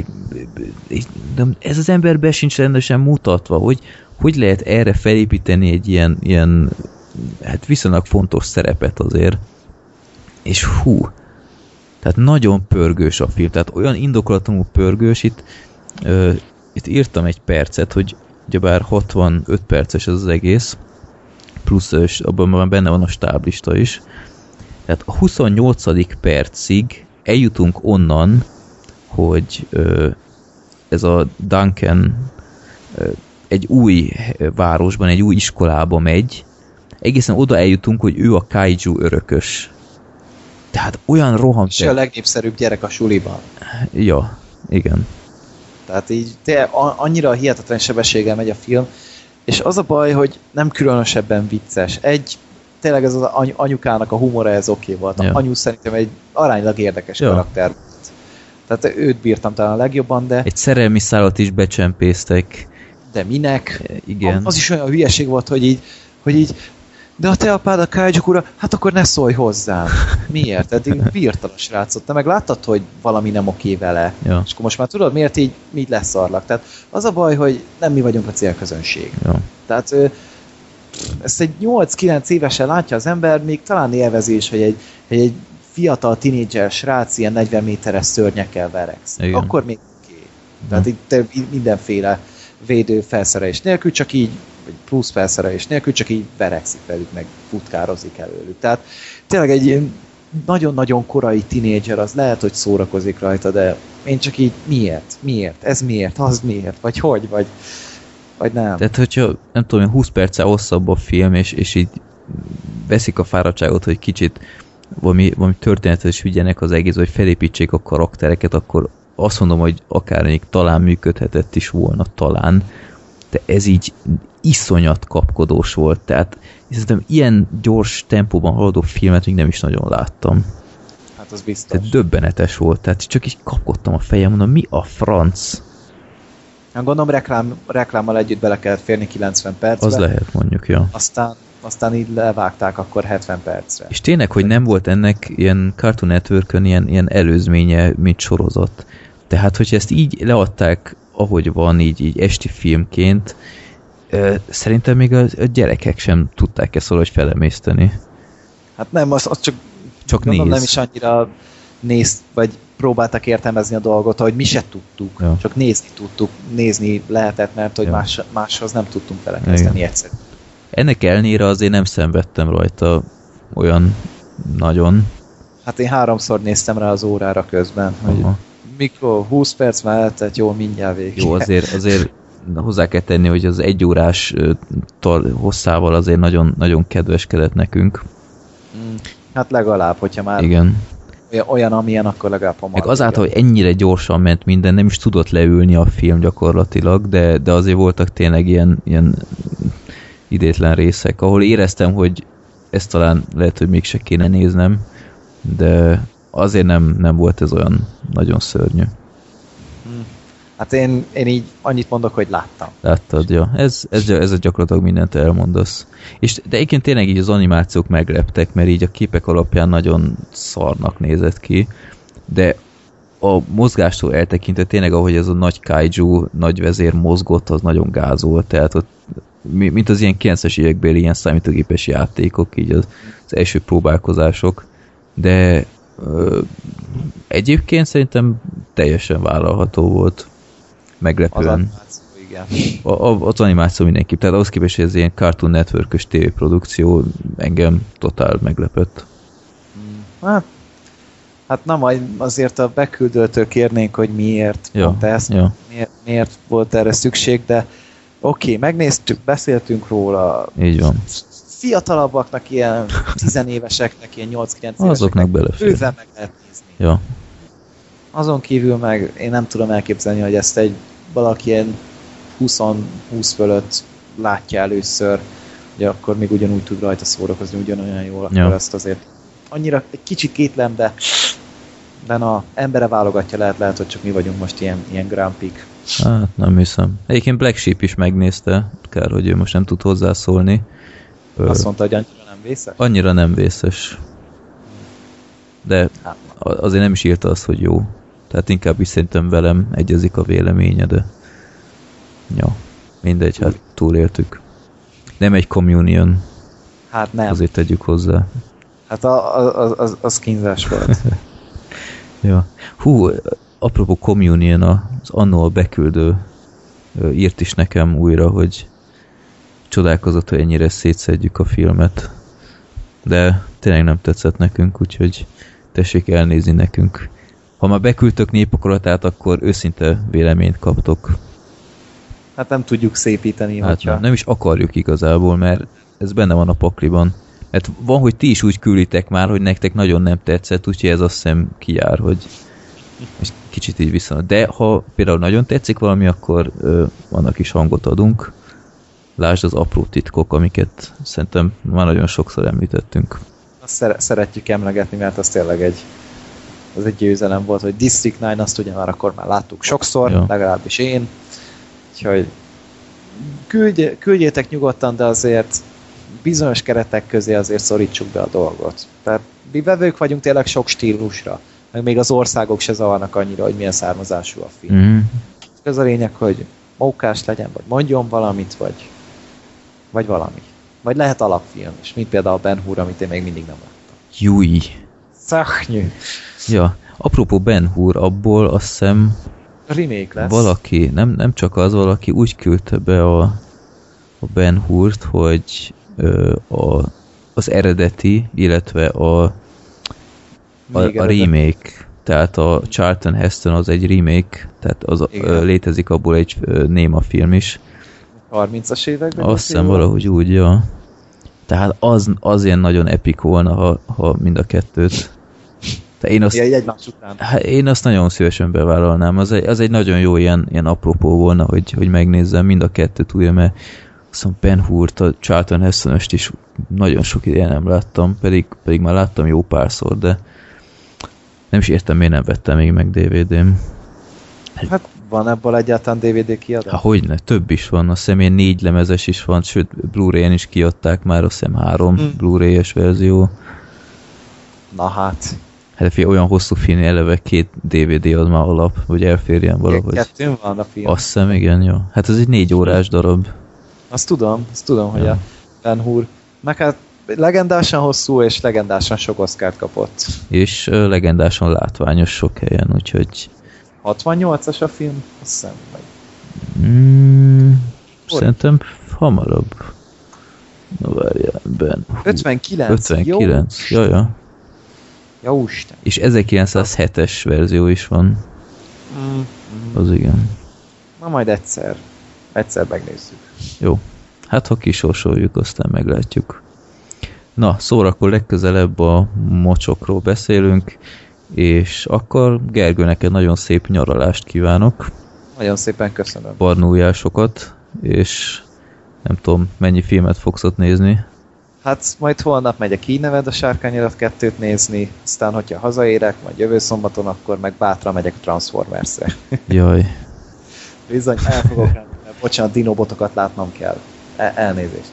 ez az emberben sincs rendesen mutatva, hogy lehet erre felépíteni egy ilyen hát viszonylag fontos szerepet azért. És hú, tehát nagyon pörgős a film, tehát olyan indokolatlanul pörgős, itt írtam egy percet, hogy ugyebár 65 perces ez az egész, plusz abban már benne van a stáblista is. Tehát a 28. percig eljutunk onnan, hogy ez a Duncan egy új városban, egy új iskolába megy, egészen oda eljutunk, hogy ő a kaiju örökös. Tehát olyan roham... És a legnépszerűbb gyerek a suliban. Ja, igen. Tehát így annyira hihetetlen sebességgel megy a film, és az a baj, hogy nem különösebben vicces. Tényleg ez az anyukának a humora, ez oké volt. Ja. Anyu szerintem egy aránylag érdekes karakter volt. Tehát őt bírtam talán a legjobban, de... Egy szerelmi szálat is becsempésztek. De minek? Igen. Az is olyan hülyeség volt, hogy így de a te apád a kaiju ura, hát akkor ne szólj hozzám. Miért? Eddig bírtam a srácot. Te meg láttad, hogy valami nem oké vele. Ja. És akkor most már tudod, miért így leszarlak. Tehát az a baj, hogy nem mi vagyunk a célközönség. Ja. Tehát ezt egy 8-9 évesen látja az ember, még talán élvezi is, hogy egy fiatal tinédzser srác ilyen 40 méteres szörnyekkel verekszik. Igen. Akkor még oké. Tehát itt mindenféle védő felszerelés nélkül, csak így vagy plusz felszerelés nélkül, csak így verekszik velük, meg futkározik előlük. Tehát tényleg egy ilyen nagyon-nagyon korai tinédzser, az lehet, hogy szórakozik rajta, de én csak így miért? Ez miért? Az miért? Vagy hogy? Vagy nem? Tehát, hogyha nem tudom, 20 perccel hosszabb a film, és így veszik a fáradtságot, hogy kicsit valami történetet is vigyenek az egész, vagy felépítsék a karaktereket, akkor azt mondom, hogy akár még talán működhetett is volna, talán. De ez így iszonyat kapkodós volt, tehát szerintem ilyen gyors tempóban haladó filmet még nem is nagyon láttam. Hát az biztos. Tehát döbbenetes volt, tehát csak így kapkodtam a fejem, mondom, mi a franc? Gondolom reklámmal együtt bele kellett férni 90 percbe. Az lehet, mondjuk, ja. Aztán így levágták akkor 70 percre. És tényleg, hogy nem volt ennek ilyen Cartoon Networkön ilyen előzménye, mint sorozat. Tehát, hogyha ezt így leadták, ahogy van, így esti filmként, szerintem még a gyerekek sem tudták ezt valahogy felemészteni. Hát nem, az csak néz. Nem is annyira vagy próbáltak értelmezni a dolgot, hogy mi se tudtuk. Ja. Csak nézni lehetett, mert hogy máshoz nem tudtunk belekezdeni egyszer. Ennek ellenére azért nem szenvedtem rajta olyan nagyon. Hát én 3-szor néztem rá az órára közben, hogy mikor 20 perc mellett, tehát jó, mindjárt végig. Jó, azért hozzá kell tenni, hogy az 1 órás hosszával azért nagyon, nagyon kedveskedett nekünk. Hát legalább, hogyha már igen. Olyan, amilyen, akkor legalább hamar. Meg azáltal, hogy ennyire gyorsan ment minden, nem is tudott leülni a film gyakorlatilag, de azért voltak tényleg ilyen idétlen részek, ahol éreztem, hogy ezt talán lehet, hogy mégse kéne néznem, de azért nem volt ez olyan nagyon szörnyű. Hát én így annyit mondok, hogy láttam. Láttad, ja. Ez gyakorlatilag mindent elmondasz. De egyébként tényleg így az animációk megleptek, mert így a képek alapján nagyon szarnak nézett ki, de a mozgástól eltekintve tényleg, ahogy ez a nagy kaiju, nagy vezér mozgott, az nagyon gáz volt, tehát ott, mint az ilyen 90-es évekbeli ilyen számítógépes játékok, így az első próbálkozások, de egyébként szerintem teljesen vállalható volt. Meglepően. Az animáció, igen. Az animáció mindenképp. Tehát ahhoz képest, hogy ez ilyen Cartoon Network-ös tévéprodukció engem totál meglepett. Hát na, majd azért a beküldőtől kérnénk, hogy miért mondta ezt, miért volt erre szükség, de oké, megnéztük, beszéltünk róla. Így van. Fiatalabbaknak, ilyen 10 éveseknek, ilyen 8-9 éveseknek azoknak belefér. Bőven meg lehet nézni. Ja. Azon kívül meg én nem tudom elképzelni, hogy ezt valaki ilyen 20 fölött látja először, hogy akkor még ugyanúgy tud rajta szórakozni, ugyanolyan jól, akkor ezt azért annyira egy kicsit kétlen, de De na, embere válogatja, lehet, hogy csak mi vagyunk most ilyen grumpy-k. Hát nem hiszem. Egyébként Black Sheep is megnézte, kár, hogy ő most nem tud hozzászólni. Azt mondta, hogy annyira nem vészes? Annyira nem vészes. De azért nem is írta azt, hogy jó. Tehát inkább is szerintem velem egyezik a véleménye, de ja, mindegy, hát túléltük. Nem egy communion. Hát nem. Azért tegyük hozzá. Hát az kínzás volt. Ja. Hú, apropó communion, az annó a beküldő írt is nekem újra, hogy csodálkozott, hogy ennyire szétszedjük a filmet. De tényleg nem tetszett nekünk, úgyhogy tessék elnézni nekünk. Ha már beküldtök Népakaratát, akkor őszinte véleményt kaptok. Hát nem tudjuk szépíteni, hát nem is akarjuk igazából, mert ez benne van a pakliban. Hát van, hogy ti is úgy külditek már, hogy nektek nagyon nem tetszett, úgyhogy ez azt hiszem kijár, hogy és kicsit így viszont. De ha például nagyon tetszik valami, akkor annak is hangot adunk. Lásd az apró titkok, amiket szerintem már nagyon sokszor említettünk. Azt szeretjük emlegetni, mert az tényleg egy győzelem volt, hogy District 9, azt ugye már akkor már láttuk sokszor, ja. Legalábbis én. Úgyhogy küldjétek nyugodtan, de azért bizonyos keretek közé azért szorítsuk be a dolgot. Tehát mi vevők vagyunk tényleg sok stílusra, meg még az országok se zavarnak annyira, hogy milyen származású a film. Mm. Ez a lényeg, hogy mókás legyen, vagy mondjon valamit, vagy valami. Vagy lehet alapfilm is, mint például a Ben-Hur, amit én még mindig nem láttam. Júj! Szachnyű! Ja, apropó Ben-Hur, abból azt hiszem remake lesz. Valaki, nem csak az, valaki úgy küldte be a Ben-Hurt, hogy az eredeti, illetve a remake, tehát a Charlton Heston az egy remake, tehát létezik abból egy néma film is. 30-as években? Azt hiszem valahogy úgy, ja. Tehát az ilyen nagyon epic volna, ha mind a kettőt. Én azt nagyon szívesen bevállalnám. Az egy nagyon jó ilyen apropó volna, hogy megnézzem mind a kettőt újra, mert azt mondom, Ben-Hurt, a Charlton Heston-öst is nagyon sok ideje nem láttam, pedig már láttam jó párszor, de nem is értem, miért nem vettem még meg DVD-n. Hát van ebből egyáltalán DVD kiadás? Hát hogyne, több is van, azt hiszem 4 lemezes is van, sőt Blu-ray-en is kiadták már, azt hiszem 3 Blu-ray-es verzió. Na hát. Hát olyan hosszú film, eleve 2 DVD az már alap, hogy elférjen valahogy. 2 van a film. Azt hiszem, igen, jó. Hát ez egy 4 órás darab. Azt tudom, hogy a Ben-Hur. Meg hát legendásan hosszú és legendásan sok Oscart kapott. És legendásan látványos sok helyen, úgyhogy 68-as a film? Azt hiszem, szerintem hamarabb. Na várjál, Ben. 59. 59, ja. Ja, Isten. És 1907-es verzió is van. Az igen. Na majd egyszer megnézzük. Jó. Hát ha kisorsoljuk, aztán meglátjuk. Na, szóval akkor legközelebb a mocsokról beszélünk, és akkor Gergő, neked nagyon szép nyaralást kívánok. Nagyon szépen köszönöm. Barnuljásokat, és nem tudom, mennyi filmet fogsz ott nézni. Hát majd holnap megyek Így neved a Sárkányirat 2-t nézni, aztán hogyha hazaérek, majd jövő szombaton, akkor meg bátran megyek a Transformers-re. Jaj. Bizony, el fogok rá, bocsánat, dinobotokat látnom kell. Elnézést.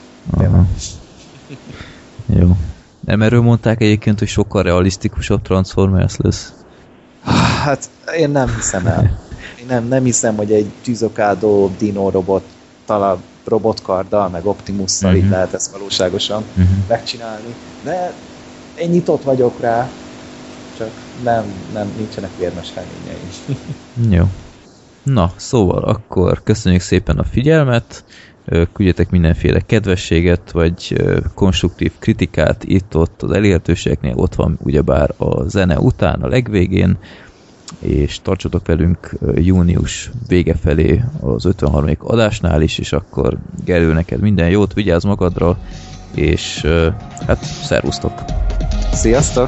Jó. Nem erről mondták egyébként, hogy sokkal realisztikusabb Transformers lesz? Hát én nem hiszem el. Én nem hiszem, hogy egy tűzokádó dino-robot talán robotkarddal, meg Optimusszal így lehet ezt valóságosan megcsinálni. De én nyitott vagyok rá, csak nem nincsenek vérmes reményeim. Jó. Na, szóval akkor köszönjük szépen a figyelmet, küldjetek mindenféle kedvességet, vagy konstruktív kritikát itt-ott az elérhetőségeknél, ott van ugyebár a zene után, a legvégén, és tartsatok velünk június vége felé az 53. adásnál is, és akkor Gerő, neked minden jót, vigyázz magadra, és hát szervusztok! Sziasztok!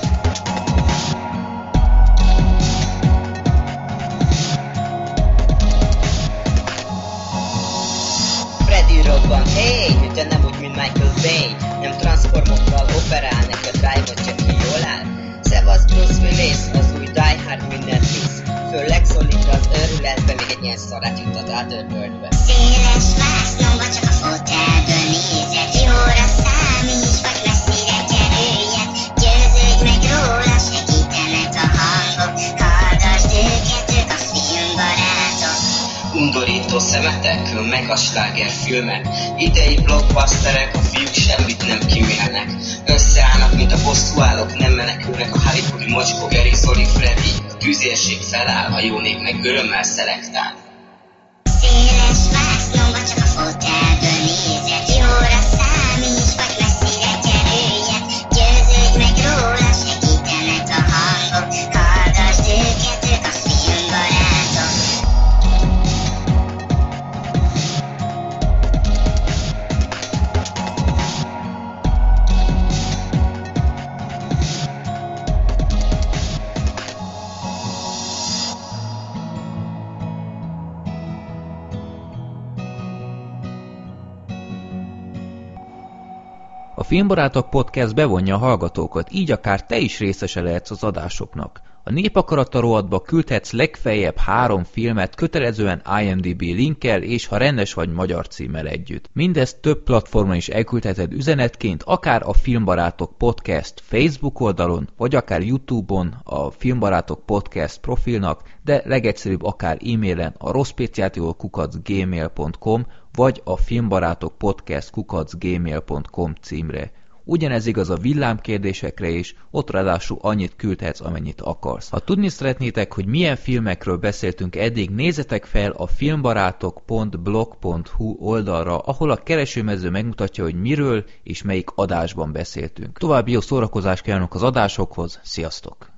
Freddy robban, hey, de nem úgy, mint Michael Bay. Nem transformokkal operál, neki a drive-ot csak ki jól áll. Szevasz Bruce Willis, az új Die Hard mindent visz. Főleg szólítva az őrületbe, még egy ilyen szarát juttat át őrböldbe. Széles vásznomba csak a fotelből nézek, jóra számíts, vagy messzire kerüljek. Győződj meg róla, segítenek a hangok, hallgasd őket, ők a filmbarátok. Undorító szemetek, meg a slágerfilmek, idei blockbusterek, a fiúk semmit nem kimélnek. Összeállnak, mint a bosszúállók, nem menekülnek a Hollywoodi mocskó, Geri, Zoli, Freddy. A tűzérség feláll, a jó nép meg örömmel szelektál. Széles vásznomba csak a fotelből nézek, jóra számíts, vagy messzire kerüljek. Győződj meg róla, segítenek a hangok, hallgasd őket, ők a filmbarátok. A Filmbarátok Podcast bevonja a hallgatókat, így akár te is részese lehetsz az adásoknak. A Népakarata rovatba küldhetsz legfeljebb 3 filmet kötelezően IMDb linkkel és ha rendes vagy magyar címmel együtt. Mindezt több platformon is elküldheted üzenetként, akár a Filmbarátok Podcast Facebook oldalon, vagy akár YouTube-on a Filmbarátok Podcast profilnak, de legegyszerűbb akár e-mailen a rosszpéciától@gmail.com vagy a filmbarátokpodcast@gmail.com címre. Ugyanez igaz a villámkérdésekre is, ott ráadásul annyit küldhetsz, amennyit akarsz. Ha tudni szeretnétek, hogy milyen filmekről beszéltünk eddig, nézzetek fel a filmbarátok.blog.hu oldalra, ahol a keresőmező megmutatja, hogy miről és melyik adásban beszéltünk. További jó szórakozást kívánok az adásokhoz, sziasztok!